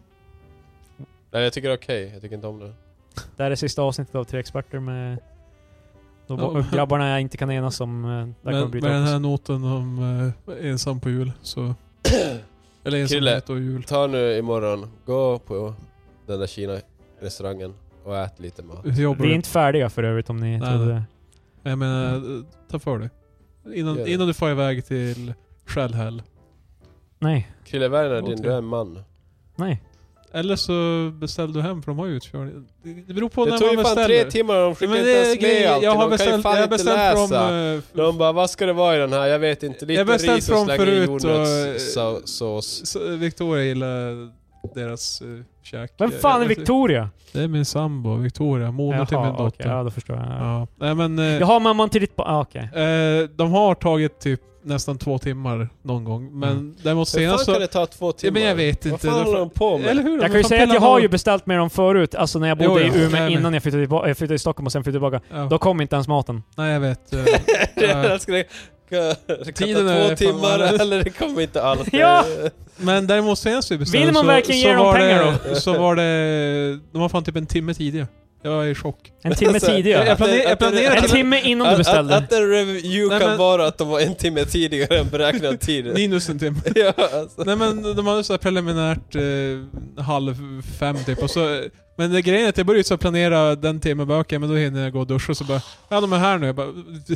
Nej, jag tycker det är okej. Okay. Jag tycker inte om det. Det här är sista avsnittet av Tre Experter med... De oh. grabbarna jag inte kan enas om... Uh, där med med den här noten om uh, ensam på jul, så... Eller ensamhet och jul. Ta nu imorgon. Gå på den där Kina-restaurangen och ät lite mat. Vi är inte färdiga för övrigt om ni trodde det. Jag menar, ta för dig. Innan, innan du får iväg till Shellhäll. Nej. Krille Werner, din, du är en man. Nej. Eller så beställer du hem, för de har ju utkörning. Det beror på det när man beställer. Det tog ju fan tre timmar och de skickade inte ens med allt. Jag har de beställt, kan ju fan jag inte beställt läsa. Från, de bara, vad ska det vara i den här? Jag vet inte. Lite ris och slänga i jordnötssås. Victoria gillar deras uh, käk. Vem fan är Victoria? Det är min sambo, Victoria. Moder till min dotter. Okay, ja, då förstår jag. Ja. Nej, men, uh, jag har mamman till ditt... Ah, okej. Okay. Uh, de har tagit typ nästan två timmar någon gång. Men mm. däremot senast så... kan det ta två timmar? Ja, men jag vet inte. Vad fan håller de på med? Eller hur? Jag kan ju säga att jag har ju beställt med dem förut. Alltså när jag bodde jo, ja. i Umeå innan jag flyttade, jag flyttade i Stockholm och sen flyttade tillbaka. Ja. Då kom inte ens maten. Nej, jag vet. Uh, det ska det, det kan ta två timmar eller det kommer inte alls. Ja! Men däremot senast vi beställde vill man så, verkligen så ge dem pengar det, då? Så var det... De var fan typ en timme tidigare. Jag är i chock. En timme tidigare? Jag planer, jag planerar en timme innan du beställde. Att, att en review Nej, kan men, vara att de var en timme tidigare än beräknad tid. Minus en timme. Ja, alltså. Nej men de hade så här preliminärt eh, halv fem typ. Och så, men det grejen är att jag började så planera den timmen. Bara, okej, okay, men då hinner jag gå och duscha. Och så bara, ja de är här nu. Jag bara,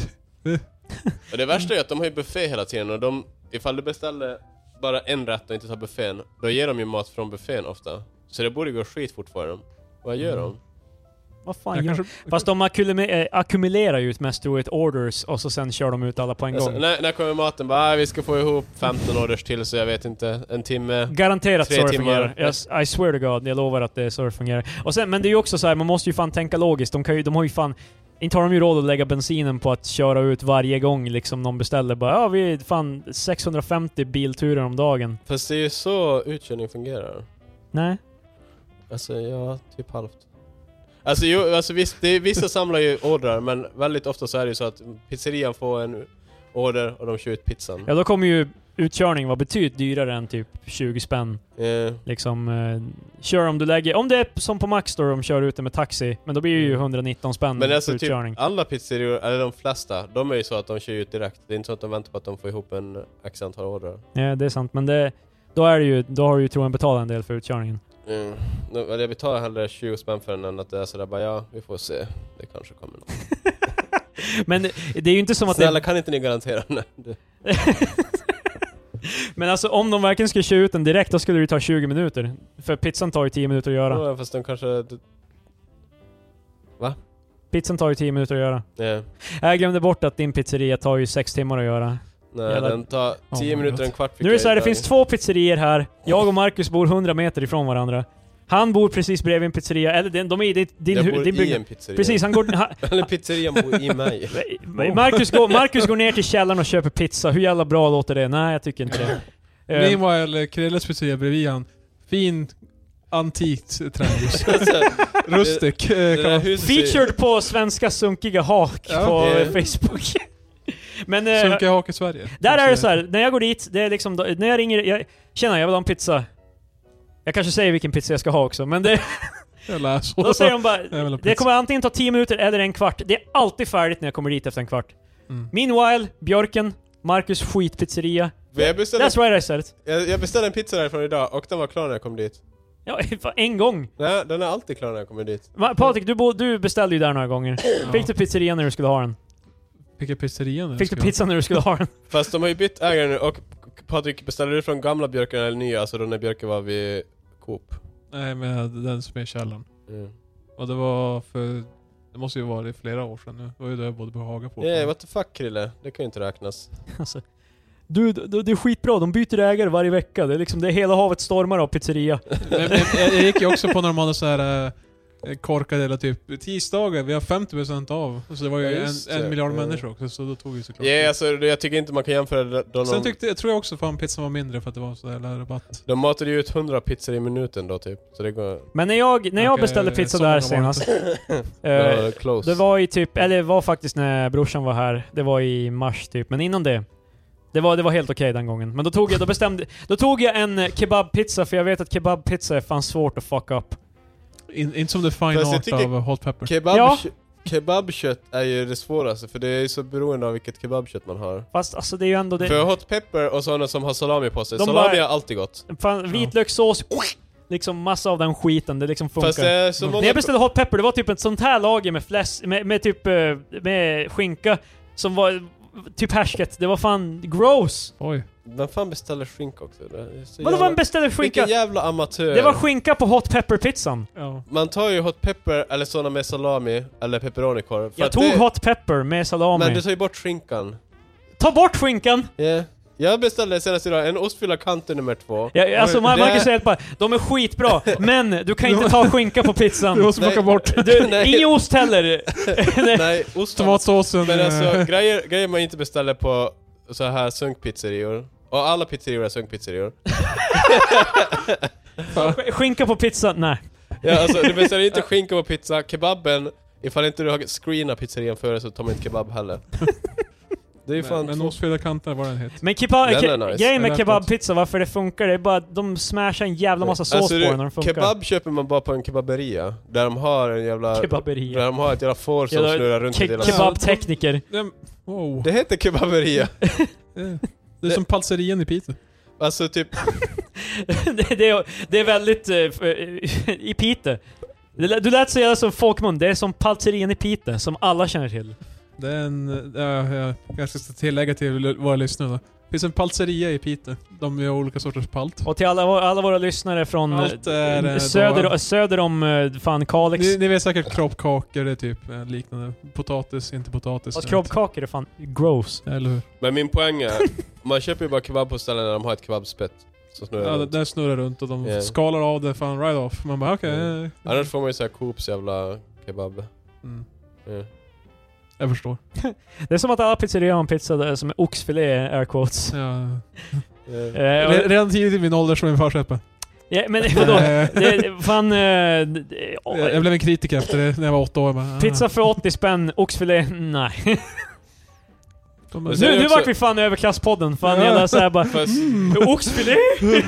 och det värsta är att de har ju buffé hela tiden. Och de, ifall du beställer bara en rätt och inte tar buffén, då ger de ju mat från buffén ofta. Så det borde gå skit fort för dem. Vad gör mm. de? Vad fan gör kanske... Fast de akkumulerar, ackumulerar ju ut mest troligt orders och så sen kör de ut alla på en alltså, gång. När, när kommer maten? Bara, ah, vi ska få ihop femton orders till så jag vet inte, en timme. Garanterat tre så det timmar. fungerar. Yes, I swear to God, jag lovar att det är så det fungerar. Och sen, men det är ju också så här, man måste ju fan tänka logiskt. De, kan ju, de har ju fan, inte har de ju råd att lägga bensinen på att köra ut varje gång liksom någon beställer. Bara, ja vi är fan sexhundrafemtio bilturer om dagen. Fast det är ju så utkörning fungerar. Nej. Alltså, ja, typ halvt. Alltså, jo, alltså visst, det är, vissa samlar ju ordrar, men väldigt ofta så är det ju så att pizzerian får en order och de kör ut pizzan. Ja, då kommer ju utkörning vara betydligt dyrare än typ tjugo spänn. Yeah. Liksom, eh, kör om du lägger, om det är som på Max då de kör ut det med taxi, men då blir det ju hundranitton spänn men alltså, utkörning. Typ alla pizzerior, eller de flesta, de är ju så att de kör ut direkt. Det är inte så att de väntar på att de får ihop en x antal ordrar. Ja, det är sant, men det, då är det ju, då har du ju troligen betalat en del för utkörningen. Mm. Jag betalar hellre tjugo spänn för den än att det är sådär bara, ja, vi får se. Det kanske kommer något. Men det, det är ju inte som att... Snälla, det... kan inte ni garantera? Nej. Men alltså, om de verkligen skulle köra ut den direkt, då skulle det ta tjugo minuter. För pizzan tar ju tio minuter att göra. Ja, fast de kanske... Va? Pizzan tar ju tio minuter att göra. Yeah. Jag glömde bort att din pizzeria tar ju sex timmar att göra. Nej, Jävlar. Den tar tio oh minuter, en kvart. Nu är det så här, det finns två pizzerier här. Jag och Marcus bor hundra meter ifrån varandra. Han bor precis bredvid en pizzeria. Eller de, de är i din, din, jag bor din i en pizzeria. Precis, han går... Han, eller pizzerian bor i mig. Marcus, går, Marcus går ner till källaren och köper pizza. Hur jävla bra låter det? Nej, jag tycker inte det. Meanwhile, Krilles pizzeria bredvid han. Fin... antikt trähus. Rustic. Featured på svenska sunkiga hak ja, på yeah. Facebook. Men uh, sunkiga hak i Sverige. Där är det så här, när jag går dit, det är liksom när jag ringer, jag känner jag vill ha en pizza. Jag kanske säger vilken pizza jag ska ha också, men det då säger de bara, det kommer antingen ta tio minuter eller en kvart. Det är alltid färdigt när jag kommer dit efter en kvart. Mm. Meanwhile, Björken, Marcus skitpizzeria. Jag beställde, That's right I said it. Jag, jag beställde en pizza därifrån idag och den var klar när jag kom dit. Ja, en gång. Nej, den är alltid klar när jag kommer dit. Patrik, du, bo, du beställde ju där några gånger. Ja. Fick du pizzeria när du skulle ha den? Fick jag pizzeria när Fick du pizza när du skulle ha den? Fast de har ju bytt ägare nu och Patrik, beställde du från gamla Björken eller nya? Alltså då när Björken var vid Coop. Nej, men den som är i källaren. Mm. Och det var för... Det måste ju vara i flera år sedan nu. Det var ju där jag bodde på Haga på. Yeah, what the fuck, Krille? Det kan ju inte räknas. Alltså, du, du, det är skitbra. De byter ägare varje vecka. Det är liksom det är hela havet stormar av pizzeria. men, men, jag, jag gick ju också på när de hade så här... korkade eller typ tisdagar, vi har femtio procent av. Så det var ju ja, en, en miljard ja. människor också, så då tog vi såklart. Ja, yeah, alltså jag tycker inte man kan jämföra de... Sen tyckte, jag tror jag också fan pizzan var mindre för att det var så jävla rabatt. De matade ju ut hundra pizzor i minuten då typ, så det går... Men när jag, när jag okay, beställde pizza där senast äh, close. Det var i typ, eller det var faktiskt när brorsan var här. Det var i mars typ, men innan det Det var, det var helt okej okay den gången. Men då tog jag, då bestämde Då tog jag en kebabpizza, för jag vet att kebabpizza är fan svårt att fuck up. Inte in som det fine art av hot pepper. Kebab, ja. Kebabkött är ju det svåraste, för det är ju så beroende av vilket kebabkött man har. Fast alltså det är ju ändå det... För hot pepper och sådana som har salami på sig. De salami är alltid gott. Fan, vitlökssås, ja. Liksom massa av den skiten, det liksom funkar. Fast det är så många... När jag beställde hot pepper, det var typ ett sånt här lager med fläsk, med, med typ med skinka som var typ härsket. Det var fan gross. Oj. Vem fan beställer skinka också? Vadå vem beställer skinka? Vilken jävla amatör. Det var skinka på hot pepper pizzan. Ja. Man tar ju hot pepper eller såna med salami eller pepperonikorv. Jag tog det... hot pepper med salami. Men du tar ju bort skinkan. Ta bort skinkan? Ja. Yeah. Jag beställde senast idag en ostfyllda Kanter nummer två. Ja, alltså man, man kan säga bara, de är skitbra, men du kan inte ta skinka på pizzan. Du måste plocka bort. Du, ingen ost heller. Nej, ost. Tomatsåsen. Men alltså, grejer, grejer man inte beställer på så här sunkpizzerior. Och alla pizzerior är sunkpizzerior. Skinka på pizza? Nej. Ja, alltså du beställer inte skinka på pizza. Kebaben, ifall inte du har screenat pizzerian före så tar man inte kebab heller. Det är ju fan... Men ostfyllda Kanter var den het. Men kebab, ke- nice. Grejen med kebabpizza, varför det funkar, det är bara att de smashar en jävla massa sås alltså, på den när de funkar. Kebab köper man bara på en kebaberia. Där de har en jävla... Kebaberia. Där de har ett jävla får som jävla snurrar runt ke- i deras... Kebabtekniker. Wow. Det heter kebaberia. Det är som palserien i Piteå. Alltså typ... det, det, är, det är väldigt... Uh, i Piteå. Du lät säga som folkmun, det är som palserien i Piteå, som alla känner till. Det är en... Ja, jag kanske ska tillägga till våra lyssnare då. Det finns en paltseria i Piteå. De gör olika sorters palt. Och till alla, alla våra lyssnare från är, söder, då, söder om fan Kalix. Ni, ni vet säkert kroppkakor, det är typ liknande. Potatis, inte potatis. Och kroppkakor är fan gross. Eller hur? Men min poäng är, man köper ju bara kebab på ställen där de har ett kebabspett. Så snurrar ja, runt. Där snurrar runt och de yeah. skalar av det fan right off. Man bara okej. Okay, mm. Annars får man ju såhär Coops jävla kebab. Mm. Yeah. Jag förstår. Det är som att alla pizzerior har en pizza där som är oxfilé, air quotes. Ja. Yeah. uh, Redan tidigt i min ålder så är min farsäppa. Ja, men vadå? Det, fan... Uh, det, oh. jag, jag blev en kritiker efter det när jag var åtta år. Men, pizza för åttio spänn, oxfilé, nej. Nu, nu också... vart vi fan överklasspodden. Fan, ja. Jag läser här bara... Fast... Mm, oxfilé!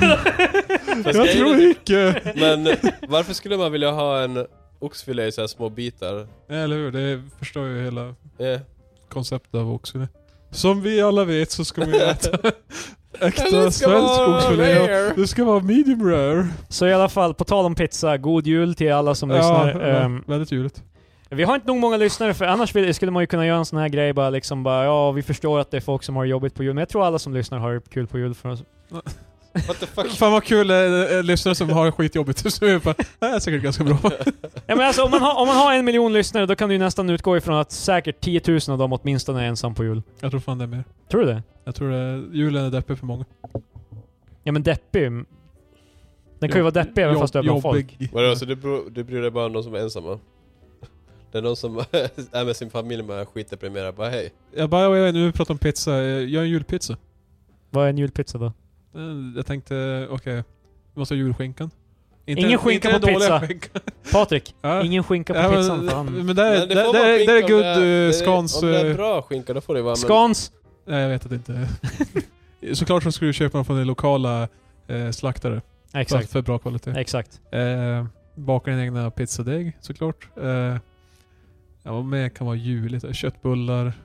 Jag tror inte. Men varför skulle man vilja ha en... oxfilé i så här små bitar. Eller hur? Det förstår ju hela yeah. konceptet av oxfilé. Som vi alla vet så ska vi äta äkta svensk oxfilé. Det ska vara medium rare. Så i alla fall, på tal om pizza, god jul till alla som ja, lyssnar. Ja, um, väldigt juligt. Vi har inte nog många lyssnare, för annars skulle man ju kunna göra en sån här grej bara liksom bara, ja, vi förstår att det är folk som har jobbigt på jul, men jag tror alla som lyssnar har kul på jul för oss. What the fuck? Fan vad kul äh, lyssnare som har skitjobbigt. Så är bara, det är säkert ganska bra. Ja, men alltså, om, man har, om man har en miljon lyssnare, då kan du ju nästan utgå ifrån att säkert tio tusen av dem åtminstone är ensam på jul. Jag tror fan det är mer. Tror du det? Jag tror det, julen är deppig för många. Ja, men deppig... Den kan ju vara deppig även fast du är bland folk. Vadå, så du, bro, du bryr dig bara om de som är ensamma? Det är någon som är med sin familj med skitdeprimerad, bara hej. Jag bara, jag vet, nu pratar om pizza. Jag gör en julpizza. Vad är en julpizza då? Jag tänkte, okej, okay, vi måste ha julskinkan. Inte, ingen skinka inte på pizza. Skinka. Patrik, ja. Ingen skinka på ja, pizzan. Men, fan. men det är, det, det, det, det är good uh, skans... Om det är bra skinka, då får det vara... Skans! Men... Nej, jag vet att det inte är. Såklart så skulle du köpa den från den lokala eh, slaktare. Exakt. För, för bra kvalitet. Exakt. Eh, baka din egna pizzadeg, såklart. Eh, ja, vad mer kan vara juligt? Köttbullar.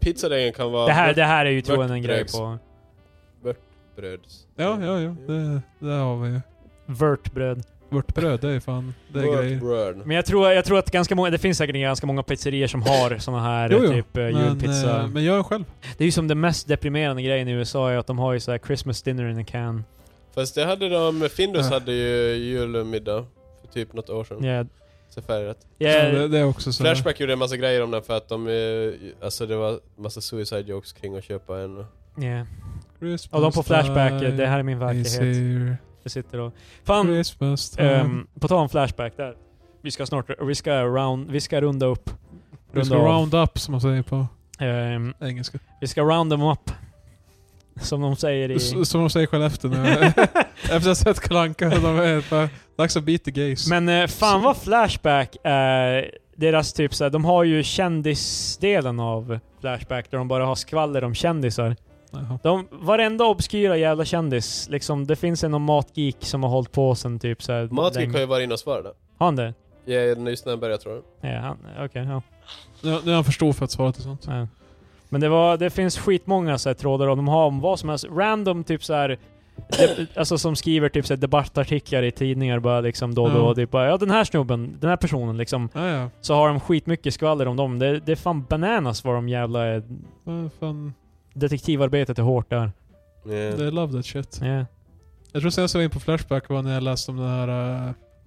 pizzadegen kan vara... Det här, vört, det här är ju tror jag en grej på... Vörtbröds. Ja, ja, ja. Det, det har vi ju. Vörtbröd. Vörtbröd, det är fan... Det är grejer. Vörtbröd. Men jag tror, jag tror att ganska många... Det finns säkert ganska många pizzerier som har såna här Jo, jo. typ uh, julpizza. Men, eh, men jag själv. Det är ju som det mest deprimerande grejen i U S A är att de har ju så här Christmas dinner in a can. Fast det hade de... Findus Ja. hade ju julmiddag för typ något år sedan. Yeah. Så färdigt. Yeah. Ja, det, det är också så. Flashback gjorde en massa grejer om den för att de... eh, Alltså det var massa suicide jokes kring att köpa en... Yeah. Christmas Och de på Flashback, time det här är min is verklighet. here. Det sitter och... Fan, Christmas time. um, på tal om Flashback där. Vi ska snart... Vi ska round... Vi ska runda upp. Vi ska av. round up som man säger på Um, engelska. vi ska round them up. Som de säger i... S- som de säger själv efter nu. Efter att ha sett Kalanka. De är bara, dags att beat the gays. Men uh, fan vad Flashback är... Deras typ såhär, de har ju kändisdelen av Flashback där de bara har skvaller om kändisar. Jaha. De, varenda obskyra jävla kändis, liksom, det finns en någon matgeek som har hållit på sen typ såhär... Matgeek har ju varit inne och svarat. Har han det? Ja, nyss när han började tror jag. Ja, han... Okej, okay, ja. Nu, nu är han för stor för att svara till sånt. Ja. Men det, var, det finns skitmånga så här trådar och de har om vad som helst. Random typ så här, de, alltså som skriver typ så här debattartiklar i tidningar bara liksom då och då. Ja. Typ bara, ja den här snubben, den här personen liksom. Ja, ja. Så har de skitmycket skvaller om dem. Det, det är fan bananas vad de jävla är. Vad fan. Detektivarbetet är hårt där. Yeah. They love that shit. Yeah. Jag tror senast jag var in på Flashback var när jag läste om den här... Uh,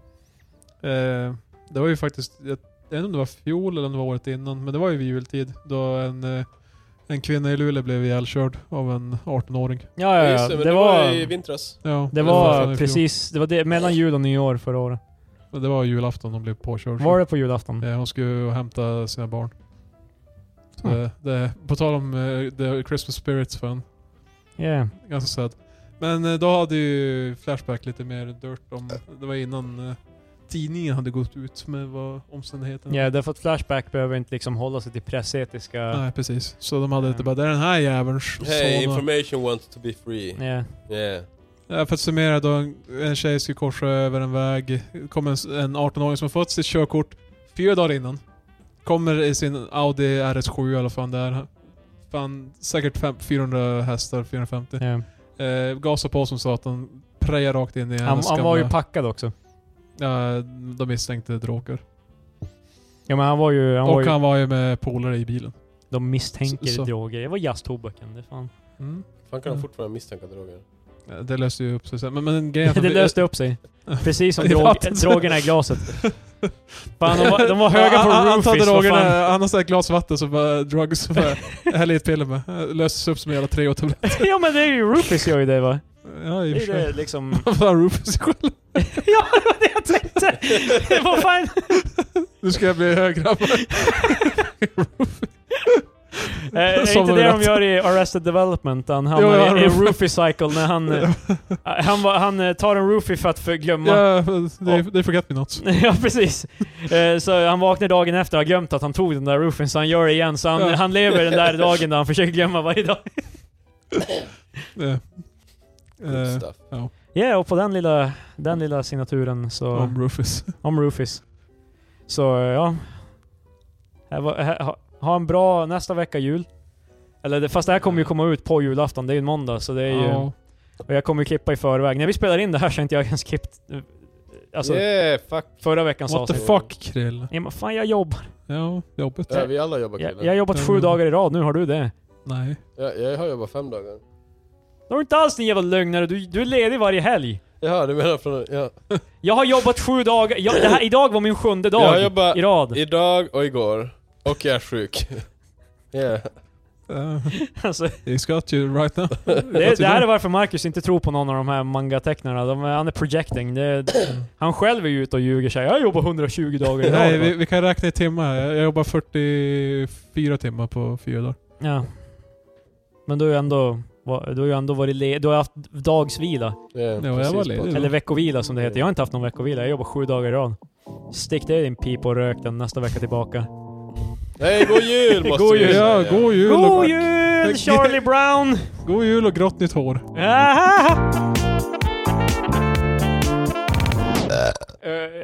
uh, det var ju faktiskt... Jag, jag vet inte om det var fjol eller om det var året innan. Men det var ju vid jultid. Då en, uh, en kvinna i Luleå blev ihjälkörd av en arton-åring. Ja, ja, ja. Just det, Det, men det var, var i vintras. Ja, det fan var i fjol. precis, det var det, mellan jul och nyår förra året. Och det var julafton de blev påkörd. Var det på julafton? Ja, hon skulle hämta sina barn. Så Mm. det, det, på tal om uh, the Christmas spirits fan. Yeah. Ganska sad. Men uh, då hade ju Flashback lite mer dirt om... Det var innan uh, tidningen hade gått ut med vad omständigheterna. Ja, yeah, därför att Flashback behöver inte liksom hålla sig till pressetiska... Nej, precis. Så de hade lite Mm. bara, det är den här jävelns Hey, son. information wants to be free. Yeah. Yeah. Ja, för att summera då, en tjej skulle korsa över en väg. Kommer en, en arton-åring som har fått sitt körkort fyra dagar innan. Kommer i sin Audi R S sju i alla fall där. Fan, säkert fem, fyrahundra hästar, fyrahundrafemtio. Yeah. Eh, gasar på som satan. Prejar rakt in i Han, hennes han var ju gamla- packad också. Ja, de misstänkte droger. Ja men han var ju... Han Och var ju han var ju med polare i bilen. de misstänker Så- så. droger. Det var jazztobaken, det fan. Mm. Fan kan Mm. de fortfarande misstänka droger? Ja, det löste ju upp sig sen. Men, men grejen Det löste upp sig. Precis som drog, Vatten. drogerna i glaset. Fan, de var, de var höga på han, han tar roofies, vad drogerna, fan. han har såhär glas vatten så bara drugs så bara häller i ett piller med. Löses upp som en jävla Treo-tablett. Ja men det är ju roofies gör ju det va? Ja, i och Det för är sig. det liksom... Vad roofies själv. Ja, det var det jag tänkte! Vad fan? Nu ska jag bli höggrabb. Eh, är inte Som de det de vet. gör i Arrested Development? Han Jo, hamnar ja, i en roof- roofie cycle när han... eh, han, var, han eh, tar en roofie för att för glömma... Ja, det är, det är forget me not. Ja precis. Eh, så han vaknar dagen efter och har glömt att han tog den där roofien så han gör det igen. Så han, Ja. han lever den där dagen där han försöker glömma varje dag. Ja. Good Eh, stuff. ja, Ja, yeah, och på den lilla, den lilla signaturen så... om roofies. Om roofies. Så eh, ja. Här var, här, ha, ha en bra nästa vecka jul. Eller det, fast det här kommer ju komma ut på julafton. Det är ju en måndag så det är ju... Ja. Och jag kommer ju klippa i förväg. När vi spelar in det här så har inte jag ens klippt... eh, Alltså Yeah, fuck. förra veckans What the avsnitt. fuck, Krill? Ja, men fan jag jobbar. Ja, jobbigt. Ja, vi alla jobbar Jag, killar. jag har jobbat sju Mm. dagar i rad nu, har du det? Nej. Ja, jag har jobbat fem dagar. Du har inte alls din jävla lögnare, du, du är ledig varje helg. Jaha, du menar från... Ja. Jag har jobbat sju dagar, jag, det här, idag var min sjunde Jag har dag jobbat i rad. idag och igår. Och jag är sjuk. Yeah. Uh, Alltså, he's got you right now. det, det här är varför Marcus inte tror på någon av de här manga-tecknarna. De, han är projecting. Det, han själv är ju ute och ljuger sig. Jag jobbar hundratjugo dagar i rad. Nej, va? vi, vi kan räkna i timmar. Jag, jag jobbar fyrtiofyra timmar på fyra dagar. Ja. Men du har ju ändå, va- du har ju ändå varit le- du har haft dagsvila. Yeah, jag var precis, ledig. bara- Eller veckovila som det heter. Jag har inte haft någon veckovila. Jag jobbar sju dagar i rad. Stick det i din pip och rök den nästa vecka tillbaka. Nej, god jul måste God vi jul. Ja, säga. god jul! God och, jul Charlie Brown! God jul och grått nytt hår. Ah! Uh,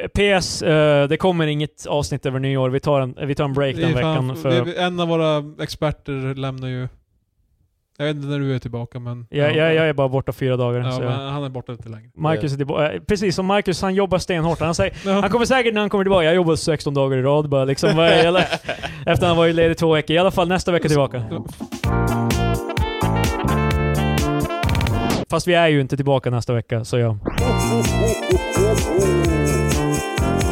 P S, uh, det kommer inget avsnitt över nyår. Vi tar en, vi tar en break den veckan. Fan, för... vi, en av våra experter lämnar ju... Jag vet inte när du är tillbaka, men... Ja, ja, jag är bara borta fyra dagar. Ja, så men jag... han är borta lite längre. Marcus är tillbaka. Precis som Marcus, han jobbar stenhårt. Han säger, ja. han kommer säkert när han kommer tillbaka. Jag jobbar sexton dagar i rad bara liksom. Eller, efter han var ju ledig två veckor. I alla fall nästa vecka tillbaka. Fast vi är ju inte tillbaka nästa vecka, så ja.